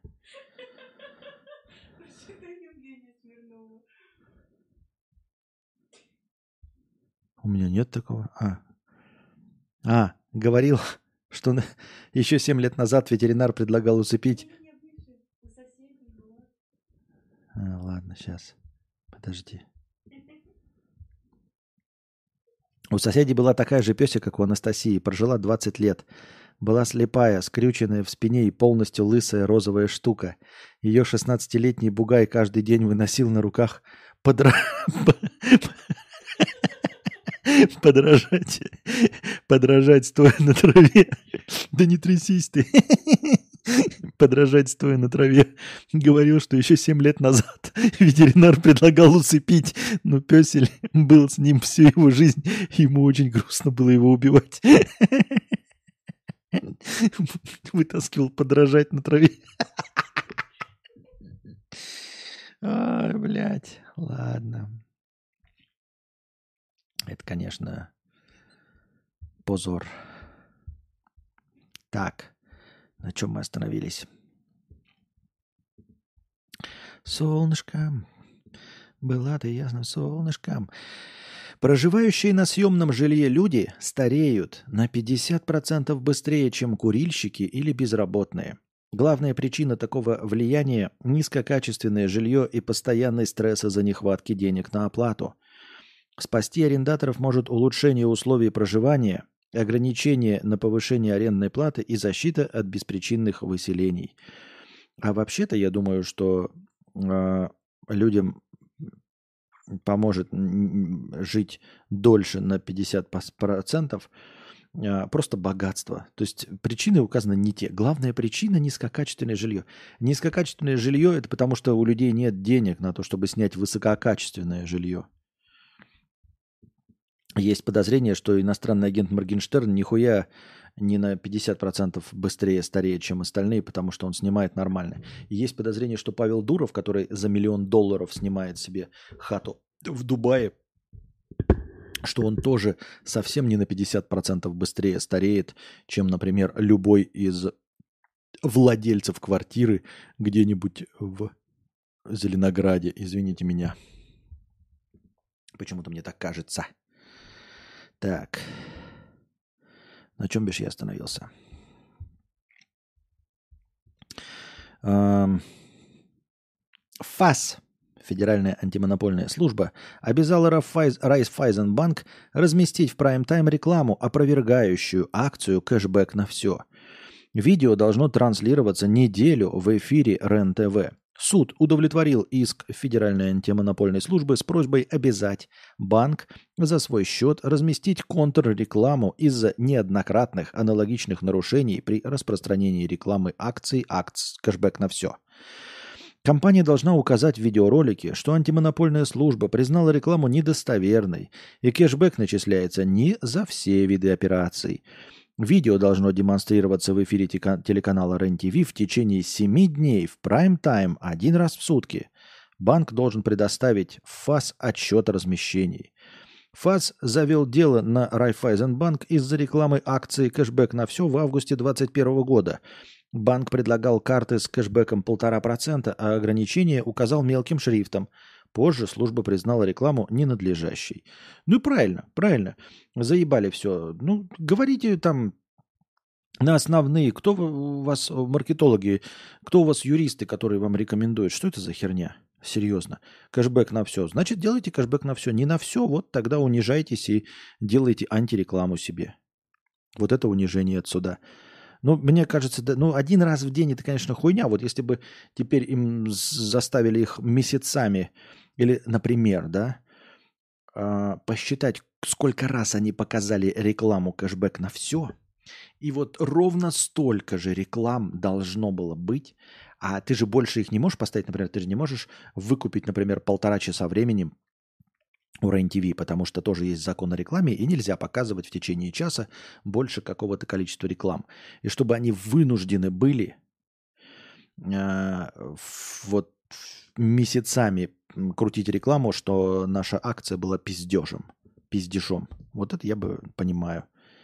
У меня нет такого. Говорил, что еще 7 лет назад ветеринар предлагал усыпить. Ладно, сейчас. Подожди. У соседей была такая же пёся, как у Анастасии. Прожила 20 лет. Была слепая, скрюченная в спине и полностью лысая розовая штука. Ее 16-летний бугай каждый день выносил на руках подражать, подражать, стоя на траве. Да не трясись ты. Подражать, стоя на траве. Говорил, что еще 7 лет назад ветеринар предлагал усыпить, но пёсель был с ним всю его жизнь. Ему очень грустно было его убивать. Вытаскивал подражать на траве. Ай, блядь, ладно. Это, конечно, позор. Так, на чем мы остановились? Солнышко, была ты ясным солнышком. Проживающие на съемном жилье люди стареют на 50% быстрее, чем курильщики или безработные. Главная причина такого влияния – низкокачественное жилье и постоянный стресс из-за нехватки денег на оплату. Спасти арендаторов может улучшение условий проживания, ограничение на повышение арендной платы и защита от беспричинных выселений. А вообще-то я думаю, что людям поможет жить дольше на 50% просто богатство. То есть причины указаны не те. Главная причина – низкокачественное жилье. Низкокачественное жилье – это потому, что у людей нет денег на то, чтобы снять высококачественное жилье. Есть подозрение, что иностранный агент Моргенштерн нихуя не на 50% быстрее стареет, чем остальные, потому что он снимает нормально. И есть подозрение, что Павел Дуров, который за $1 миллион снимает себе хату в Дубае, что он тоже совсем не на 50% быстрее стареет, чем, например, любой из владельцев квартиры где-нибудь в Зеленограде. Извините меня. Почему-то мне так кажется. Так. На чем бишь я остановился? ФАС, Федеральная антимонопольная служба, обязала Райффайзенбанк разместить в прайм-тайм рекламу, опровергающую акцию «Кэшбэк на все». Видео должно транслироваться неделю в эфире РЕН-ТВ. Суд удовлетворил иск Федеральной антимонопольной службы с просьбой обязать банк за свой счет разместить контррекламу из-за неоднократных аналогичных нарушений при распространении рекламы акций «Кэшбэк на все». Компания должна указать в видеоролике, что антимонопольная служба признала рекламу недостоверной, и кэшбэк начисляется не за все виды операций. Видео должно демонстрироваться в эфире телеканала РЕН-ТВ в течение 7 дней в прайм-тайм 1 раз в сутки. Банк должен предоставить ФАС отчет о размещении. ФАС завел дело на Райффайзенбанк из-за рекламы акции «Кэшбэк на все» в августе 2021 года. Банк предлагал карты с кэшбэком 1,5%, а ограничение указал мелким шрифтом. Позже служба признала рекламу ненадлежащей. Ну и правильно, правильно. Заебали все. Ну, говорите там на основные. Кто у вас маркетологи, кто у вас юристы, которые вам рекомендуют? Что это за херня? Серьезно. Кэшбэк на все. Значит, делайте кэшбэк на все. Не на все, вот тогда унижайтесь и делайте антирекламу себе. Вот это унижение отсюда. Ну, мне кажется, да, ну, 1 раз в день это, конечно, хуйня. Вот если бы теперь им заставили их месяцами, или, например, да, посчитать, сколько раз они показали рекламу «Кэшбэк на все», и вот ровно столько же реклам должно было быть, а ты же больше их не можешь поставить, например, ты же не можешь выкупить, например, 1,5 часа времени у РЕН-ТВ, потому что тоже есть закон о рекламе, и нельзя показывать в течение часа больше какого-то количества реклам. И чтобы они вынуждены были вот месяцами крутить рекламу, что наша акция была пиздежом. Вот это я бы понимаю.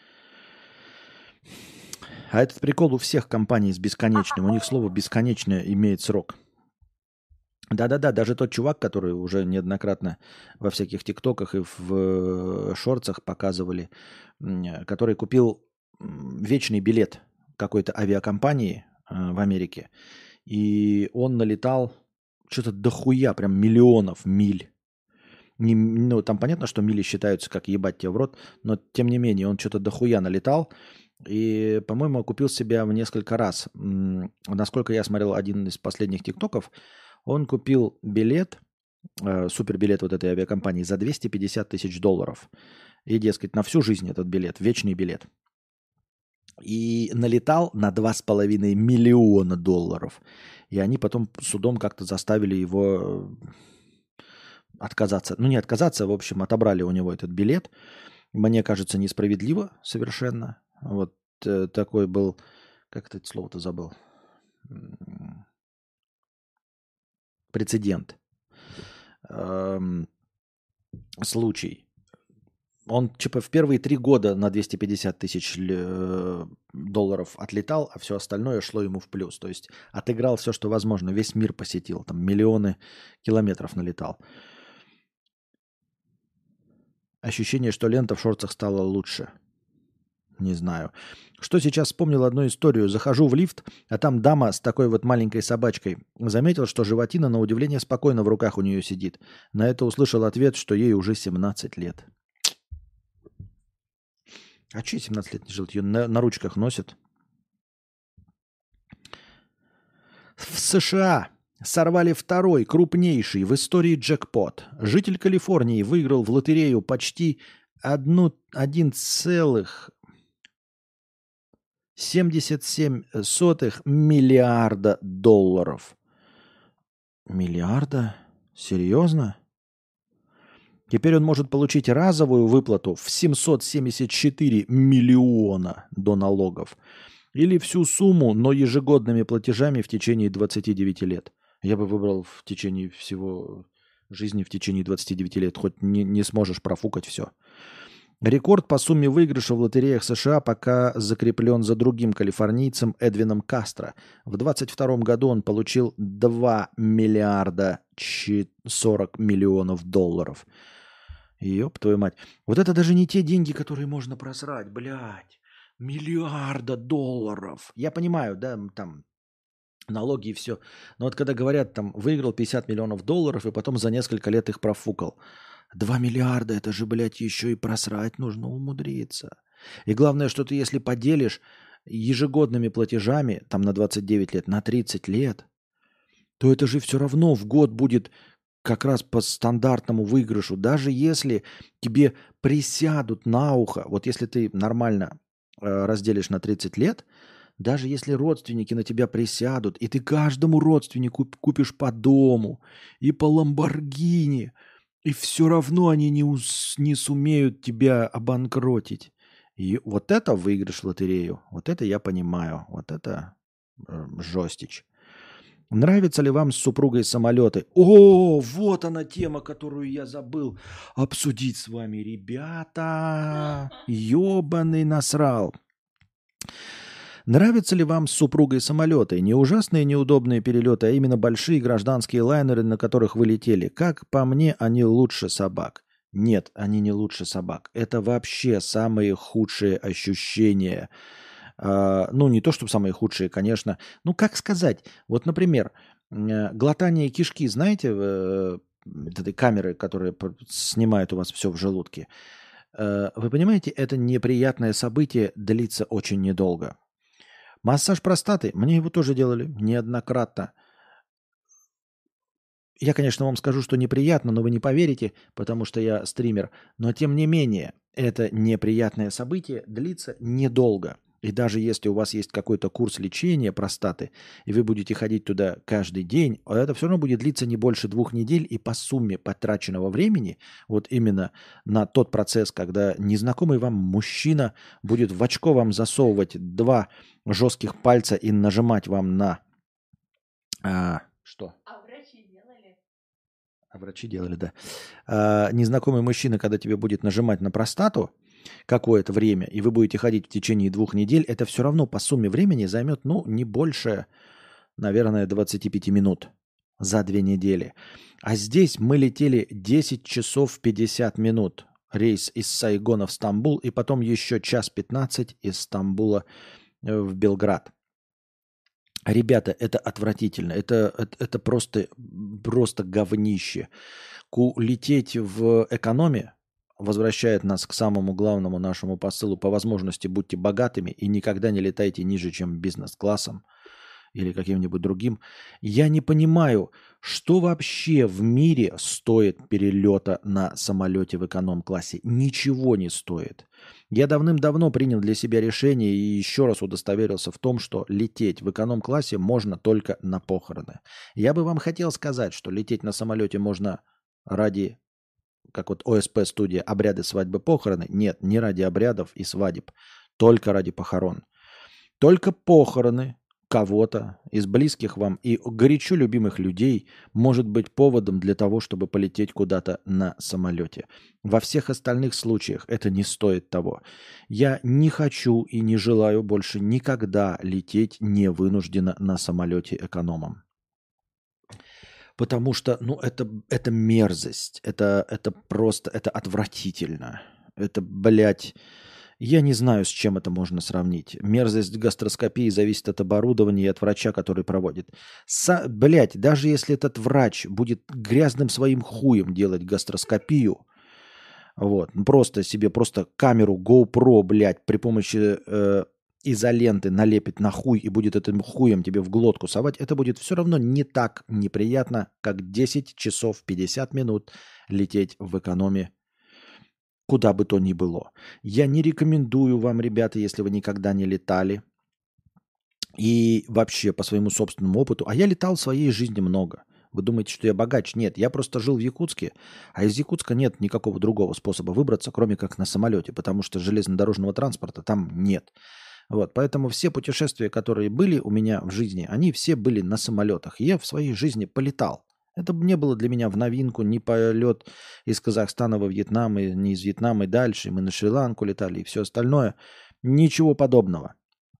А этот прикол у всех компаний с бесконечным. У них слово «бесконечное» имеет срок. Да-да-да, даже тот чувак, который уже неоднократно во всяких тиктоках и в шортсах показывали, который купил вечный билет какой-то авиакомпании в Америке, и он налетал что-то дохуя, прям миллионов миль. Ну, там понятно, что мили считаются как ебать тебе в рот, но тем не менее он что-то дохуя налетал. И, по-моему, окупил себя в несколько раз. Насколько я смотрел один из последних тиктоков, он купил билет, супербилет вот этой авиакомпании за 250 тысяч долларов. И, дескать, на всю жизнь этот билет, вечный билет. И налетал на 2,5 миллиона долларов. И они потом судом как-то заставили его отказаться. Ну, не отказаться, в общем, отобрали у него этот билет. Мне кажется, несправедливо совершенно. Вот такой был, как это слово-то забыл, прецедент. Случай. Он типа в первые 3 года на 250 тысяч долларов отлетал, а все остальное шло ему в плюс. То есть отыграл все, что возможно. Весь мир посетил. Там миллионы километров налетал. Ощущение, что лента в шортах стала лучше. Не знаю. Что сейчас вспомнил одну историю. Захожу в лифт, а там дама с такой вот маленькой собачкой. Заметил, что животина на удивление спокойно в руках у нее сидит. На это услышал ответ, что ей уже 17 лет. А че 17 лет не жил? Ее на ручках носят. В США сорвали второй крупнейший в истории джекпот. Житель Калифорнии выиграл в лотерею почти 1,77 миллиарда долларов. Миллиарда? Серьезно? Теперь он может получить разовую выплату в 774 миллиона до налогов. Или всю сумму, но ежегодными платежами в течение 29 лет. Я бы выбрал в течение всего жизни, в течение 29 лет. Хоть не сможешь профукать все. Рекорд по сумме выигрыша в лотереях США пока закреплен за другим калифорнийцем Эдвином Кастро. В 2022 году он получил 2 миллиарда 40 миллионов долларов. Ёб твою мать. Вот это даже не те деньги, которые можно просрать, блядь. Миллиарда долларов. Я понимаю, да, там налоги и все. Но вот когда говорят, там, выиграл 50 миллионов долларов и потом за несколько лет их профукал. 2 миллиарда, это же, блядь, еще и просрать нужно умудриться. И главное, что ты, если поделишь ежегодными платежами, там на 29 лет, на 30 лет, то это же все равно в год будет как раз по стандартному выигрышу. Даже если тебе присядут на ухо, вот если ты нормально разделишь на 30 лет, даже если родственники на тебя присядут, и ты каждому родственнику купишь по дому и по Ламборгини, и все равно они не сумеют тебя обанкротить. И вот это выигрыш в лотерею. Вот это я понимаю. Вот это жестичь. Нравятся ли вам с супругой самолеты? О, вот она тема, которую я забыл обсудить с вами. Ребята, ебаный насрал. Нравятся ли вам с супругой самолеты? Не ужасные неудобные перелеты, а именно большие гражданские лайнеры, на которых вы летели. Как по мне, они лучше собак. Нет, они не лучше собак. Это вообще самые худшие ощущения. Ну, не то, чтобы самые худшие, конечно. Ну, как сказать? Вот, например, глотание кишки, знаете, этой камеры, которая снимает у вас все в желудке. Вы понимаете, это неприятное событие длится очень недолго. Массаж простаты, мне его тоже делали неоднократно. Я, конечно, вам скажу, что неприятно, но вы не поверите, потому что я стример. Но, тем не менее, это неприятное событие длится недолго. И даже если у вас есть какой-то курс лечения простаты, и вы будете ходить туда каждый день, это все равно будет длиться не больше 2 недель, и по сумме потраченного времени, вот именно на тот процесс, когда незнакомый вам мужчина будет в очко вам засовывать 2 жестких пальца и нажимать вам на... что? А врачи делали? А врачи делали, да. Незнакомый мужчина, когда тебе будет нажимать на простату какое-то время, и вы будете ходить в течение 2 недель, это все равно по сумме времени займет, ну, не больше, наверное, 25 минут за 2 недели. А здесь мы летели 10 часов 50 минут. Рейс из Сайгона в Стамбул, и потом еще 1:15 из Стамбула в Белград. Ребята, это отвратительно. Это просто говнище. Лететь в экономе возвращает нас к самому главному нашему посылу. По возможности будьте богатыми и никогда не летайте ниже, чем бизнес-классом или каким-нибудь другим. Я не понимаю, что вообще в мире стоит перелета на самолете в эконом-классе. Ничего не стоит. Я давным-давно принял для себя решение и еще раз удостоверился в том, что лететь в эконом-классе можно только на похороны. Я бы вам хотел сказать, что лететь на самолете можно ради, как вот ОСП-студия, обряды, свадьбы, похороны. Нет, не ради обрядов и свадеб, только ради похорон. Только похороны кого-то из близких вам и горячо любимых людей может быть поводом для того, чтобы полететь куда-то на самолете. Во всех остальных случаях это не стоит того. Я не хочу и не желаю больше никогда лететь невынужденно на самолете экономом. Потому что, это мерзость, это просто, это отвратительно. Это, блядь, я не знаю, с чем это можно сравнить. Мерзость гастроскопии зависит от оборудования и от врача, который проводит. Блядь, даже если этот врач будет грязным своим хуем делать гастроскопию, вот, просто камеру GoPro, блядь, при помощи изоленты налепит на хуй и будет этим хуем тебе в глотку совать, это будет все равно не так неприятно, как 10 часов 50 минут лететь в экономе куда бы то ни было. Я не рекомендую вам, ребята, если вы никогда не летали, и вообще по своему собственному опыту, а я летал в своей жизни много. Вы думаете, что я богач? Нет, я просто жил в Якутске, а из Якутска нет никакого другого способа выбраться, кроме как на самолете, потому что железнодорожного транспорта там нет. Вот, поэтому все путешествия, которые были у меня в жизни, они все были на самолетах. И я в своей жизни полетал. Это не было для меня в новинку, ни полет из Казахстана во Вьетнам, и не из Вьетнама и дальше. Мы на Шри-Ланку летали и все остальное. Ничего подобного.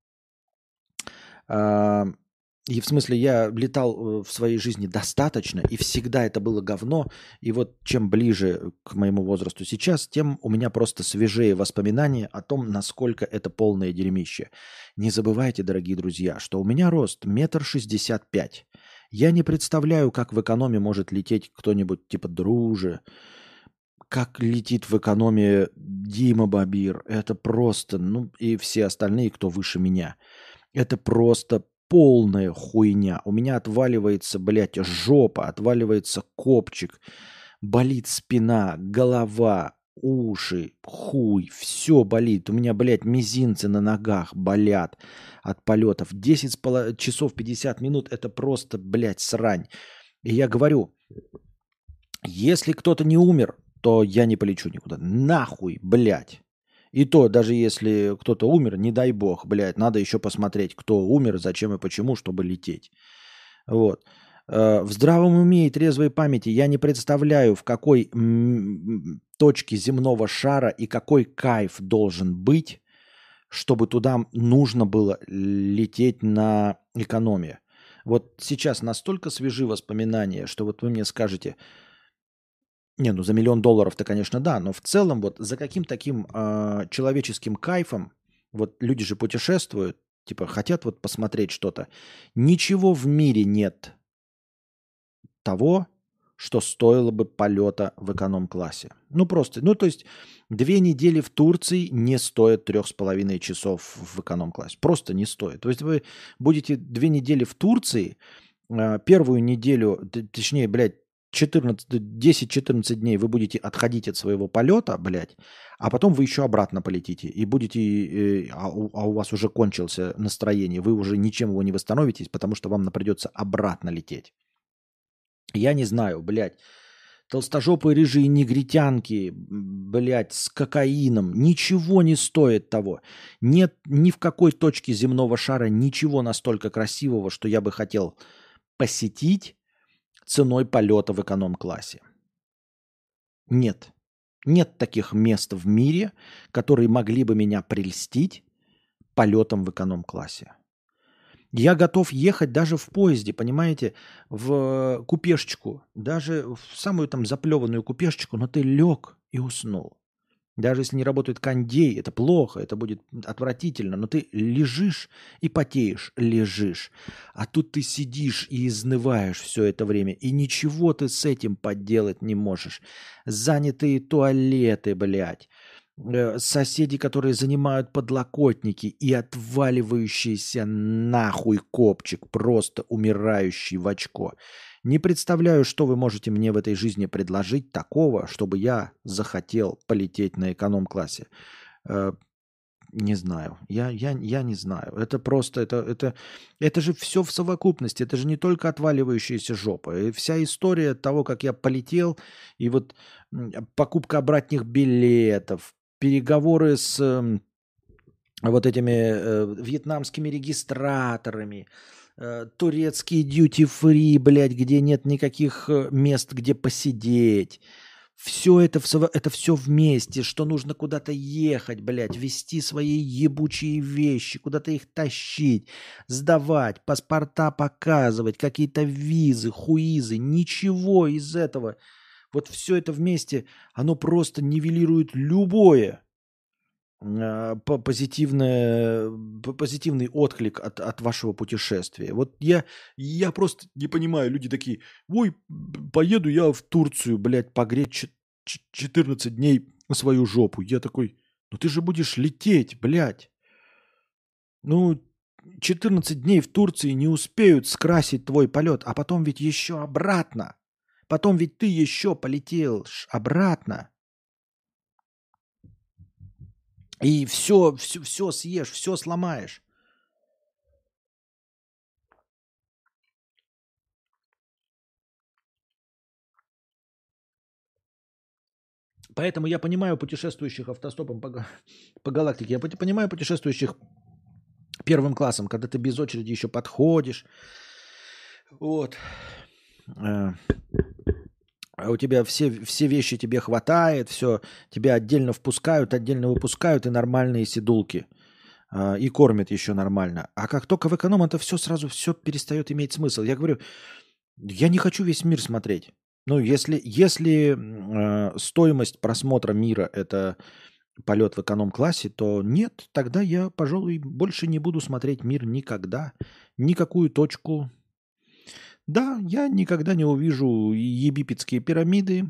И в смысле, я летал в своей жизни достаточно, и всегда это было говно. И вот чем ближе к моему возрасту сейчас, тем у меня просто свежее воспоминания о том, насколько это полное дерьмище. Не забывайте, дорогие друзья, что у меня рост 1,65 м. Я не представляю, как в экономе может лететь кто-нибудь типа Друже, как летит в экономе Дима Бабир. Это просто, и все остальные, кто выше меня. Это просто полная хуйня. У меня отваливается, блядь, жопа, отваливается копчик, болит спина, голова, уши, хуй, все болит. У меня, блядь, мизинцы на ногах болят от полетов. 10 часов 50 минут – это просто, блядь, срань. И я говорю, если кто-то не умер, то я не полечу никуда. Нахуй, блядь. И то, даже если кто-то умер, не дай бог, блядь, надо еще посмотреть, кто умер, зачем и почему, чтобы лететь. Вот. В здравом уме и трезвой памяти я не представляю, в какой точке земного шара и какой кайф должен быть, чтобы туда нужно было лететь на экономии. Вот сейчас настолько свежи воспоминания, что вот вы мне скажете, за $1 миллион-то, конечно, да, но в целом вот за каким таким человеческим кайфом, вот люди же путешествуют, типа хотят вот посмотреть что-то. Ничего в мире нет того, что стоило бы полета в эконом-классе. То есть 2 недели в Турции не стоят 3,5 часов в эконом-классе. Просто не стоит. То есть вы будете 2 недели в Турции, первую неделю, точнее, блядь, 10-14 дней вы будете отходить от своего полета, блядь, а потом вы еще обратно полетите и будете, а у вас уже кончился настроение, вы уже ничем его не восстановитесь, потому что вам придется обратно лететь. Я не знаю, блядь, толстожопые рыжие негритянки, блядь, с кокаином, ничего не стоит того. Нет ни в какой точке земного шара ничего настолько красивого, что я бы хотел посетить ценой полета в эконом-классе. Нет. Нет таких мест в мире, которые могли бы меня прельстить полетом в эконом-классе. Я готов ехать даже в поезде, понимаете, в купешечку, даже в самую там заплеванную купешечку, но ты лег и уснул. Даже если не работает кондей, это плохо, это будет отвратительно. Но ты лежишь и потеешь, лежишь. А тут ты сидишь и изнываешь все это время. И ничего ты с этим поделать не можешь. Занятые туалеты, блядь. Соседи, которые занимают подлокотники и отваливающийся нахуй копчик, просто умирающий в очко. Не представляю, что вы можете мне в этой жизни предложить такого, чтобы я захотел полететь на эконом-классе. Не знаю. Я не знаю. Это просто, это же все в совокупности. Это же не только отваливающаяся жопа. И вся история того, как я полетел, и вот покупка обратных билетов, переговоры с вот этими вьетнамскими регистраторами, турецкие duty-free, блядь, где нет никаких мест, где посидеть. Все это, это все вместе, что нужно куда-то ехать, блядь, везти свои ебучие вещи, куда-то их тащить, сдавать, паспорта показывать, какие-то визы, хуизы, ничего из этого. Вот все это вместе, оно просто нивелирует любое позитивный отклик от вашего путешествия. Вот я просто не понимаю, люди такие, ой, поеду я в Турцию, блядь, погреть 14 дней свою жопу. Я такой, ну ты же будешь лететь, блядь. Ну, 14 дней в Турции не успеют скрасить твой полет, а потом ведь еще обратно. Потом ведь ты еще полетел обратно. И все съешь, все сломаешь. Поэтому я понимаю путешествующих автостопом по галактике. Я понимаю путешествующих первым классом, когда ты без очереди еще подходишь. Вот. А у тебя все вещи тебе хватает, все, тебя отдельно впускают, отдельно выпускают, и нормальные сидулки. И кормят еще нормально. А как только в эконом, это все сразу все перестает иметь смысл. Я говорю, я не хочу весь мир смотреть. Ну, если стоимость просмотра мира – это полет в эконом-классе, то нет, тогда я, пожалуй, больше не буду смотреть мир никогда, никакую точку. Да, я никогда не увижу египетские пирамиды,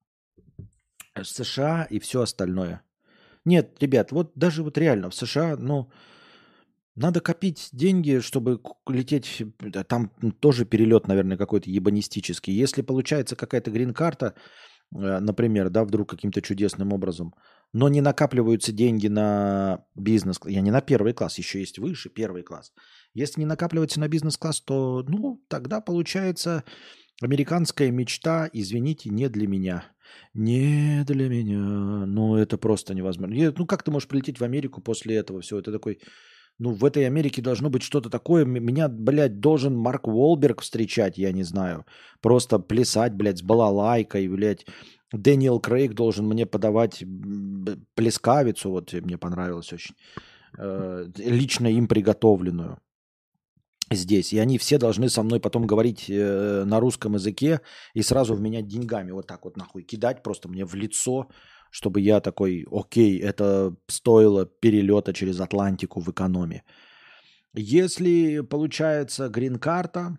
США и все остальное. Нет, ребят, вот даже вот реально в США, ну, надо копить деньги, чтобы лететь. Там тоже перелет, наверное, какой-то ебанистический. Если получается какая-то грин-карта, например, да, вдруг каким-то чудесным образом, но не накапливаются деньги на бизнес, я не на первый класс, еще есть выше первый класс. Если не накапливается на бизнес-класс, то, ну, тогда получается американская мечта, извините, не для меня. Не для меня. Ну, это просто невозможно. Ну, как ты можешь прилететь в Америку после этого всего? Это такой... Ну, в этой Америке должно быть что-то такое. Меня, блядь, должен Марк Уолберг встречать, я не знаю. Просто плясать, блядь, с балалайкой, блядь. Дэниел Крейг должен мне подавать плескавицу. Вот мне понравилось очень. Лично им приготовленную здесь. И они все должны со мной потом говорить на русском языке и сразу в меня деньгами вот так вот нахуй кидать просто мне в лицо, чтобы я такой, окей, это стоило перелета через Атлантику в экономе. Если получается грин-карта,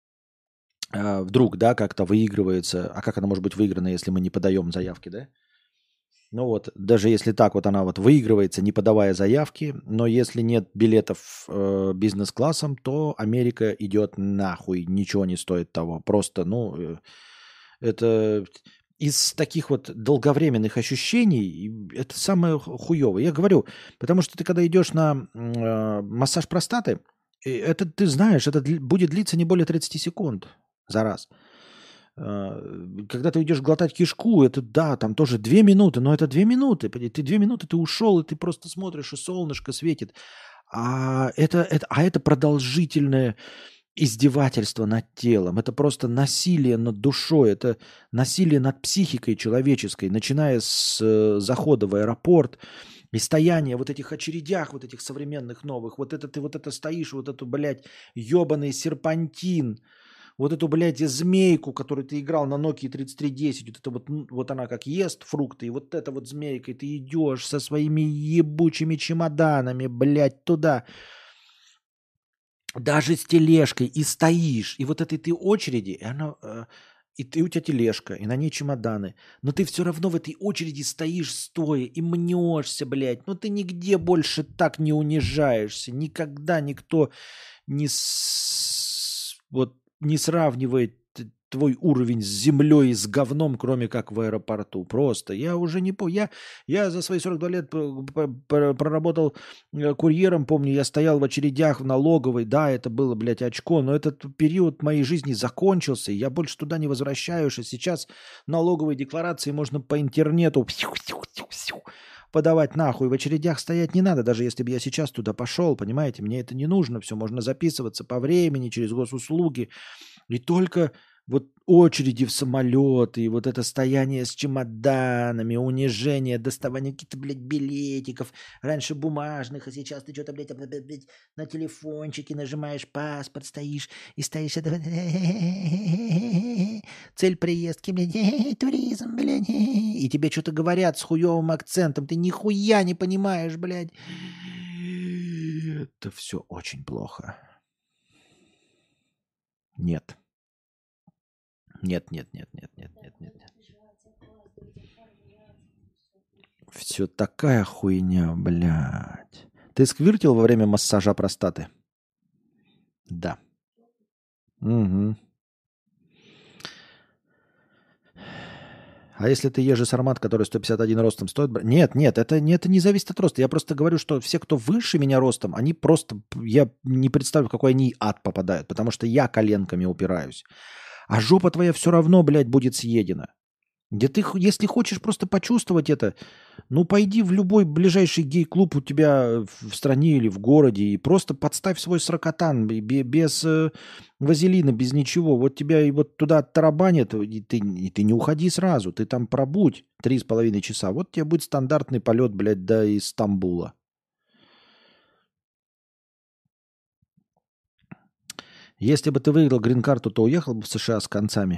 вдруг, да, как-то выигрывается, а как она может быть выиграна, если мы не подаем заявки, да? Ну вот, даже если так вот она вот выигрывается, не подавая заявки, но если нет билетов бизнес-классом, то Америка идет нахуй, ничего не стоит того. Просто, ну, это из таких вот долговременных ощущений, это самое хуевое. Я говорю, потому что ты когда идешь на массаж простаты, это ты знаешь, это будет длиться не более 30 секунд за раз. Когда ты идешь глотать кишку, это да, там тоже 2 минуты, но это 2 минуты. Ты 2 минуты, ты ушел, и ты просто смотришь, и солнышко светит. А это продолжительное издевательство над телом. Это просто насилие над душой. Это насилие над психикой человеческой, начиная с захода в аэропорт и стояния в вот этих очередях, вот этих современных новых. Вот это ты вот это стоишь, вот эту, блядь, ебаный серпантин. вот эту, блядь, змейку, которую ты играл на Nokia 3310, вот это вот, вот она как ест фрукты, и вот эта вот змейка, и ты идешь со своими ебучими чемоданами, блядь, туда, даже с тележкой, и стоишь, и вот этой ты очереди, и она, и ты, у тебя тележка, и на ней чемоданы, но ты все равно в этой очереди стоишь стоя и мнешься, блядь, но ты нигде больше так не унижаешься, никогда никто вот, не сравнивает твой уровень с землей и с говном, кроме как в аэропорту. Просто. Я уже не помню. Я за свои 42 лет проработал курьером, помню, я стоял в очередях в налоговой. Да, это было, блядь, очко, но этот период моей жизни закончился, и я больше туда не возвращаюсь. И сейчас налоговые декларации можно по интернету подавать нахуй. В очередях стоять не надо, даже если бы я сейчас туда пошел, понимаете, мне это не нужно, все, можно записываться по времени, через госуслуги. И только вот очереди в самолеты, и вот это стояние с чемоданами, унижение, доставание каких-то, блядь, билетиков, раньше бумажных, а сейчас ты что-то, блядь, на телефончике нажимаешь паспорт, стоишь, и стоишь, это цель приездки, блядь, туризм, блядь, и тебе что-то говорят с хуевым акцентом, ты нихуя не понимаешь, блядь. Это все очень плохо. Нет. Нет. Все такая хуйня, блядь. Ты сквиртил во время массажа простаты? Да. Угу. А если ты ежи сармат, который 151 ростом стоит? Нет, это не зависит от роста. Я просто говорю, что все, кто выше меня ростом, они просто... Я не представляю, в какой они ад попадают, потому что я коленками упираюсь. А жопа твоя все равно, блядь, будет съедена. Где ты, если хочешь просто почувствовать это, ну пойди в любой ближайший гей-клуб у тебя в стране или в городе и просто подставь свой сракотан без вазелина, без ничего. Вот тебя и вот туда оттарабанят, и ты не уходи сразу, ты там пробудь 3,5 часа. Вот тебе будет стандартный полет, блядь, до Стамбула. Если бы ты выиграл грин-карту, то уехал бы в США с концами.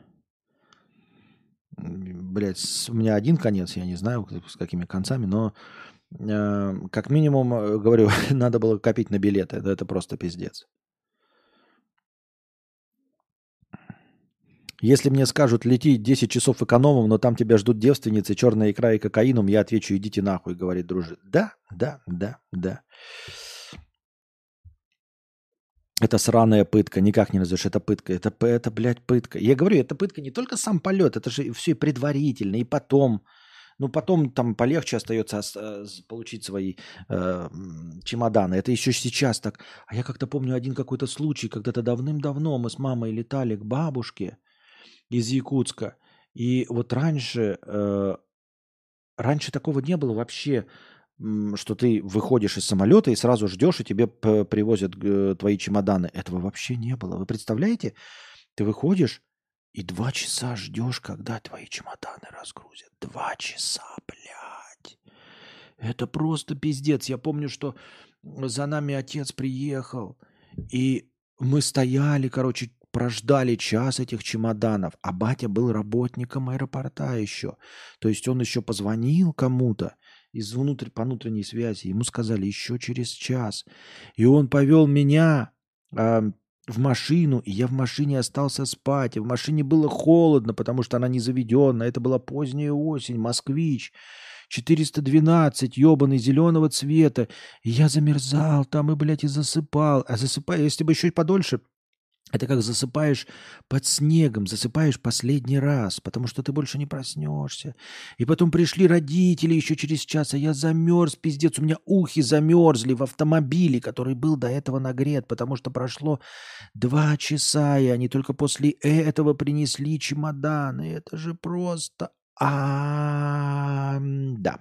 Блять, у меня один конец, я не знаю, с какими концами, но как минимум, говорю, надо было копить на билеты. Это просто пиздец. Если мне скажут, лети 10 часов экономом, но там тебя ждут девственницы, черная икра и кокаином, я отвечу, идите нахуй, говорит дружит. Да. Это сраная пытка, никак не назовешь, это пытка. Это, блядь, пытка. Я говорю, это пытка не только сам полет, это же все и предварительно, и потом. Ну, потом там полегче остается получить свои чемоданы. Это еще сейчас так. А я как-то помню один какой-то случай, когда-то давным-давно мы с мамой летали к бабушке из Якутска. И вот раньше такого не было вообще, что ты выходишь из самолета и сразу ждешь, и тебе привозят твои чемоданы. Этого вообще не было. Вы представляете? Ты выходишь и 2 часа ждешь, когда твои чемоданы разгрузят. 2 часа, блядь. Это просто пиздец. Я помню, что за нами отец приехал, и мы стояли, короче, прождали час этих чемоданов, а батя был работником аэропорта еще. То есть он еще позвонил кому-то по внутренней связи. Ему сказали еще через час. И он повел меня в машину, и я в машине остался спать. И в машине было холодно, потому что она не заведенная. Это была поздняя осень, москвич. 412, ебаный, зеленого цвета. И я замерзал там и, блядь, и засыпал. А засыпаю, если бы еще и подольше, это как засыпаешь под снегом, засыпаешь последний раз, потому что ты больше не проснешься. И потом пришли родители еще через час, а я замерз, пиздец, у меня ухи замерзли в автомобиле, который был до этого нагрет, потому что прошло 2 часа, и они только после этого принесли чемоданы. Это же просто... Да.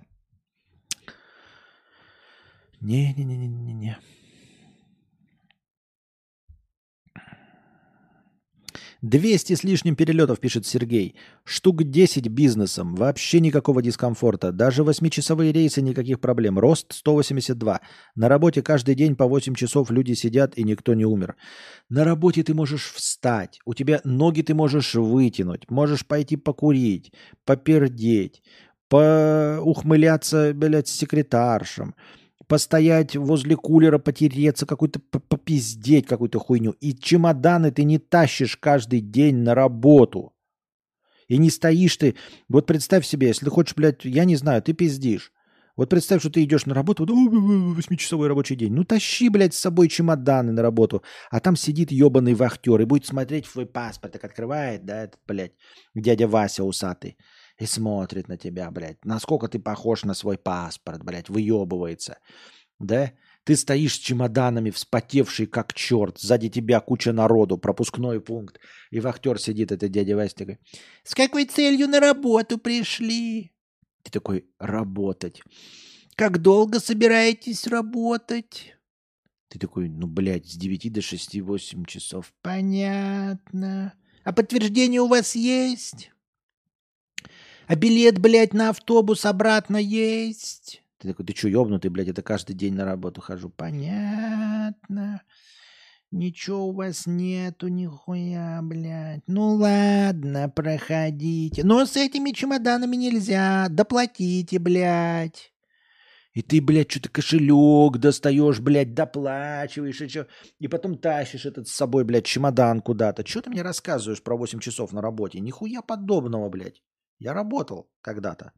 Не-не-не-не-не. 200 с лишним перелетов, пишет Сергей. Штук 10 бизнесом. Вообще никакого дискомфорта. Даже 8-часовые рейсы никаких проблем. Рост 182. На работе каждый день по 8 часов люди сидят и никто не умер. На работе ты можешь встать. У тебя ноги ты можешь вытянуть. Можешь пойти покурить, попердеть, поухмыляться, блядь, с секретаршем. Постоять возле кулера, потереться, какую-то попиздеть какую-то хуйню. И чемоданы ты не тащишь каждый день на работу. И не стоишь ты. Вот представь себе, если ты хочешь, блядь, я не знаю, ты пиздишь. Вот представь, что ты идешь на работу, вот 8-часовой рабочий день. Ну тащи, блядь, с собой чемоданы на работу. А там сидит ебаный вахтер и будет смотреть в твой паспорт. Так открывает, да, этот, блядь, дядя Вася усатый. И смотрит на тебя, блядь. Насколько ты похож на свой паспорт, блядь, выебывается. Да? Ты стоишь с чемоданами, вспотевший как черт. Сзади тебя куча народу, пропускной пункт. И вахтер сидит, это дядя Вася, такой: с какой целью на работу пришли? Ты такой: работать. Как долго собираетесь работать? Ты такой: ну, блядь, с 9 до 6-8 часов. Понятно. А подтверждение у вас есть? А билет, блядь, на автобус обратно есть? Ты такой: ты что, ебнутый, блядь, это каждый день на работу хожу. Понятно. Ничего у вас нету, нихуя, блядь. Ну ладно, проходите. Но с этими чемоданами нельзя. Доплатите, блядь. И ты, блядь, что-то кошелек достаешь, блядь, доплачиваешь, и потом тащишь этот с собой, блядь, чемодан куда-то. Что ты мне рассказываешь про 8 часов на работе? Нихуя подобного, блядь. Я работал когда-то.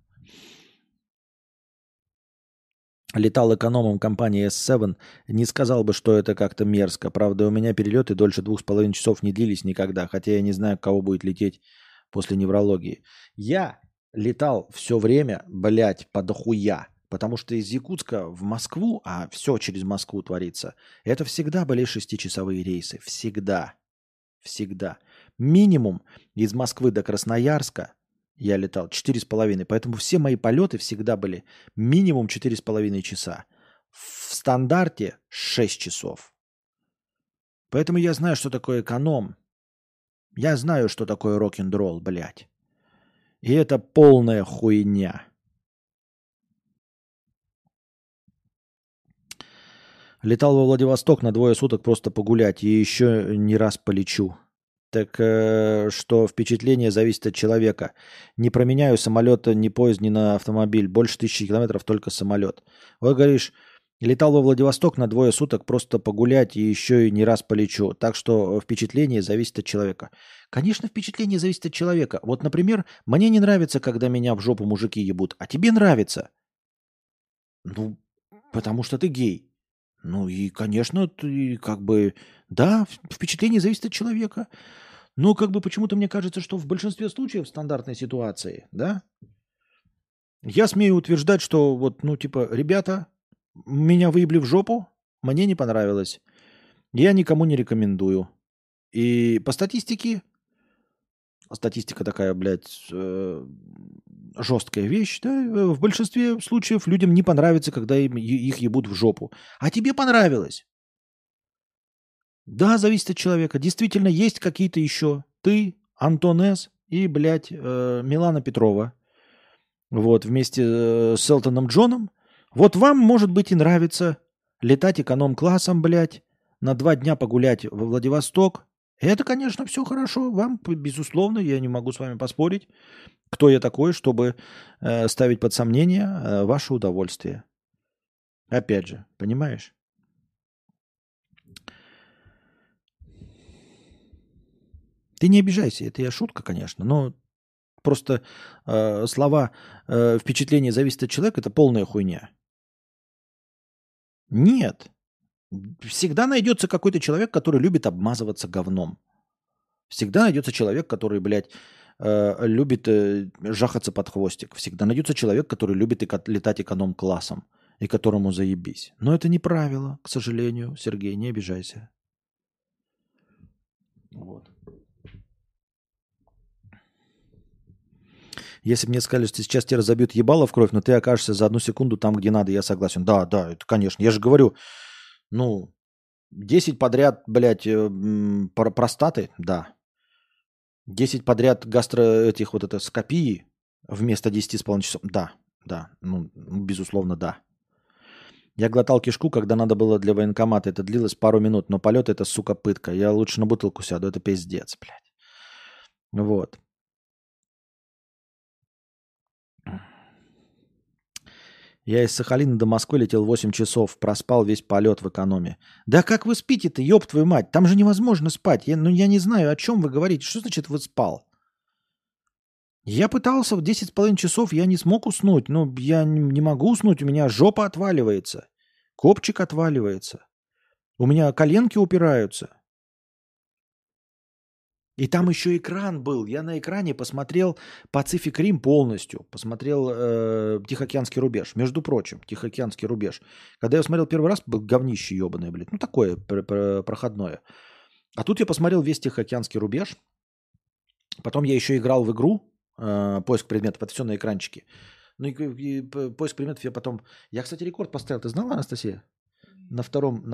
Летал экономом компании S7. Не сказал бы, что это как-то мерзко. Правда, у меня перелеты дольше 2,5 часов не длились никогда. Хотя я не знаю, кого будет лететь после неврологии. Я летал все время, блядь, подохуя. Потому что из Якутска в Москву, а все через Москву творится, это всегда были 6-часовые рейсы. Всегда. Всегда. Минимум из Москвы до Красноярска я летал 4,5. Поэтому все мои полеты всегда были минимум 4,5 часа. В стандарте 6 часов. Поэтому я знаю, что такое эконом. Я знаю, что такое рок-н-ролл, блядь. И это полная хуйня. Летал во Владивосток на 2 суток просто погулять. И еще не раз полечу. Так что впечатление зависит от человека. Не променяю самолет, ни поезд, ни на автомобиль. Больше 1000 километров только самолет. Вот говоришь, летал во Владивосток на 2 суток просто погулять и еще и не раз полечу. Так что впечатление зависит от человека. Конечно, впечатление зависит от человека. Вот, например, мне не нравится, когда меня в жопу мужики ебут. А тебе нравится. Ну, потому что ты гей. Ну и, конечно, ты как бы... Да, впечатление зависит от человека. Но как бы почему-то мне кажется, что в большинстве случаев в стандартной ситуации, да, я смею утверждать, что вот, ну, типа, ребята, меня выебли в жопу, мне не понравилось. Я никому не рекомендую. И по статистике, статистика такая, блядь, жесткая вещь, да, в большинстве случаев людям не понравится, когда их ебут в жопу. А тебе понравилось. Да, зависит от человека. Действительно, есть какие-то еще. Ты, Антон С. и, блядь, Милана Петрова. Вот, вместе с Элтоном Джоном. Вот вам, может быть, и нравится летать эконом-классом, блядь, на 2 дня погулять во Владивосток. Это, конечно, все хорошо. Вам, безусловно, я не могу с вами поспорить, кто я такой, чтобы ставить под сомнение ваше удовольствие. Опять же, понимаешь? Ты не обижайся, это я шутка, конечно, но просто слова впечатление зависит от человека, это полная хуйня. Нет. Всегда найдется какой-то человек, который любит обмазываться говном. Всегда найдется человек, который, блядь, любит жахаться под хвостик. Всегда найдется человек, который любит летать эконом-классом и которому заебись. Но это не правило, к сожалению, Сергей, не обижайся. Вот. Если бы мне сказали, что сейчас тебя разобьют ебало в кровь, но ты окажешься за 1 секунду там, где надо, я согласен. Да, это конечно. Я же говорю, 10 подряд, блядь, простаты, да. 10 подряд этих вот это скопии вместо 10,5 часов. Да, да, ну, безусловно, да. Я глотал кишку, когда надо было для военкомата. Это длилось пару минут, но полет это, сука, пытка. Я лучше на бутылку сяду. Это пиздец, блядь. Вот. Я из Сахалина до Москвы летел 8 часов, проспал весь полет в экономе. Да как вы спите-то, ёб твою мать? Там же невозможно спать. Я не знаю, о чем вы говорите. Что значит вы спал? Я пытался в 10,5 часов, я не смог уснуть. Ну, я не могу уснуть, у меня жопа отваливается. Копчик отваливается. У меня коленки упираются. И там еще экран был. Я на экране посмотрел Pacific Rim полностью. Посмотрел Тихоокеанский рубеж. Между прочим, Тихоокеанский рубеж. Когда я смотрел первый раз, был говнище ебаное, блядь. Ну, такое проходное. А тут я посмотрел весь Тихоокеанский рубеж. Потом я еще играл в игру поиск предметов. Это все на экранчике. Ну и поиск предметов я потом... Я, кстати, рекорд поставил. Ты знала, Анастасия? На втором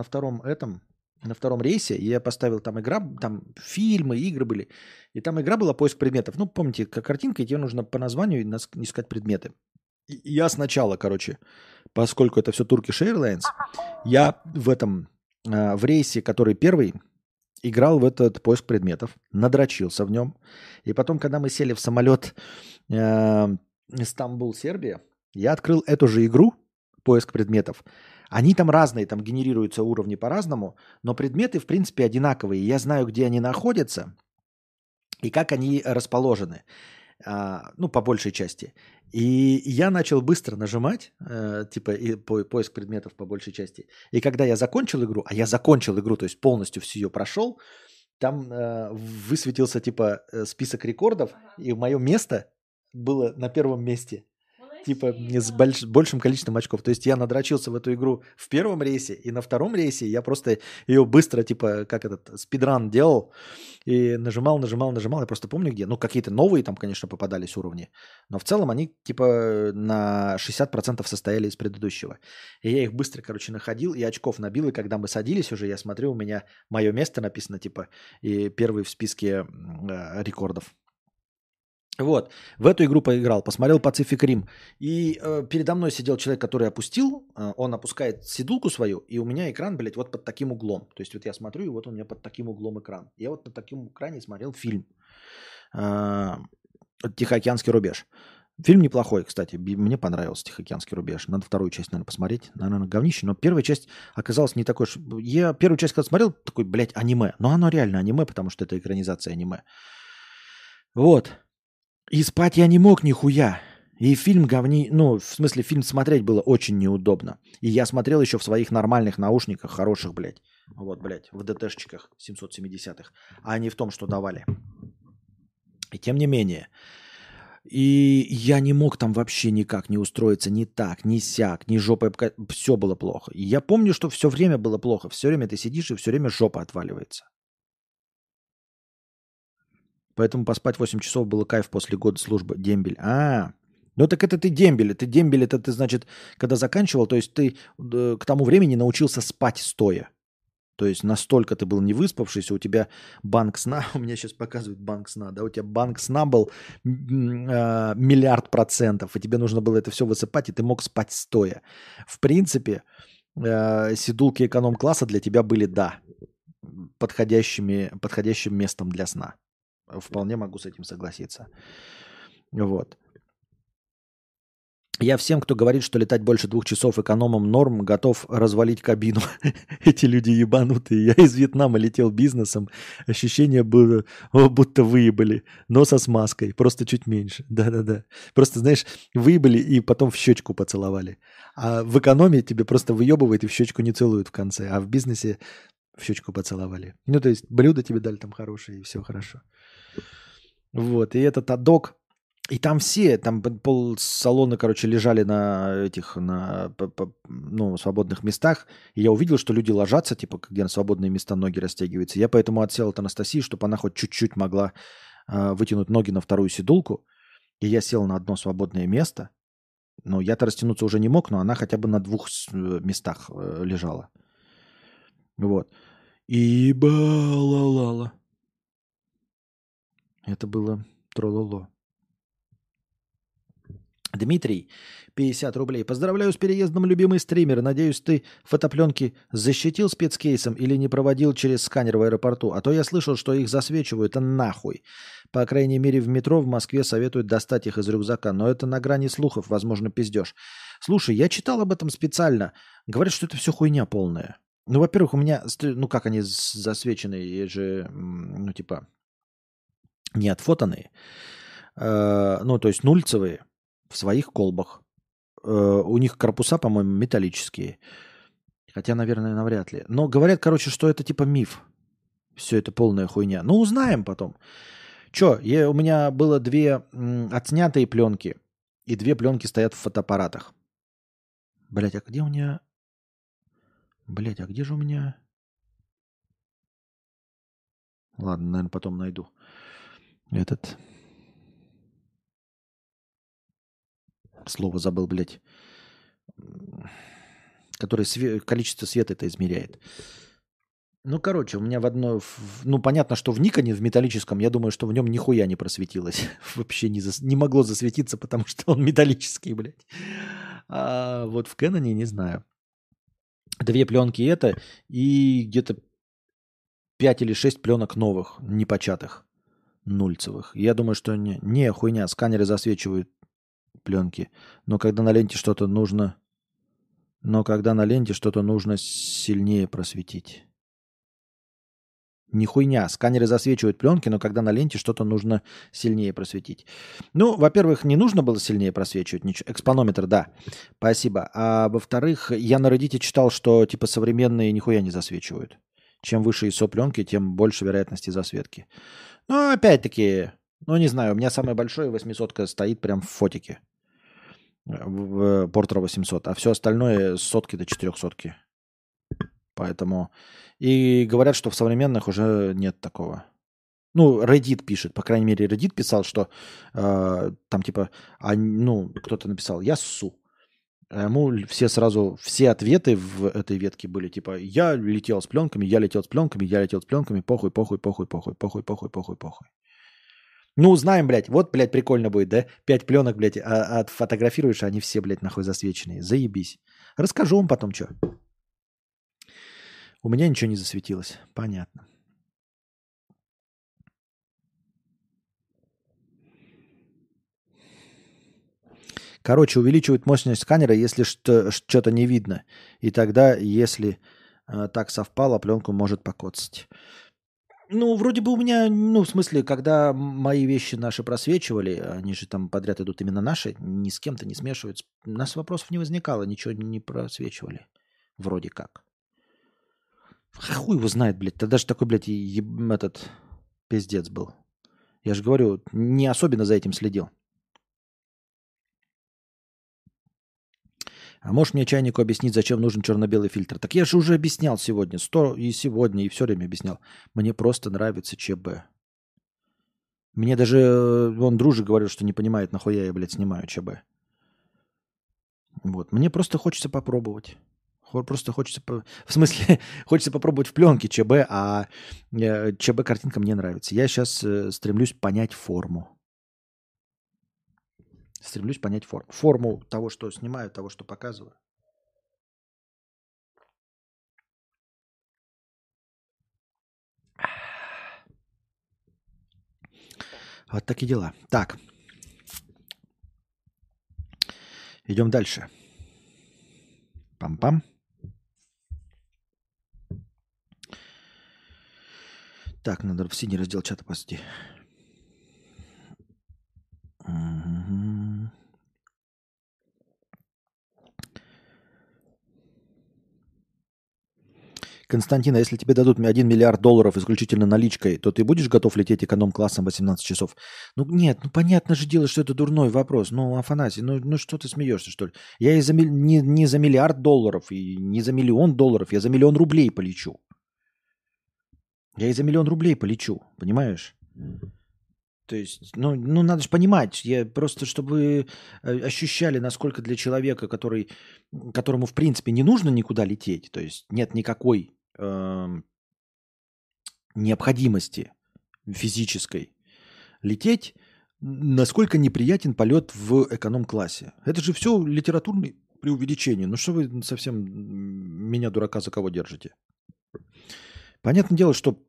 рейсе я поставил там игра, там фильмы, игры были. И там игра была поиск предметов. Ну, помните, как картинка, и тебе нужно по названию искать предметы. И я сначала, короче, поскольку это все Turkish Airlines, я в рейсе, который первый, играл в этот поиск предметов, надрочился в нем. И потом, когда мы сели в самолет Стамбул, Сербия, я открыл эту же игру, поиск предметов. Они там разные, там генерируются уровни по-разному, но предметы, в принципе, одинаковые. Я знаю, где они находятся и как они расположены, ну, по большей части. И я начал быстро нажимать, поиск предметов по большей части. И когда я закончил игру, а я закончил игру, то есть полностью всю ее прошел, там высветился, список рекордов, и мое место было на первом месте. С большим количеством очков. То есть я надрочился в эту игру в первом рейсе, и на втором рейсе я просто ее быстро, спидран делал, и нажимал. Я просто помню где. Ну, какие-то новые там, конечно, попадались уровни, но в целом они, на 60% состояли из предыдущего. И я их быстро, находил, и очков набил, и когда мы садились уже, я смотрю, у меня мое место написано, и первый в списке рекордов. Вот, в эту игру поиграл, посмотрел Pacific Rim. И передо мной сидел человек, который опустил, он опускает седулку свою, и у меня экран, блядь, вот под таким углом. То есть вот я смотрю, и вот у меня под таким углом экран. Я вот на таком экране смотрел фильм «Тихоокеанский рубеж». Фильм неплохой, кстати, мне понравился «Тихоокеанский рубеж». Надо вторую часть, наверное, посмотреть. Наверное, говнище, но первая часть оказалась не такой... Я первую часть, когда смотрел, такой, блядь, аниме. Но оно реально аниме, потому что это экранизация аниме. Вот. И спать я не мог нихуя. И фильм фильм смотреть было очень неудобно. И я смотрел еще в своих нормальных наушниках, хороших, блядь. Вот, блядь, в ДТшечках 770-х. А не в том, что давали. И тем не менее. И я не мог там вообще никак не устроиться, ни так, ни сяк, ни жопой. Все было плохо. И я помню, что все время было плохо. Все время ты сидишь, и все время жопа отваливается. Поэтому поспать 8 часов было кайф после года службы. Дембель. Ну так это ты дембель. Ты дембель, это ты, значит, когда заканчивал, то есть ты к тому времени научился спать стоя. То есть настолько ты был не выспавшийся, у тебя банк сна, у меня сейчас показывают банк сна, да, у тебя банк сна был 1 миллиард %, и тебе нужно было это все высыпать, и ты мог спать стоя. В принципе, сидулки эконом-класса для тебя были, да, подходящим местом для сна. Вполне могу с этим согласиться. Вот. Я всем, кто говорит, что летать больше 2 часов экономом норм, готов развалить кабину. Эти люди ебанутые. Я из Вьетнама летел бизнесом. Ощущение было, будто выебали. Но со смазкой. Просто чуть меньше. Да-да-да. Просто, знаешь, выебали и потом в щечку поцеловали. А в экономе тебе просто выебывают и в щечку не целуют в конце. А в бизнесе в щечку поцеловали. Ну, то есть блюдо тебе дали там хорошее, и все хорошо. Вот, и этот адок, и там все, там пол салона, лежали на свободных местах, и я увидел, что люди ложатся, где на свободные места ноги растягиваются. Я поэтому отсел от Анастасии, чтобы она хоть чуть-чуть могла вытянуть ноги на вторую сидулку, и я сел на одно свободное место. Ну, я-то растянуться уже не мог, но она хотя бы на 2 местах лежала. Вот. И балалала. Это было трололо. Дмитрий, 50 рублей. Поздравляю с переездом, любимый стример. Надеюсь, ты фотопленки защитил спецкейсом или не проводил через сканер в аэропорту? А то я слышал, что их засвечивают, а нахуй. По крайней мере, в метро в Москве советуют достать их из рюкзака. Но это на грани слухов, возможно, пиздеж. Слушай, я читал об этом специально. Говорят, что это все хуйня полная. Ну, во-первых, у меня, ну как они засвечены, же, ну типа, не отфотанные. Ну, то есть нульцевые. В своих колбах. У них корпуса, по-моему, металлические. Хотя, наверное, навряд ли. Но говорят, короче, что это типа миф. Все это полная хуйня. Ну, узнаем потом. Че, у меня было 2 отснятые пленки. И 2 пленки стоят в фотоаппаратах. Блять, а где у меня... Блять, а где же у меня... Ладно, наверное, потом найду. Этот... Слово забыл, блядь. Который количество света это измеряет. Ну, короче, у меня в одной... Ну, понятно, что в Никоне, в металлическом, я думаю, что в нем нихуя не просветилось. Вообще не могло засветиться, потому что он металлический, блядь. А вот в Кэноне не знаю. 2 пленки это и где-то 5 или 6 пленок новых, непочатых, нульцевых. Я думаю, что не хуйня, сканеры засвечивают пленки. Но когда на ленте что-то нужно сильнее просветить. Не хуйня. Сканеры засвечивают пленки, но когда на ленте что-то нужно сильнее просветить. Ну, во-первых, не нужно было сильнее просвечивать. Ничего. Экспонометр, да. Спасибо. А во-вторых, я на Reddit читал, что типа современные нихуя не засвечивают. Чем выше ISO пленки, тем больше вероятности засветки. Но опять-таки, ну не знаю, у меня самое большое 800 стоит прям в фотике. В Portra 800. А все остальное с 100 до 400. Поэтому... И говорят, что в современных уже нет такого. Ну, Reddit пишет, по крайней мере, Reddit писал, что там типа, кто-то написал, я ссу. А ему все ответы в этой ветке были типа, я летел с пленками, похуй. Ну, узнаем, блядь, вот, блядь, прикольно будет, да? 5 пленок, блядь, отфотографируешь, а они все, блядь, нахуй засвеченные. Заебись. Расскажу вам потом, что. У меня ничего не засветилось. Понятно. Короче, увеличивают мощность сканера, если что-то не видно. И тогда, если так совпало, пленку может покоцать. Ну, вроде бы у меня, в смысле, когда мои вещи наши просвечивали, они же там подряд идут именно наши, ни с кем-то не смешиваются. У нас вопросов не возникало, ничего не просвечивали. Вроде как. Хуй его знает, блядь. Тогда же такой, блядь, этот пиздец был. Я же говорю, не особенно за этим следил. А можешь мне, чайнику, объяснить, зачем нужен черно-белый фильтр? Так я же уже объяснял сегодня. И сегодня, и все время объяснял. Мне просто нравится ЧБ. Мне даже вон дружи говорил, что не понимает, нахуя я, блядь, снимаю ЧБ. Вот. Мне просто хочется попробовать. Просто хочется... В смысле, хочется попробовать в пленке ЧБ, а ЧБ картинка мне нравится. Я сейчас стремлюсь понять форму. Форму того, что снимаю, того, что показываю. Вот такие дела. Так. Идем дальше. Пам-пам. Так, надо в синий раздел чата посмотреть. Угу. Константин, а если тебе дадут $1 миллиард исключительно наличкой, то ты будешь готов лететь эконом-классом 18 часов? Ну нет, понятно же дело, что это дурной вопрос. Ну, Афанасий, что ты смеешься, что ли? Я и не за $1 миллиард, и не за $1 миллион, я за $1 миллион рублей полечу. Я и за $1 миллион полечу, понимаешь? То есть, надо же понимать, просто чтобы вы ощущали, насколько для человека, которому в принципе не нужно никуда лететь, то есть нет никакой необходимости физической лететь, насколько неприятен полет в эконом-классе. Это же все литературное преувеличение. Ну что вы совсем меня, дурака, за кого держите? Понятное дело, что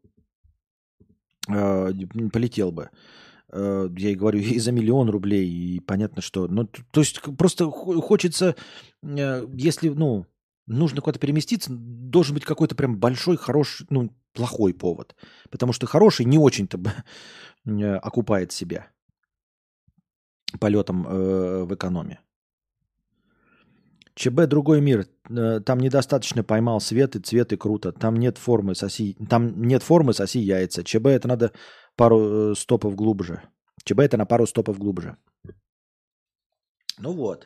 полетел бы. Я и говорю, и за 1 000 000 рублей, и понятно, что... Ну, то есть просто хочется, если, нужно куда-то переместиться, должен быть какой-то прям большой, хороший, плохой повод. Потому что хороший не очень-то окупает себя полетом в экономе. ЧБ «Другой мир». Там недостаточно поймал свет и цвет, и круто. Там нет формы, соси яйца. ЧБ это надо пару стопов глубже. ЧБ это на пару стопов глубже. Ну вот.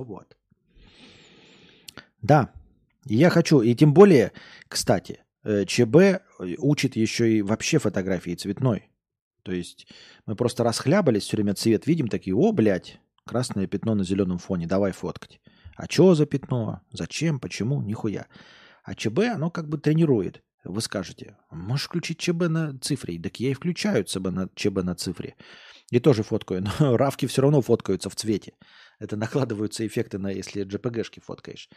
Да, я хочу. И тем более, кстати, ЧБ учит еще и вообще фотографии цветной. То есть мы просто расхлябались, все время цвет видим, такие, о, блядь, красное пятно на зеленом фоне, давай фоткать. А что за пятно? Зачем? Почему? Нихуя. А ЧБ, оно как бы тренирует. Вы скажете, можешь включить ЧБ на цифре? Так я и включаю ЧБ на цифре. И тоже фоткаю. Но равки все равно фоткаются в цвете. Это накладываются эффекты на, если JPG-шки фоткаешь.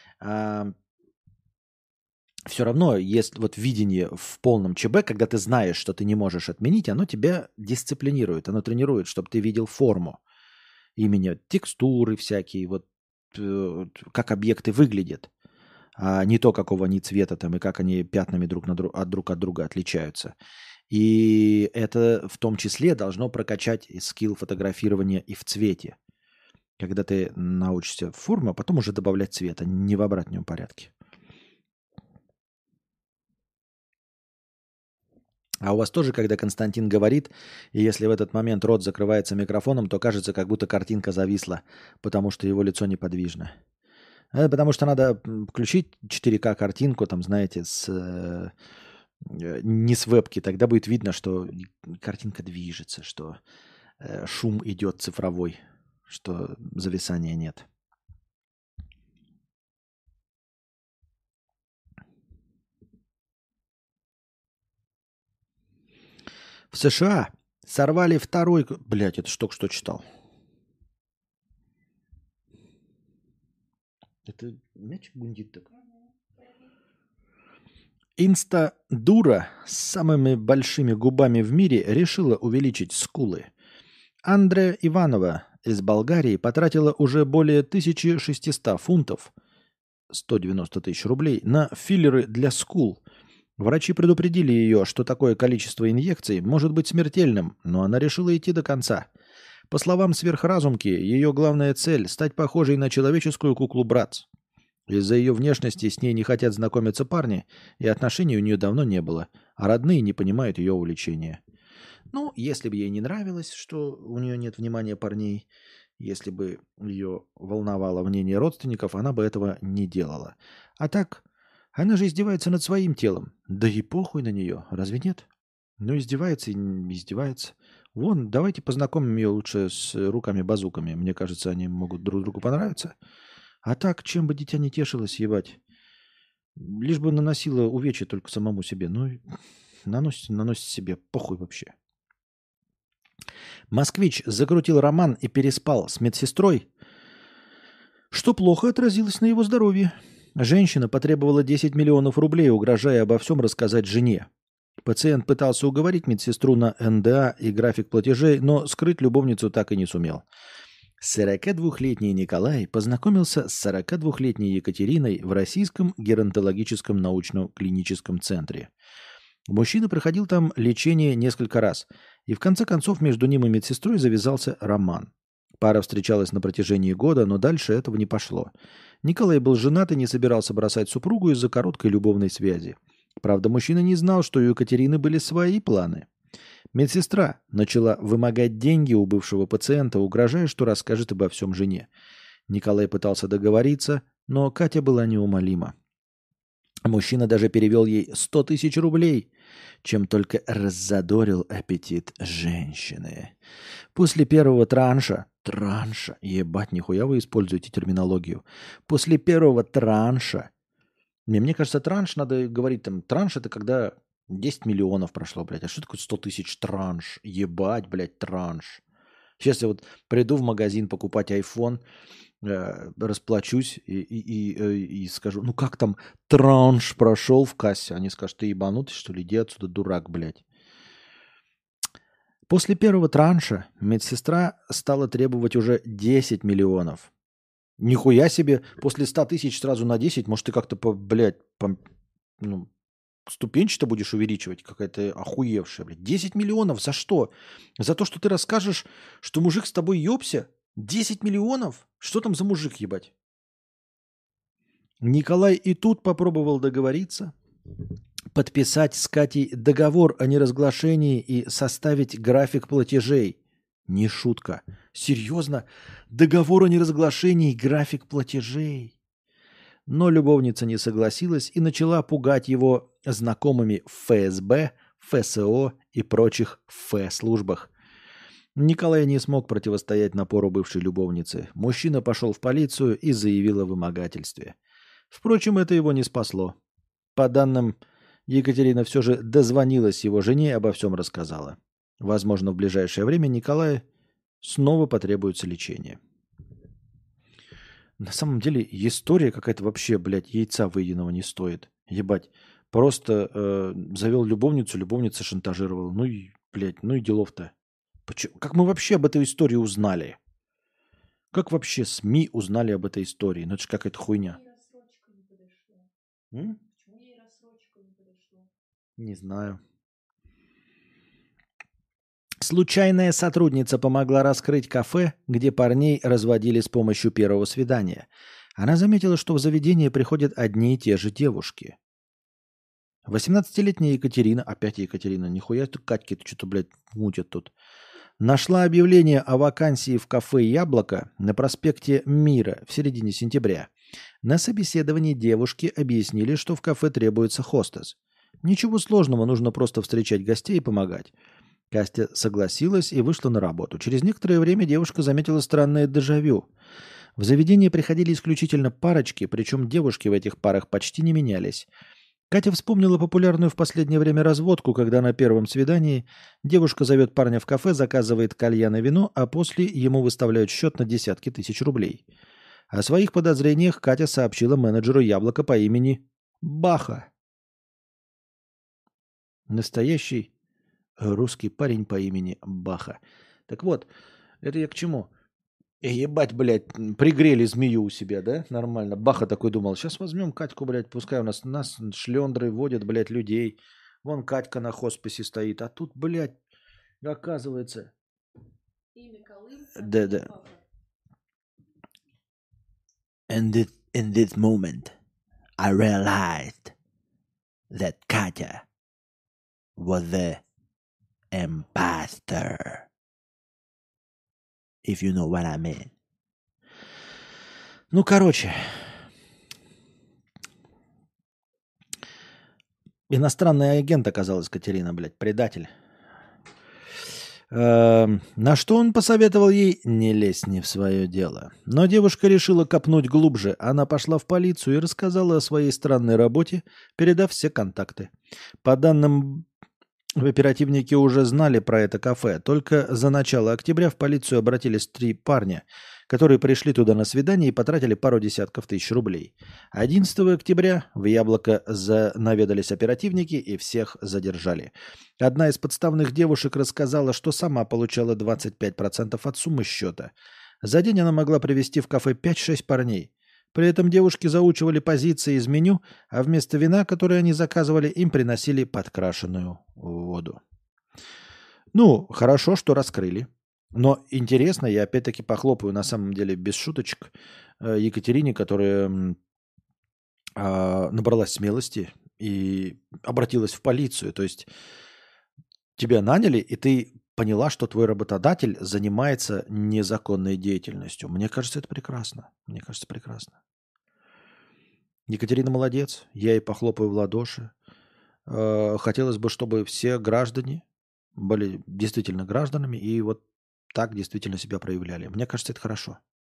Все равно есть вот видение в полном ЧБ, когда ты знаешь, что ты не можешь отменить, оно тебя дисциплинирует, оно тренирует, чтобы ты видел форму имени, текстуры всякие, вот как объекты выглядят, а не то, какого они цвета там и как они пятнами друг от друга отличаются. И это в том числе должно прокачать скилл фотографирования и в цвете, когда ты научишься форму, а потом уже добавлять цвет, а не в обратном порядке. А у вас тоже, когда Константин говорит, и если в этот момент рот закрывается микрофоном, то кажется, как будто картинка зависла, потому что его лицо неподвижно. Потому что надо включить 4К картинку, там, знаете, не с вебки, тогда будет видно, что картинка движется, что шум идет цифровой, что зависания нет. В США сорвали второй... Блядь, это ж только что читал. Это мячик гундит так. Инста-дура с самыми большими губами в мире решила увеличить скулы. Андрея Иванова из Болгарии потратила уже более 1600 фунтов, 190 тысяч рублей, на филлеры для скул. Врачи предупредили ее, что такое количество инъекций может быть смертельным, но она решила идти до конца. По словам сверхразумки, ее главная цель – стать похожей на человеческую куклу Братц. Из-за ее внешности с ней не хотят знакомиться парни, и отношений у нее давно не было, а родные не понимают ее увлечения. Ну, если бы ей не нравилось, что у нее нет внимания парней, если бы ее волновало мнение родственников, она бы этого не делала. А так... Она же издевается над своим телом. Да и похуй на нее, разве нет? Ну, издевается и издевается. Вон, давайте познакомим ее лучше с руками-базуками. Мне кажется, они могут друг другу понравиться. А так, чем бы дитя не тешилось, ебать. Лишь бы наносила увечья только самому себе. Ну, наносит себе. Похуй вообще. Москвич закрутил роман и переспал с медсестрой, что плохо отразилось на его здоровье. Женщина потребовала 10 миллионов рублей, угрожая обо всем рассказать жене. Пациент пытался уговорить медсестру на НДА и график платежей, но скрыть любовницу так и не сумел. 42-летний Николай познакомился с 42-летней Екатериной в Российском геронтологическом научно-клиническом центре. Мужчина проходил там лечение несколько раз, и в конце концов между ним и медсестрой завязался роман. Пара встречалась на протяжении года, но дальше этого не пошло. Николай был женат и не собирался бросать супругу из-за короткой любовной связи. Правда, мужчина не знал, что у Екатерины были свои планы. Медсестра начала вымогать деньги у бывшего пациента, угрожая, что расскажет обо всем жене. Николай пытался договориться, но Катя была неумолима. Мужчина даже перевел ей 100 тысяч рублей, чем только раззадорил аппетит женщины. После первого транша, ебать, нихуя вы используете терминологию. После первого транша, мне кажется, транш надо говорить там, транш это когда 10 миллионов прошло, блядь. А что такое 100 тысяч транш? Ебать, блядь, транш. Сейчас я вот приду в магазин покупать iPhone, расплачусь и скажу, ну как там транш прошел в кассе? Они скажут, ты ебанутый, что ли? Иди отсюда, дурак, блядь. После первого транша медсестра стала требовать уже 10 миллионов. Нихуя себе, после 100 тысяч сразу на 10, может, ты как-то, ну, ступенчато будешь увеличивать, какая-то охуевшая, блядь. 10 миллионов за что? За то, что ты расскажешь, что мужик с тобой ёбся? 10 миллионов? Что там за мужик, ебать? Николай и тут попробовал договориться, подписать с Катей договор о неразглашении и составить график платежей. Не шутка. Серьезно? Договор о неразглашении и график платежей. Но любовница не согласилась и начала пугать его знакомыми в ФСБ, ФСО и прочих ФС-службах. Николай не смог противостоять напору бывшей любовницы. Мужчина пошел в полицию и заявил о вымогательстве. Впрочем, это его не спасло. По данным, Екатерина все же дозвонилась его жене и обо всем рассказала. Возможно, в ближайшее время Николаю снова потребуется лечение. На самом деле, история какая-то вообще, блядь, яйца выеденного не стоит. Ебать. Просто завел любовницу, любовница шантажировала. Ну и, блядь, ну и делов-то. Как мы вообще об этой истории узнали? Как вообще СМИ узнали об этой истории? Ну это же какая-то хуйня. Почему ей рассрочка не подошла? Не знаю. Случайная сотрудница помогла раскрыть кафе, где парней разводили с помощью первого свидания. Она заметила, что в заведение приходят одни и те же девушки. 18-летняя Екатерина, опять Екатерина, нихуя тут Катьки-то что-то, блядь, мутят тут, нашла объявление о вакансии в кафе «Яблоко» на проспекте Мира в середине сентября. На собеседовании девушки объяснили, что в кафе требуется хостес. Ничего сложного, нужно просто встречать гостей и помогать. Катя согласилась и вышла на работу. Через некоторое время девушка заметила странное дежавю. В заведение приходили исключительно парочки, причем девушки в этих парах почти не менялись. Катя вспомнила популярную в последнее время разводку, когда на первом свидании девушка зовет парня в кафе, заказывает кальян и вино, а после ему выставляют счет на десятки тысяч рублей. О своих подозрениях Катя сообщила менеджеру «Яблоко» по имени Баха. Настоящий русский парень по имени Баха. Так вот, это я к чему? Ебать, блядь, пригрели змею у себя, да? Нормально. Баха такой думал, сейчас возьмем Катьку, блядь, пускай у нас шлендры водят, блядь, людей. Вон Катька на хосписе стоит, а тут, блядь, оказывается... Имя Колым. Да. In this moment, I realized that Katya was the imposter. If you know what I mean. Ну, короче. Иностранный агент оказалась Катерина, блядь, предатель. На что он посоветовал ей не лезть не в свое дело. Но девушка решила копнуть глубже. Она пошла в полицию и рассказала о своей странной работе, передав все контакты. По данным, оперативники уже знали про это кафе. Только за начало октября в полицию обратились 3 парня, которые пришли туда на свидание и потратили пару десятков тысяч рублей. 11 октября в «Яблоко» наведались оперативники и всех задержали. Одна из подставных девушек рассказала, что сама получала 25% от суммы счета. За день она могла привезти в кафе 5-6 парней. При этом девушки заучивали позиции из меню, а вместо вина, которое они заказывали, им приносили подкрашенную воду. Ну, хорошо, что раскрыли. Но интересно, я опять-таки похлопаю на самом деле без шуточек Екатерине, которая набралась смелости и обратилась в полицию. То есть тебя наняли, и ты поняла, что твой работодатель занимается незаконной деятельностью. Мне кажется, это прекрасно. Мне кажется, прекрасно. Екатерина молодец. Я ей похлопаю в ладоши. Хотелось бы, чтобы все граждане были действительно гражданами и вот так действительно себя проявляли. Мне кажется, это хорошо.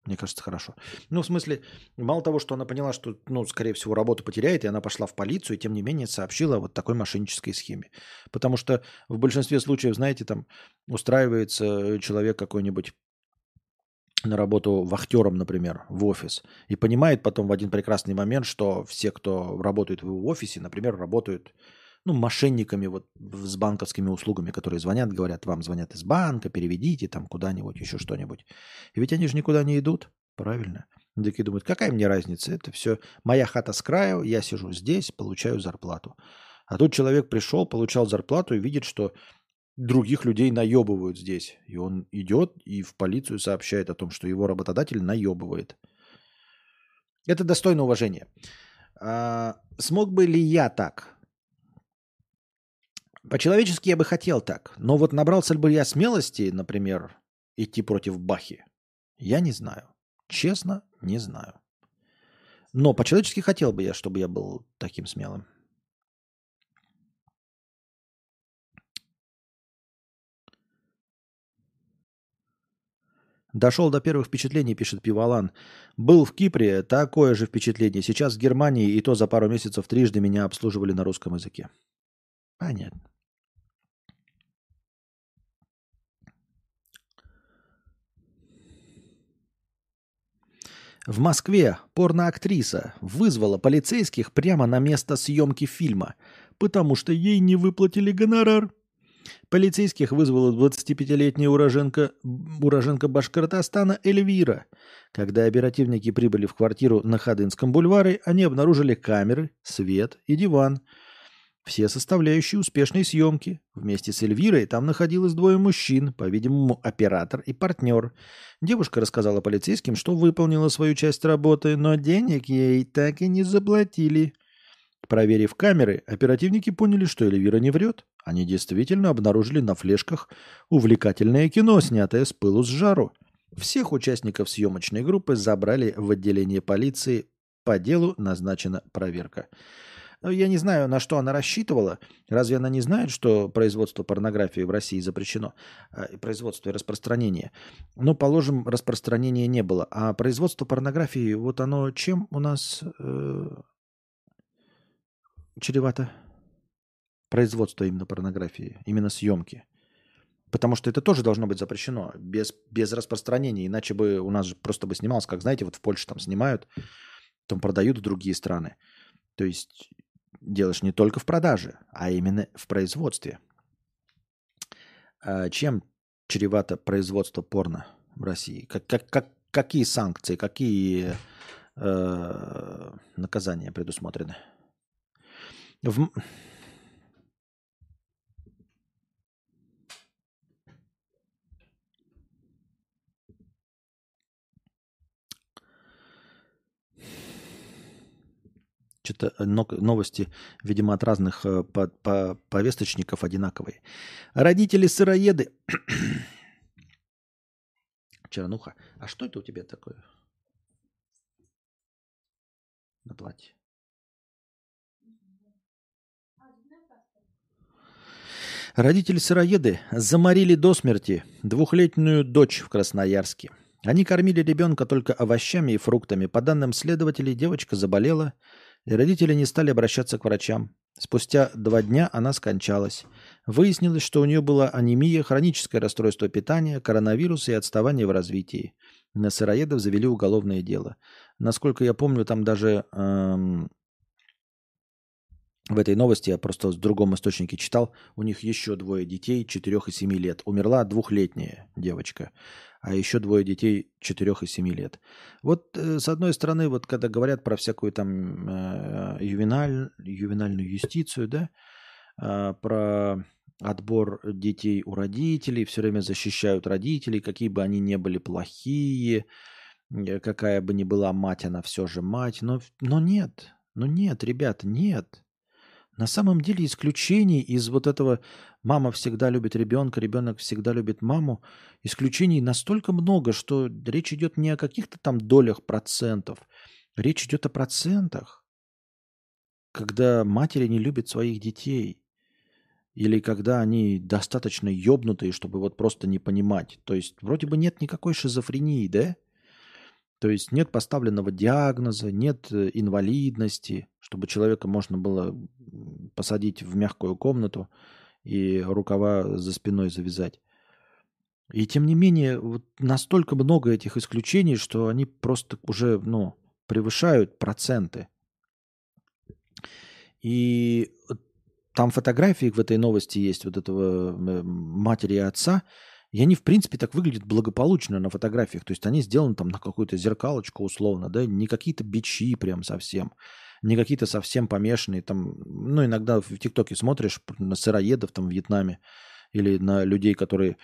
Мне кажется, хорошо. Ну, в смысле, мало того, что она поняла, что, ну, скорее всего, работу потеряет, и она пошла в полицию, и тем не менее сообщила о вот такой мошеннической схеме. Потому что в большинстве случаев, знаете, там устраивается человек какой-нибудь на работу вахтером, например, в офис, и понимает потом в один прекрасный момент, что все, кто работает в его офисе, например, работают, ну, мошенниками вот с банковскими услугами, которые звонят, говорят, вам звонят из банка, переведите там куда-нибудь, еще что-нибудь. И ведь они же никуда не идут, правильно? И такие думают, какая мне разница, это все моя хата с краю, я сижу здесь, получаю зарплату. А тут человек пришел, получал зарплату и видит, что других людей наебывают здесь. И он идет и в полицию сообщает о том, что его работодатель наебывает. Это достойно уважения. Смог бы ли я так? По-человечески я бы хотел так. Но вот набрался бы я смелости, например, идти против Бахи? Я не знаю. Честно, не знаю. Но по-человечески хотел бы я, чтобы я был таким смелым. Дошел до первых впечатлений, пишет Пивалан. Был в Кипре, такое же впечатление. Сейчас в Германии, и то за пару месяцев трижды меня обслуживали на русском языке. Понятно. В Москве порноактриса вызвала полицейских прямо на место съемки фильма, потому что ей не выплатили гонорар. Полицейских вызвала 25-летняя уроженка Башкортостана Эльвира. Когда оперативники прибыли в квартиру на Ходынском бульваре, они обнаружили камеры, свет и диван. Все составляющие успешной съемки. Вместе с Эльвирой там находилось двое мужчин, по-видимому, оператор и партнер. Девушка рассказала полицейским, что выполнила свою часть работы, но денег ей так и не заплатили. Проверив камеры, оперативники поняли, что Эльвира не врет. Они действительно обнаружили на флешках увлекательное кино, снятое с пылу с жару. Всех участников съемочной группы забрали в отделение полиции. По делу назначена проверка. Я не знаю, на что она рассчитывала. Разве она не знает, что производство порнографии в России запрещено? Производство и распространение. Ну, положим, распространения не было. А производство порнографии, вот оно чем у нас чревато? Производство именно порнографии, именно съемки. Потому что это тоже должно быть запрещено без распространения. Иначе бы у нас же просто бы снималось, как, знаете, вот в Польше там снимают, там продают в другие страны. То есть делаешь не только в продаже, а именно в производстве. Чем чревато производство порно в России? Какие санкции, какие наказания предусмотрены? Что-то новости, видимо, от разных повесточников одинаковые. Родители-сыроеды. Чернуха. А что это у тебя такое на платье? Родители-сыроеды заморили до смерти двухлетнюю дочь в Красноярске. Они кормили ребенка только овощами и фруктами. По данным следователей, девочка заболела, и родители не стали обращаться к врачам. Спустя 2 дня она скончалась. Выяснилось, что у нее была анемия, хроническое расстройство питания, коронавирус и отставание в развитии. На сыроедов завели уголовное дело. Насколько я помню, там даже в этой новости, я просто в другом источнике читал, у них еще 2 детей 4 и 7 лет. Умерла 2-летняя девочка, а еще 2 детей 4 и 7 лет. Вот с одной стороны, вот когда говорят про всякую там ювенальную юстицию, да, про отбор детей у родителей, все время защищают родителей, какие бы они ни были плохие, какая бы ни была мать, она все же мать. Но нет, ребята, нет. На самом деле исключений из вот этого «мама всегда любит ребенка, ребенок всегда любит маму», исключений настолько много, что речь идет не о каких-то там долях процентов. Речь идет о процентах, когда матери не любят своих детей. Или когда они достаточно ёбнутые, чтобы вот просто не понимать. То есть вроде бы нет никакой шизофрении, да? То есть нет поставленного диагноза, нет инвалидности, чтобы человека можно было посадить в мягкую комнату и рукава за спиной завязать. И тем не менее, вот настолько много этих исключений, что они просто уже превышают проценты. И там фотографии в этой новости есть вот этого матери и отца, и они, в принципе, так выглядят благополучно на фотографиях. То есть они сделаны там на какую-то зеркалочку условно, да, не какие-то бичи прям совсем, не какие-то совсем помешанные там. Ну, иногда в ТикТоке смотришь на сыроедов там в Вьетнаме или на людей, которые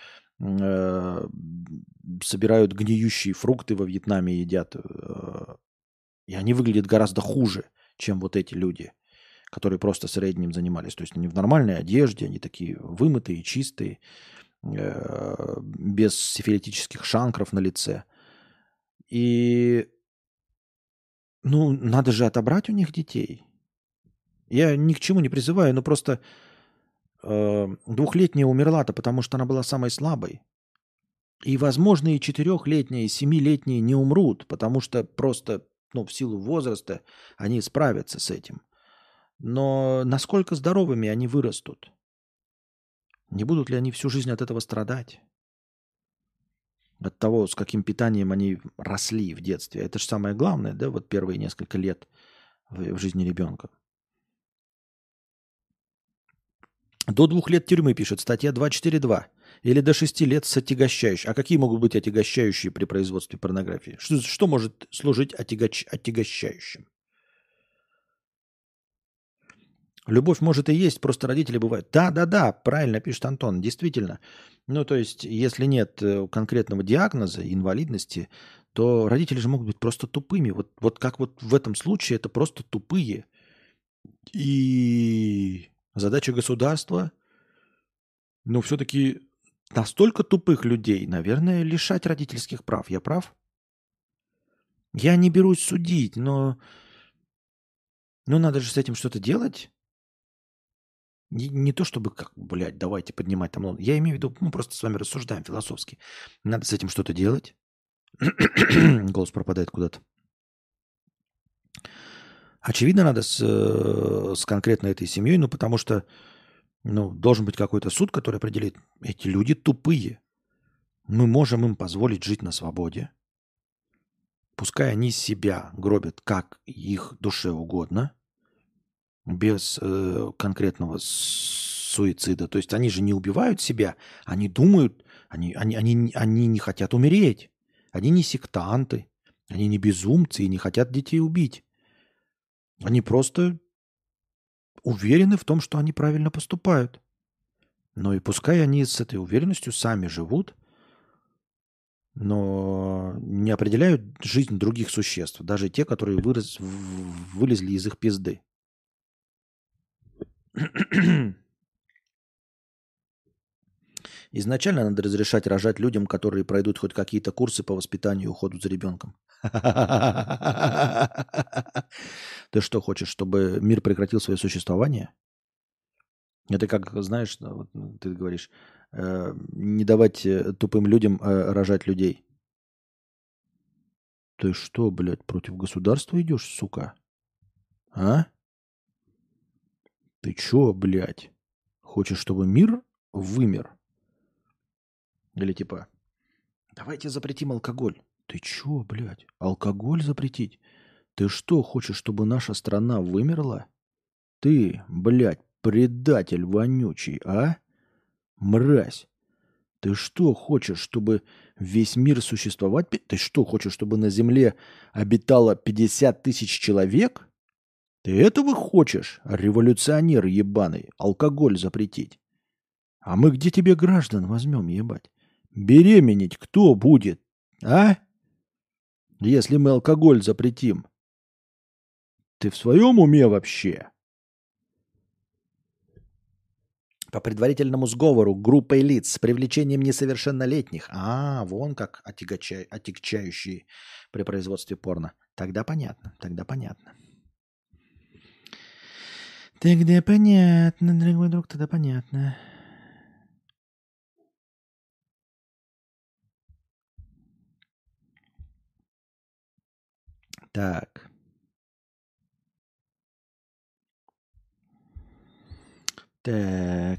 собирают гниющие фрукты во Вьетнаме и едят. И они выглядят гораздо хуже, чем вот эти люди, которые просто средним занимались. То есть они в нормальной одежде, они такие вымытые, чистые, без сифилитических шанкров на лице. И, надо же отобрать у них детей. Я ни к чему не призываю, но просто двухлетняя умерла-то, потому что она была самой слабой. И, возможно, и 4-летние, и 7-летние не умрут, потому что просто, в силу возраста они справятся с этим. Но насколько здоровыми они вырастут? Не будут ли они всю жизнь от этого страдать? От того, с каким питанием они росли в детстве. Это же самое главное, да, вот первые несколько лет в жизни ребенка. До 2 лет тюрьмы, пишет статья 242. Или до 6 лет с отягощающим. А какие могут быть отягощающие при производстве порнографии? Что может служить отягощающим? Любовь может и есть, просто родители бывают. Да, правильно пишет Антон, действительно. То есть, если нет конкретного диагноза, инвалидности, то родители же могут быть просто тупыми. Вот как вот в этом случае это просто тупые. И задача государства, все-таки настолько тупых людей, наверное, лишать родительских прав. Я прав? Я не берусь судить, но надо же с этим что-то делать. Не то чтобы, давайте поднимать там. Я имею в виду, мы просто с вами рассуждаем философски. Надо с этим что-то делать. Голос пропадает куда-то. Очевидно, надо с конкретно этой семьей, потому что должен быть какой-то суд, который определит, эти люди тупые. Мы можем им позволить жить на свободе. Пускай они себя гробят как их душе угодно, без конкретного суицида. То есть они же не убивают себя, они думают, они не хотят умереть. Они не сектанты, они не безумцы и не хотят детей убить. Они просто уверены в том, что они правильно поступают. Но и пускай они с этой уверенностью сами живут, но не определяют жизнь других существ, даже те, которые вылезли из их пизды. Изначально надо разрешать рожать людям, которые пройдут хоть какие-то курсы по воспитанию и уходу за ребенком. Ты что хочешь, чтобы мир прекратил свое существование? Это как, знаешь, ты говоришь, не давать тупым людям рожать людей. Ты что, блядь, против государства идешь, сука? А? Ты чё, блядь? Хочешь, чтобы мир вымер? Или типа, давайте запретим алкоголь. Ты чё, блядь? Алкоголь запретить? Ты что, хочешь, чтобы наша страна вымерла? Ты, блядь, предатель вонючий, а? Мразь. Ты что, хочешь, чтобы весь мир существовать? Ты что, хочешь, чтобы на Земле обитало 50 тысяч человек? Ты этого хочешь, революционер ебаный, алкоголь запретить? А мы где тебе граждан возьмем, ебать? Беременеть кто будет, а? Если мы алкоголь запретим. Ты в своем уме вообще? По предварительному сговору группой лиц с привлечением несовершеннолетних. Вон как отягчающие при производстве порно. Тогда понятно, Тогда понятно, дорогой друг, тогда понятно. Так. Так.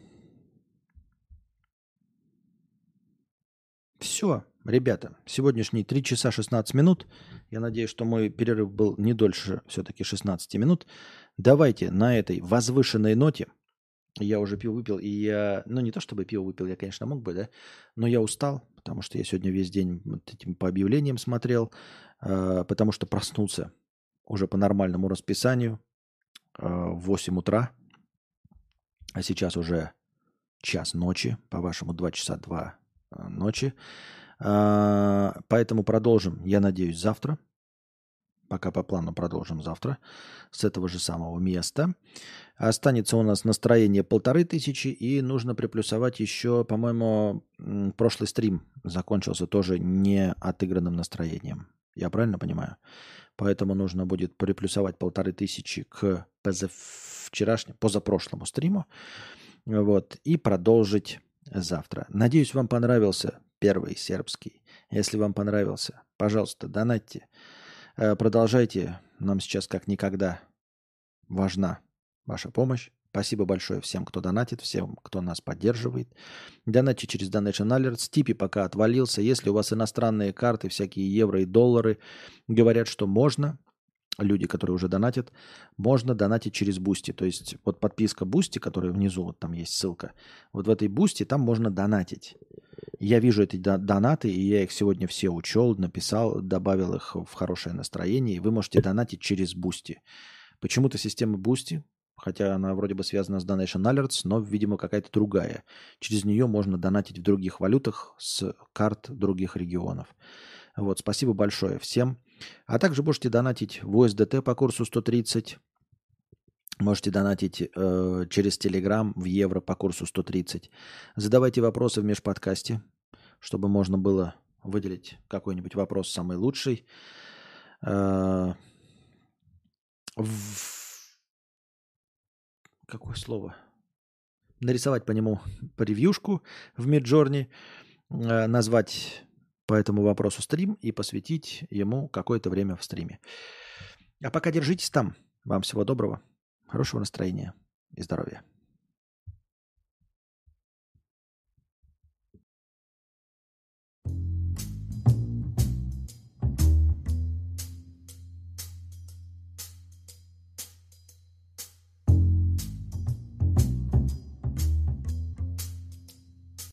Все, ребята, сегодняшние 3 часа 16 минут. Я надеюсь, что мой перерыв был не дольше все-таки 16 минут. Давайте на этой возвышенной ноте. Я уже пиво выпил, и я... Ну, не то чтобы пиво выпил, я, конечно, мог бы, да? Но я устал, потому что я сегодня весь день вот этим по объявлениям смотрел, потому что проснулся уже по нормальному расписанию в 8 утра, а сейчас уже час ночи, по-вашему 2 часа 2 ночи. Поэтому продолжим, я надеюсь, завтра. Пока по плану продолжим завтра с этого же самого места. Останется у нас настроение 1500, и нужно приплюсовать еще, по-моему, прошлый стрим закончился тоже не отыгранным настроением. Я правильно понимаю? Поэтому нужно будет приплюсовать 1500 к позапрошлому стриму. Вот, и продолжить завтра. Надеюсь, вам понравился первый сербский. Если вам понравился, пожалуйста, донатьте. Продолжайте. Нам сейчас как никогда важна ваша помощь. Спасибо большое всем, кто донатит, всем, кто нас поддерживает. Донатьте через Donation Alerts. Типи пока отвалился. Если у вас иностранные карты, всякие евро и доллары, говорят, что можно, люди, которые уже донатят, можно донатить через Бусти. То есть вот подписка Бусти, которая внизу, вот там есть ссылка. Вот в этой Бусти там можно донатить. Я вижу эти донаты, и я их сегодня все учел, написал, добавил их в хорошее настроение. И вы можете донатить через Бусти. Почему-то система Бусти, хотя она вроде бы связана с Donation Alerts, но, видимо, какая-то другая. Через нее можно донатить в других валютах с карт других регионов. Вот, спасибо большое всем. А также можете донатить в USDT по курсу 130. Можете донатить через Telegram в евро по курсу 130. Задавайте вопросы в межподкасте, чтобы можно было выделить какой-нибудь вопрос самый лучший. Какое слово? Нарисовать по нему превьюшку в Midjourney, назвать по этому вопросу стрим и посвятить ему какое-то время в стриме. А пока держитесь там. Вам всего доброго, хорошего настроения и здоровья.